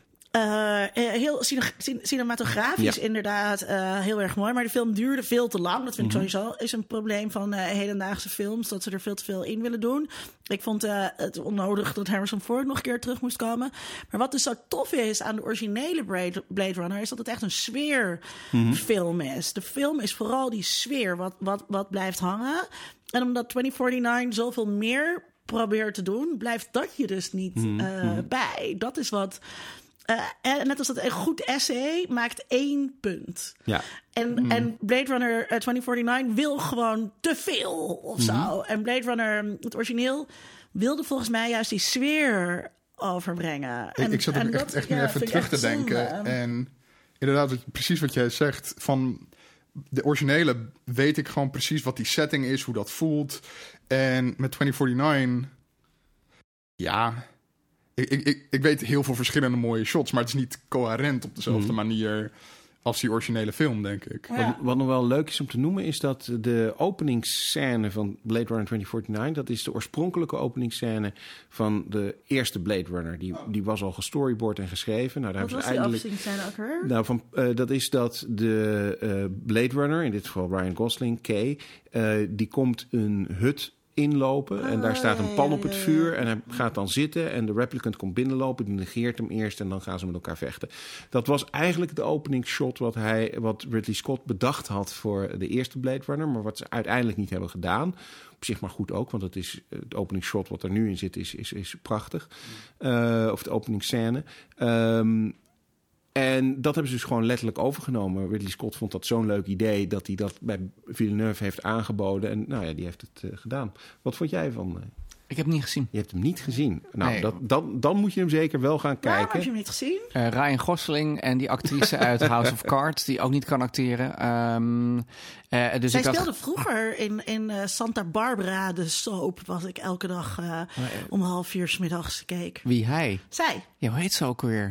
Uh, heel cine- cinematografisch ja. inderdaad uh, heel erg mooi. Maar de film duurde veel te lang. Dat vind mm-hmm. ik sowieso is een probleem van uh, hedendaagse films. Dat ze er veel te veel in willen doen. Ik vond uh, het onnodig dat Harrison Ford nog een keer terug moest komen. Maar wat dus zo tof is aan de originele Blade, Blade Runner... is dat het echt een sfeerfilm mm-hmm. is. De film is vooral die sfeer wat, wat, wat blijft hangen. En omdat twintig forty-nine zoveel meer probeert te doen... blijft dat je dus niet mm-hmm. uh, bij. Dat is wat... Uh, en net als dat een goed essay maakt één punt. Ja. En, mm. en Blade Runner uh, twintig forty-nine wil gewoon te veel of zo. Mm-hmm. En Blade Runner, het origineel, wilde volgens mij juist die sfeer overbrengen. En, ik, ik zat ook echt, dat, echt ja, nu even terug te denken. Zonde. En inderdaad, precies wat jij zegt. Van de originele weet ik gewoon precies wat die setting is, hoe dat voelt. En met twintig forty-nine, ja... Ik, ik, ik weet heel veel verschillende mooie shots, maar het is niet coherent op dezelfde mm. manier als die originele film, denk ik. Ja. Wat, wat nog wel leuk is om te noemen, is dat de openingsscène van Blade Runner twintig forty-nine... dat is de oorspronkelijke openingsscène van de eerste Blade Runner. Die, die was al gestoryboard en geschreven. Nou, daar wat was ze die eindelijk... openingsscène ook weer? Nou, van, uh, dat is dat de uh, Blade Runner, in dit geval Ryan Gosling, Kay... Uh, die komt een hut inlopen en daar staat een pan op het vuur en hij gaat dan zitten en de replicant komt binnenlopen, die negeert hem eerst en dan gaan ze met elkaar vechten. Dat was eigenlijk de openingsshot wat hij, wat Ridley Scott bedacht had voor de eerste Blade Runner, maar wat ze uiteindelijk niet hebben gedaan. Op zich maar goed ook, want het is het openingsshot wat er nu in zit is, is, is prachtig. Uh, of de openingsscène. Um, En dat hebben ze dus gewoon letterlijk overgenomen. Ridley Scott vond dat zo'n leuk idee dat hij dat bij Villeneuve heeft aangeboden. En nou ja, die heeft het uh, gedaan. Wat vond jij van? Uh... Ik heb hem niet gezien. Je hebt hem niet gezien. Nou, nee. dat, dan, dan moet je hem zeker wel gaan kijken. Waarom heb je hem niet gezien? Uh, Ryan Gosling en die actrice uit House of Cards, die ook niet kan acteren. Um, uh, dus Zij ik speelde had... vroeger in, in uh, Santa Barbara, de soap, was ik elke dag uh, oh, ja. om half vier 's middags keek. Wie hij? Zij. Ja, hoe heet ze ook weer?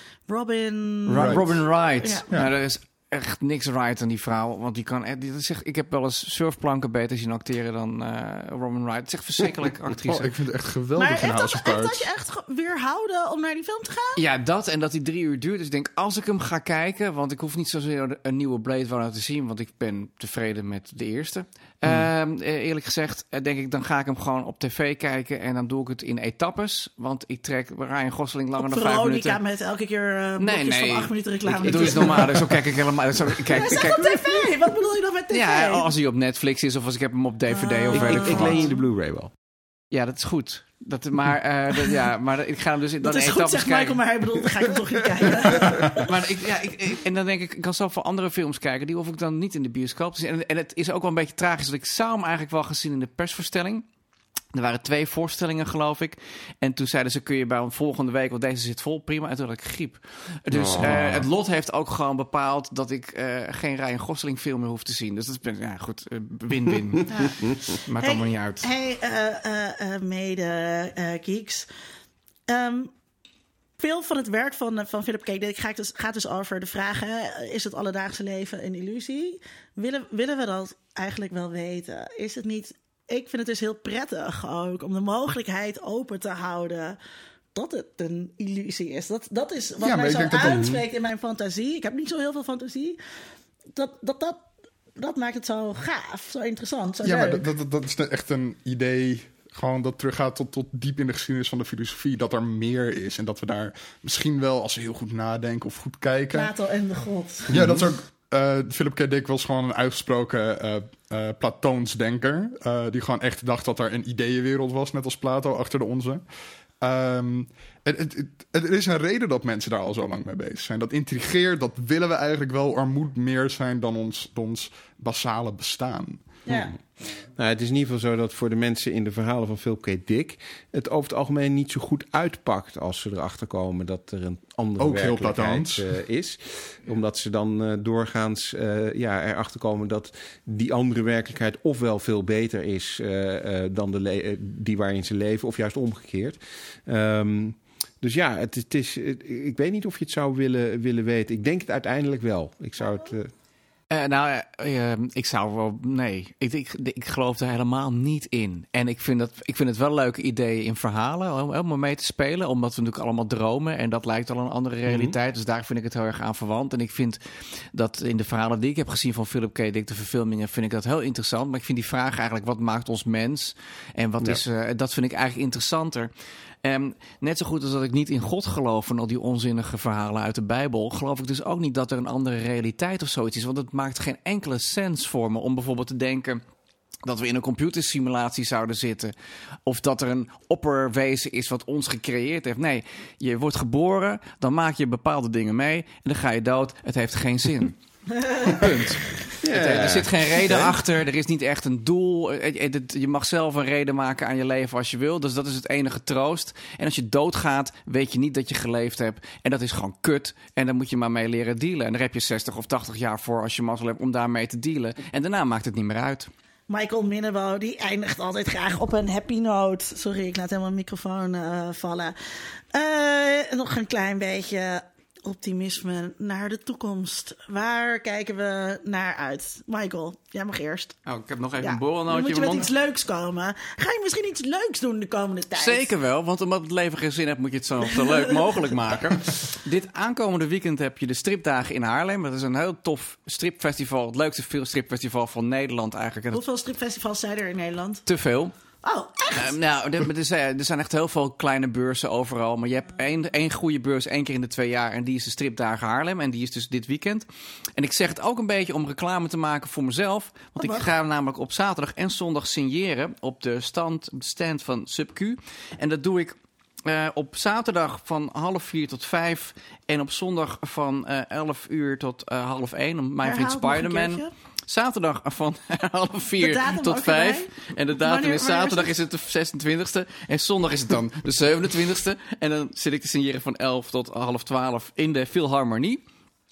Robin Wright. Robin Wright. Ja. Nou, er is echt niks right aan die vrouw. Want die kan... Die zegt, ik heb wel eens surfplanken beter zien acteren dan uh, Robin Wright. Het is echt verschrikkelijk actrice. Oh, ik vind het echt geweldig maar in House of Cards. Maar heeft dat je echt weerhouden om naar die film te gaan? Ja, dat. En dat die drie uur duurt. Dus ik denk, als ik hem ga kijken... Want ik hoef niet zozeer een nieuwe Blade Runner te zien. Want ik ben tevreden met de eerste. Hmm. Uh, eerlijk gezegd, denk ik, dan ga ik hem gewoon op tv kijken. En dan doe ik het in etappes. Want ik trek Ryan Gosling langer op dan vijf minuten. Veronica met elke keer uh, nee, nee. van acht minuten reclame. Ik, ik doe het normaal. Zo kijk ik helemaal... Zo, kijk, ja, kijk, op tv. Wat bedoel je dan met tv? Ja, als hij op Netflix is of als ik heb hem op D V D uh, of ik, weet ik, ik leen je de Blu-ray wel. Ja, dat is goed. Dat, maar, uh, dat, ja, maar ik ga hem dus in dat dan is in goed, zegt kijken. Michael, maar hij bedoelt, dan ga ik hem toch niet kijken. maar ik, ja, ik, ik, en dan denk ik, ik kan zoveel andere films kijken. Die hoef ik dan niet in de bioscoop te zien. En, en het is ook wel een beetje tragisch. Dat ik zou hem eigenlijk wel gezien in de persvoorstelling. Er waren twee voorstellingen, geloof ik. En toen zeiden ze, kun je bij volgende week... want deze zit vol, prima. En toen had ik griep. Dus oh. uh, het lot heeft ook gewoon bepaald... dat ik uh, geen Ryan Gosling film meer hoef te zien. Dus dat is, ja goed, uh, win-win. Ja. Maakt hey, allemaal niet uit. Hey, uh, uh, uh, mede uh, geeks. Um, veel van het werk van, van Philip K. Dick gaat dus, gaat dus over de vraag... Hè, is het alledaagse leven een illusie? Willen, willen we dat eigenlijk wel weten? Is het niet... Ik vind het dus heel prettig ook om de mogelijkheid open te houden dat het een illusie is. Dat, dat is wat ja, mij zo aanspreekt dat... in mijn fantasie. Ik heb niet zo heel veel fantasie. Dat, dat, dat, dat maakt het zo gaaf, zo interessant, zo ja, leuk. maar dat, dat, dat is echt een idee... Gewoon dat teruggaat tot, tot diep in de geschiedenis van de filosofie. Dat er meer is. En dat we daar misschien wel, als we heel goed nadenken of goed kijken... Plato en de god. Ja, dat is ook... Uh, Philip K. Dick was gewoon een uitgesproken uh, uh, Platoons denker. Uh, die gewoon echt dacht dat er een ideeënwereld was, net als Plato, achter de onze. Um, het, het, het, er is een reden dat mensen daar al zo lang mee bezig zijn. Dat intrigeert, dat willen we eigenlijk wel. Er moet meer zijn dan ons, ons basale bestaan. Ja. Hmm. Nou, het is in ieder geval zo dat voor de mensen in de verhalen van Philip K. Dick... het over het algemeen niet zo goed uitpakt als ze erachter komen... dat er een andere ook werkelijkheid uh, is. Omdat ze dan uh, doorgaans uh, ja, erachter komen dat die andere werkelijkheid... ofwel veel beter is uh, uh, dan de le- die waarin ze leven... of juist omgekeerd. Um, dus ja, het, het is, het, ik weet niet of je het zou willen, willen weten. Ik denk het uiteindelijk wel. Ik zou het... Uh... Uh, nou, uh, uh, ik zou wel... Nee, ik, ik, ik geloof er helemaal niet in. En ik vind, dat, ik vind het wel leuke ideeën in verhalen om, om mee te spelen. Omdat we natuurlijk allemaal dromen. En dat lijkt al een andere realiteit. Mm-hmm. Dus daar vind ik het heel erg aan verwant. En ik vind dat in de verhalen die ik heb gezien van Philip K. Dick, de verfilmingen, vind ik dat heel interessant. Maar ik vind die vraag eigenlijk, wat maakt ons mens? En wat ja. is... Uh, dat vind ik eigenlijk interessanter. Um, net zo goed als dat ik niet in God geloof en al die onzinnige verhalen uit de Bijbel, geloof ik dus ook niet dat er een andere realiteit of zoiets is. Want het maakt geen enkele sens voor me om bijvoorbeeld te denken dat we in een computersimulatie zouden zitten. Of dat er een opperwezen is wat ons gecreëerd heeft. Nee, je wordt geboren, dan maak je bepaalde dingen mee en dan ga je dood. Het heeft geen zin. Punt. Yeah. Het, er zit geen reden okay. achter. Er is niet echt een doel. Je mag zelf een reden maken aan je leven als je wil. Dus dat is het enige troost. En als je doodgaat, weet je niet dat je geleefd hebt. En dat is gewoon kut. En daar moet je maar mee leren dealen. En daar heb je zestig of tachtig jaar voor als je mazzel hebt om daarmee te dealen. En daarna maakt het niet meer uit. Michael Minnebo, die eindigt altijd graag op een happy note. Sorry, ik laat helemaal de microfoon uh, vallen. Uh, nog een klein beetje optimisme naar de toekomst. Waar kijken we naar uit? Michael, jij mag eerst. Oh, ik heb nog even ja, een borrelnootje. Moet je met iets leuks komen? Ga je misschien iets leuks doen de komende tijd? Zeker wel, want omdat het leven geen zin heeft, moet je het zo, zo leuk mogelijk maken. Dit aankomende weekend heb je de stripdagen in Haarlem. Dat is een heel tof stripfestival. Het leukste stripfestival van Nederland eigenlijk. Hoeveel stripfestivals zijn er in Nederland? Te veel. Oh, echt? Uh, nou, er zijn, er zijn echt heel veel kleine beurzen overal. Maar je hebt één, één goede beurs één keer in de twee jaar. En die is de Stripdagen Haarlem. En die is dus dit weekend. En ik zeg het ook een beetje om reclame te maken voor mezelf. Want oh, ik ga namelijk op zaterdag en zondag signeren op de stand, op de stand van SubQ. En dat doe ik uh, op zaterdag van half vier tot vijf. En op zondag van uh, elf uur tot uh, half één. Om mijn vriend Spider-Man. Zaterdag van half vier tot vijf. En de datum wanneer, is zaterdag is het de zesentwintigste. En zondag is het dan de zevenentwintigste. En dan zit ik te signeren van elf tot half twaalf in de Philharmonie.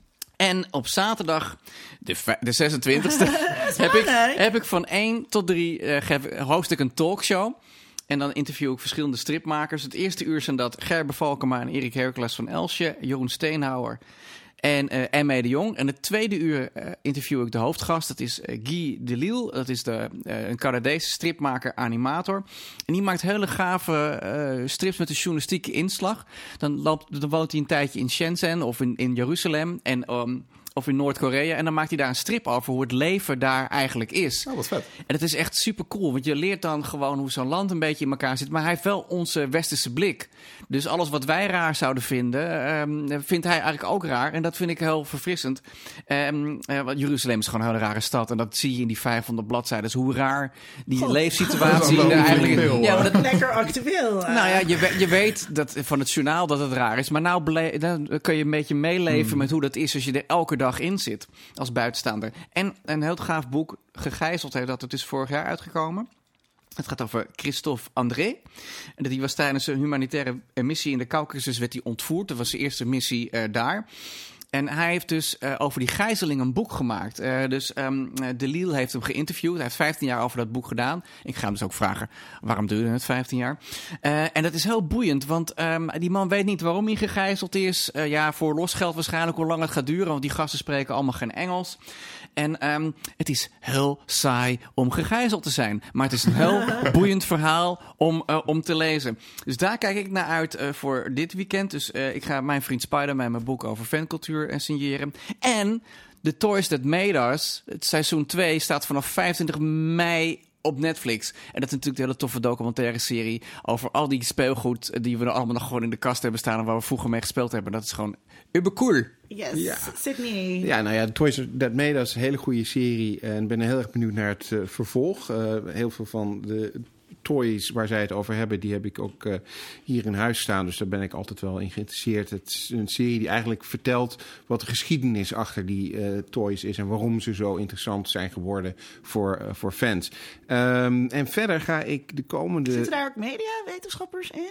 En op zaterdag, de, de zesentwintigste, heb ik, heb ik van één tot drie uh, geef, host ik een talkshow. En dan interview ik verschillende stripmakers. Het eerste uur zijn dat Gerbe Valkema en Erik Hercules van Elsje, Jeroen Steenhouwer en uh, M E de Jong. En het tweede uur uh, interview ik de hoofdgast. Dat is uh, Guy Delisle. Dat is de, uh, een Canadese stripmaker, animator. En die maakt hele gave uh, strips met een journalistieke inslag. Dan, loopt, dan woont hij een tijdje in Shenzhen of in, in Jeruzalem. En um, of in Noord-Korea. En dan maakt hij daar een strip over hoe het leven daar eigenlijk is. Oh, wat vet. En het is echt super cool. Want je leert dan gewoon hoe zo'n land een beetje in elkaar zit. Maar hij heeft wel onze westerse blik. Dus alles wat wij raar zouden vinden, um, vindt hij eigenlijk ook raar. En dat vind ik heel verfrissend. Um, uh, want Jeruzalem is gewoon een hele rare stad. En dat zie je in die vijfhonderd bladzijden. Dus hoe raar die God, leefsituatie er eigenlijk in. Ja, maar dat lekker actueel. Uh. Nou ja, je, je weet dat, van het journaal dat het raar is. Maar nou ble- dan kun je een beetje meeleven hmm. met hoe dat is als je er elke dag in zit als buitenstaander. En een heel gaaf boek, Gegijzeld heeft dat. Het is vorig jaar uitgekomen. Het gaat over Christophe André. Die was tijdens een humanitaire missie in de Caucasus werd hij ontvoerd. Dat was de eerste missie uh, daar. En hij heeft dus uh, over die gijzeling een boek gemaakt. Uh, dus um, Delisle heeft hem geïnterviewd. Hij heeft vijftien jaar over dat boek gedaan. Ik ga hem dus ook vragen, waarom duurde het vijftien jaar? Uh, en dat is heel boeiend, want um, die man weet niet waarom hij gegijzeld is. Uh, ja, voor losgeld waarschijnlijk hoe lang het gaat duren, want die gasten spreken allemaal geen Engels. En um, het is heel saai om gegijzeld te zijn. Maar het is een heel boeiend verhaal om, uh, om te lezen. Dus daar kijk ik naar uit uh, voor dit weekend. Dus uh, ik ga mijn vriend Spider-Man mijn boek over fancultuur en signeren. En The Toys That Made Us, het seizoen twee, staat vanaf vijfentwintig mei op Netflix. En dat is natuurlijk een hele toffe documentaire serie over al die speelgoed die we allemaal nog gewoon in de kast hebben staan en waar we vroeger mee gespeeld hebben. Dat is gewoon uber cool. Yes, ja. Sydney. Ja, nou ja, The Toys That Made Us is een hele goede serie en ben heel erg benieuwd naar het uh, vervolg. Uh, heel veel van de toys waar zij het over hebben, die heb ik ook uh, hier in huis staan. Dus daar ben ik altijd wel in geïnteresseerd. Het is een serie die eigenlijk vertelt wat de geschiedenis achter die uh, toys is en waarom ze zo interessant zijn geworden voor, uh, voor fans. Um, en verder ga ik de komende... Zitten daar ook mediawetenschappers in?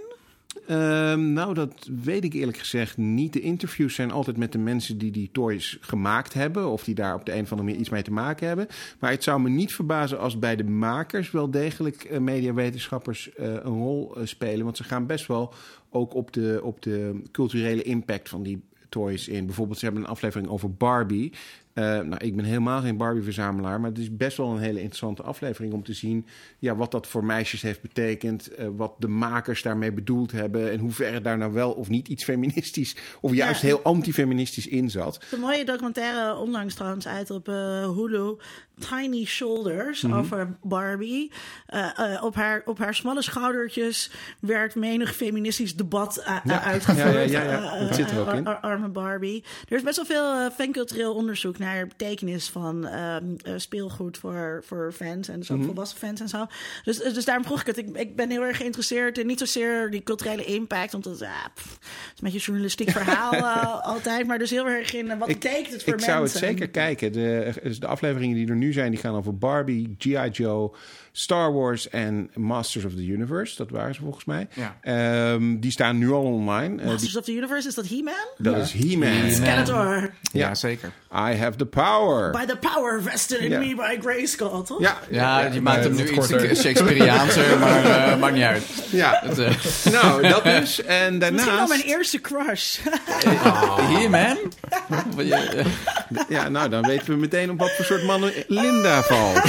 Um, nou, dat weet ik eerlijk gezegd niet. De interviews zijn altijd met de mensen die die toys gemaakt hebben, of die daar op de een of andere manier iets mee te maken hebben. Maar het zou me niet verbazen als bij de makers wel degelijk uh, mediawetenschappers uh, een rol uh, spelen. Want ze gaan best wel ook op de, op de culturele impact van die toys in. Bijvoorbeeld, ze hebben een aflevering over Barbie. Uh, nou, ik ben helemaal geen Barbie-verzamelaar, maar het is best wel een hele interessante aflevering om te zien ja, wat dat voor meisjes heeft betekend, uh, wat de makers daarmee bedoeld hebben en hoe ver daar nou wel of niet iets feministisch of juist ja. heel antifeministisch in zat. Een mooie documentaire onlangs trouwens uit op uh, Hulu, Tiny Shoulders, mm-hmm. over Barbie. Uh, uh, op, haar, op haar smalle schoudertjes werd menig feministisch debat uh, ja. uitgevoerd. Ja, ja, ja, ja. Dat uh, zit er ook in. Uh, arme Barbie. Er is best wel veel uh, fancultureel onderzoek naar de betekenis van um, uh, speelgoed voor, voor fans en dus ook mm-hmm. volwassen fans en zo. Dus, dus daarom vroeg ik het. Ik, ik ben heel erg geïnteresseerd in niet zozeer die culturele impact, omdat ja, pff, het is een beetje een journalistiek verhaal uh, altijd, maar dus heel erg in uh, wat ik, betekent het voor ik mensen. Ik zou het zeker kijken. De, dus de afleveringen die er nu zijn, die gaan over Barbie, G I. Joe, Star Wars en Masters of the Universe. Dat waren ze volgens mij. Ja. Um, die staan nu al online. Masters uh, die, of the Universe, is dat He-Man? Dat ja. is He-Man. He-Man. Skeletor. Ja, ja, zeker. I have the power. By the power vested in ja. me by Grayskull, toch? Ja, ja, ja je maakt hem nu iets Shakespeareaanser, maar uh, maakt niet uit. Ja, het, uh. nou, dat dus. En daarnaast... Misschien wel mijn eerste crush. Oh. He-Man? Ja, nou, dan weten we meteen op wat voor soort mannen Linda valt.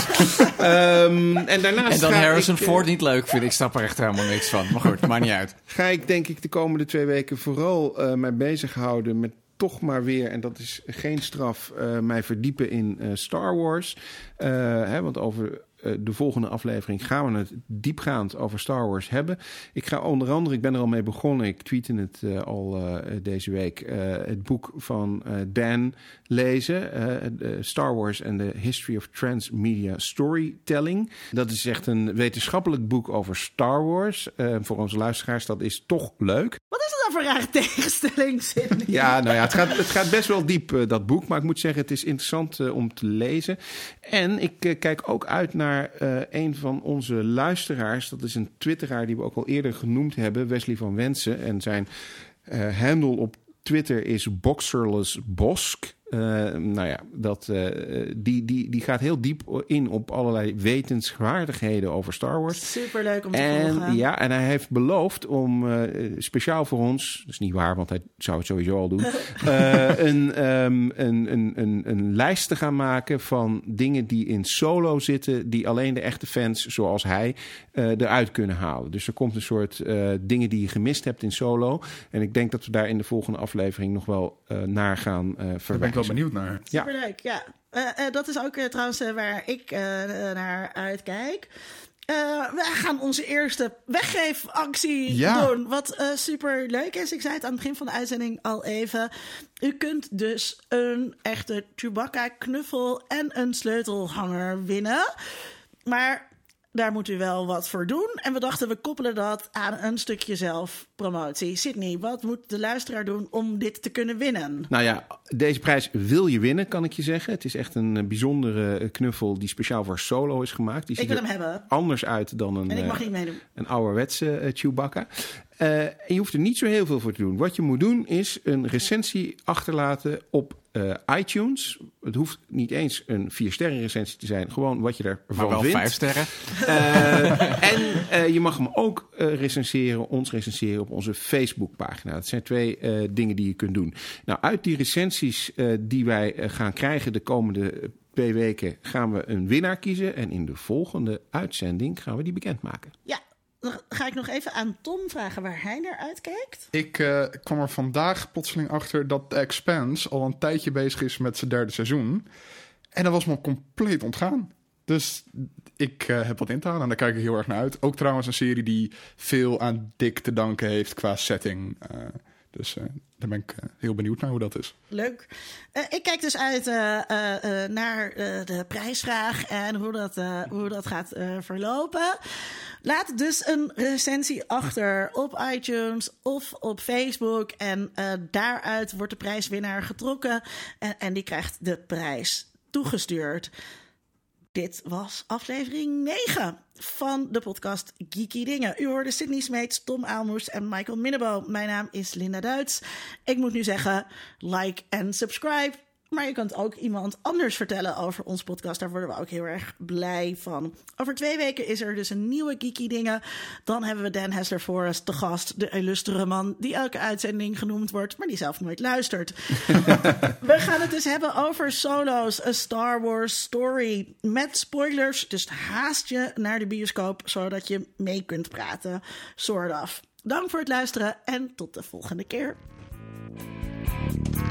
um, en daarnaast en dan Harrison ik, Ford niet leuk vind. Ik snap er echt helemaal niks van. Maar goed, maakt niet uit. Ga ik denk ik de komende twee weken vooral uh, mij bezighouden met toch maar weer, en dat is geen straf, uh, mij verdiepen in uh, Star Wars. Uh, hè, want over uh, de volgende aflevering gaan we het diepgaand over Star Wars hebben. Ik ga onder andere, ik ben er al mee begonnen, ik tweette het uh, al uh, deze week, uh, het boek van uh, Dan lezen. Uh, Star Wars and the History of Transmedia Storytelling. Dat is echt een wetenschappelijk boek over Star Wars. Uh, voor onze luisteraars, dat is toch leuk. Wat is dat voor een rare tegenstelling, Sidney? Ja, nou ja, het gaat, het gaat best wel diep, uh, dat boek. Maar ik moet zeggen, het is interessant uh, om te lezen. En ik uh, kijk ook uit naar uh, een van onze luisteraars. Dat is een twitteraar die we ook al eerder genoemd hebben. Wesley van Wensen. En zijn uh, handle op Twitter is Boxerless Bosk. Uh, nou ja, dat, uh, die, die, die gaat heel diep in op allerlei wetenswaardigheden over Star Wars. Superleuk om te en, volgen. Ja, en hij heeft beloofd om uh, speciaal voor ons, dat is niet waar, want hij zou het sowieso al doen, uh, een, um, een, een, een, een lijst te gaan maken van dingen die in Solo zitten, die alleen de echte fans, zoals hij, uh, eruit kunnen halen. Dus er komt een soort uh, dingen die je gemist hebt in Solo. En ik denk dat we daar in de volgende aflevering nog wel uh, naar gaan uh, verwijzen. Wel benieuwd naar. Ja. Superleuk, ja. Uh, uh, dat is ook uh, trouwens uh, waar ik uh, naar uitkijk. Uh, we gaan onze eerste weggeefactie ja. doen. Wat uh, super leuk is. Ik zei het aan het begin van de uitzending al even. U kunt dus een echte Chewbacca knuffel en een sleutelhanger winnen. Maar daar moet u wel wat voor doen. En we dachten, we koppelen dat aan een stukje zelfpromotie. Sidney, wat moet de luisteraar doen om dit te kunnen winnen? Nou ja, deze prijs wil je winnen, kan ik je zeggen. Het is echt een bijzondere knuffel die speciaal voor Solo is gemaakt. Die ik wil hem hebben. Anders uit dan een, en ik mag niet meedoen. een ouderwetse uh, Chewbacca. Uh, en je hoeft er niet zo heel veel voor te doen. Wat je moet doen is een recensie achterlaten op uh, iTunes. Het hoeft niet eens een vier sterren recensie te zijn. Gewoon wat je ervan vindt. Maar wel vindt. vijf sterren. Uh, en uh, je mag hem ook uh, recenseren, ons recenseren op onze Facebookpagina. Dat zijn twee uh, dingen die je kunt doen. Nou, uit die recensies uh, die wij uh, gaan krijgen de komende twee weken gaan we een winnaar kiezen. En in de volgende uitzending gaan we die bekendmaken. Ja. Dan ga ik nog even aan Tom vragen waar hij naar uitkijkt. Ik uh, kwam er vandaag plotseling achter dat The Expanse al een tijdje bezig is met zijn derde seizoen. En dat was me compleet ontgaan. Dus ik uh, heb wat in te halen en daar kijk ik heel erg naar uit. Ook trouwens een serie die veel aan Dick te danken heeft qua setting. Uh, dus uh, daar ben ik uh, heel benieuwd naar hoe dat is. Leuk. Uh, ik kijk dus uit uh, uh, uh, naar uh, de prijsvraag en hoe dat, uh, hoe dat gaat uh, verlopen. Laat dus een recensie achter op iTunes of op Facebook. En uh, daaruit wordt de prijswinnaar getrokken. En, en die krijgt de prijs toegestuurd. Dit was aflevering negen van de podcast Geeky Dingen. U hoorde Sydney Smeets, Tom Aalmoes en Michael Minnebo. Mijn naam is Linda Duits. Ik moet nu zeggen, like en subscribe. Maar je kunt ook iemand anders vertellen over ons podcast. Daar worden we ook heel erg blij van. Over twee weken is er dus een nieuwe Geeky Dingen. Dan hebben we Dan Hessler-Forrest te gast. De illustere man die elke uitzending genoemd wordt, maar die zelf nooit luistert. We gaan het dus hebben over Solo's, A Star Wars Story. Met spoilers, dus haast je naar de bioscoop, zodat je mee kunt praten. Sort of. Dank voor het luisteren en tot de volgende keer.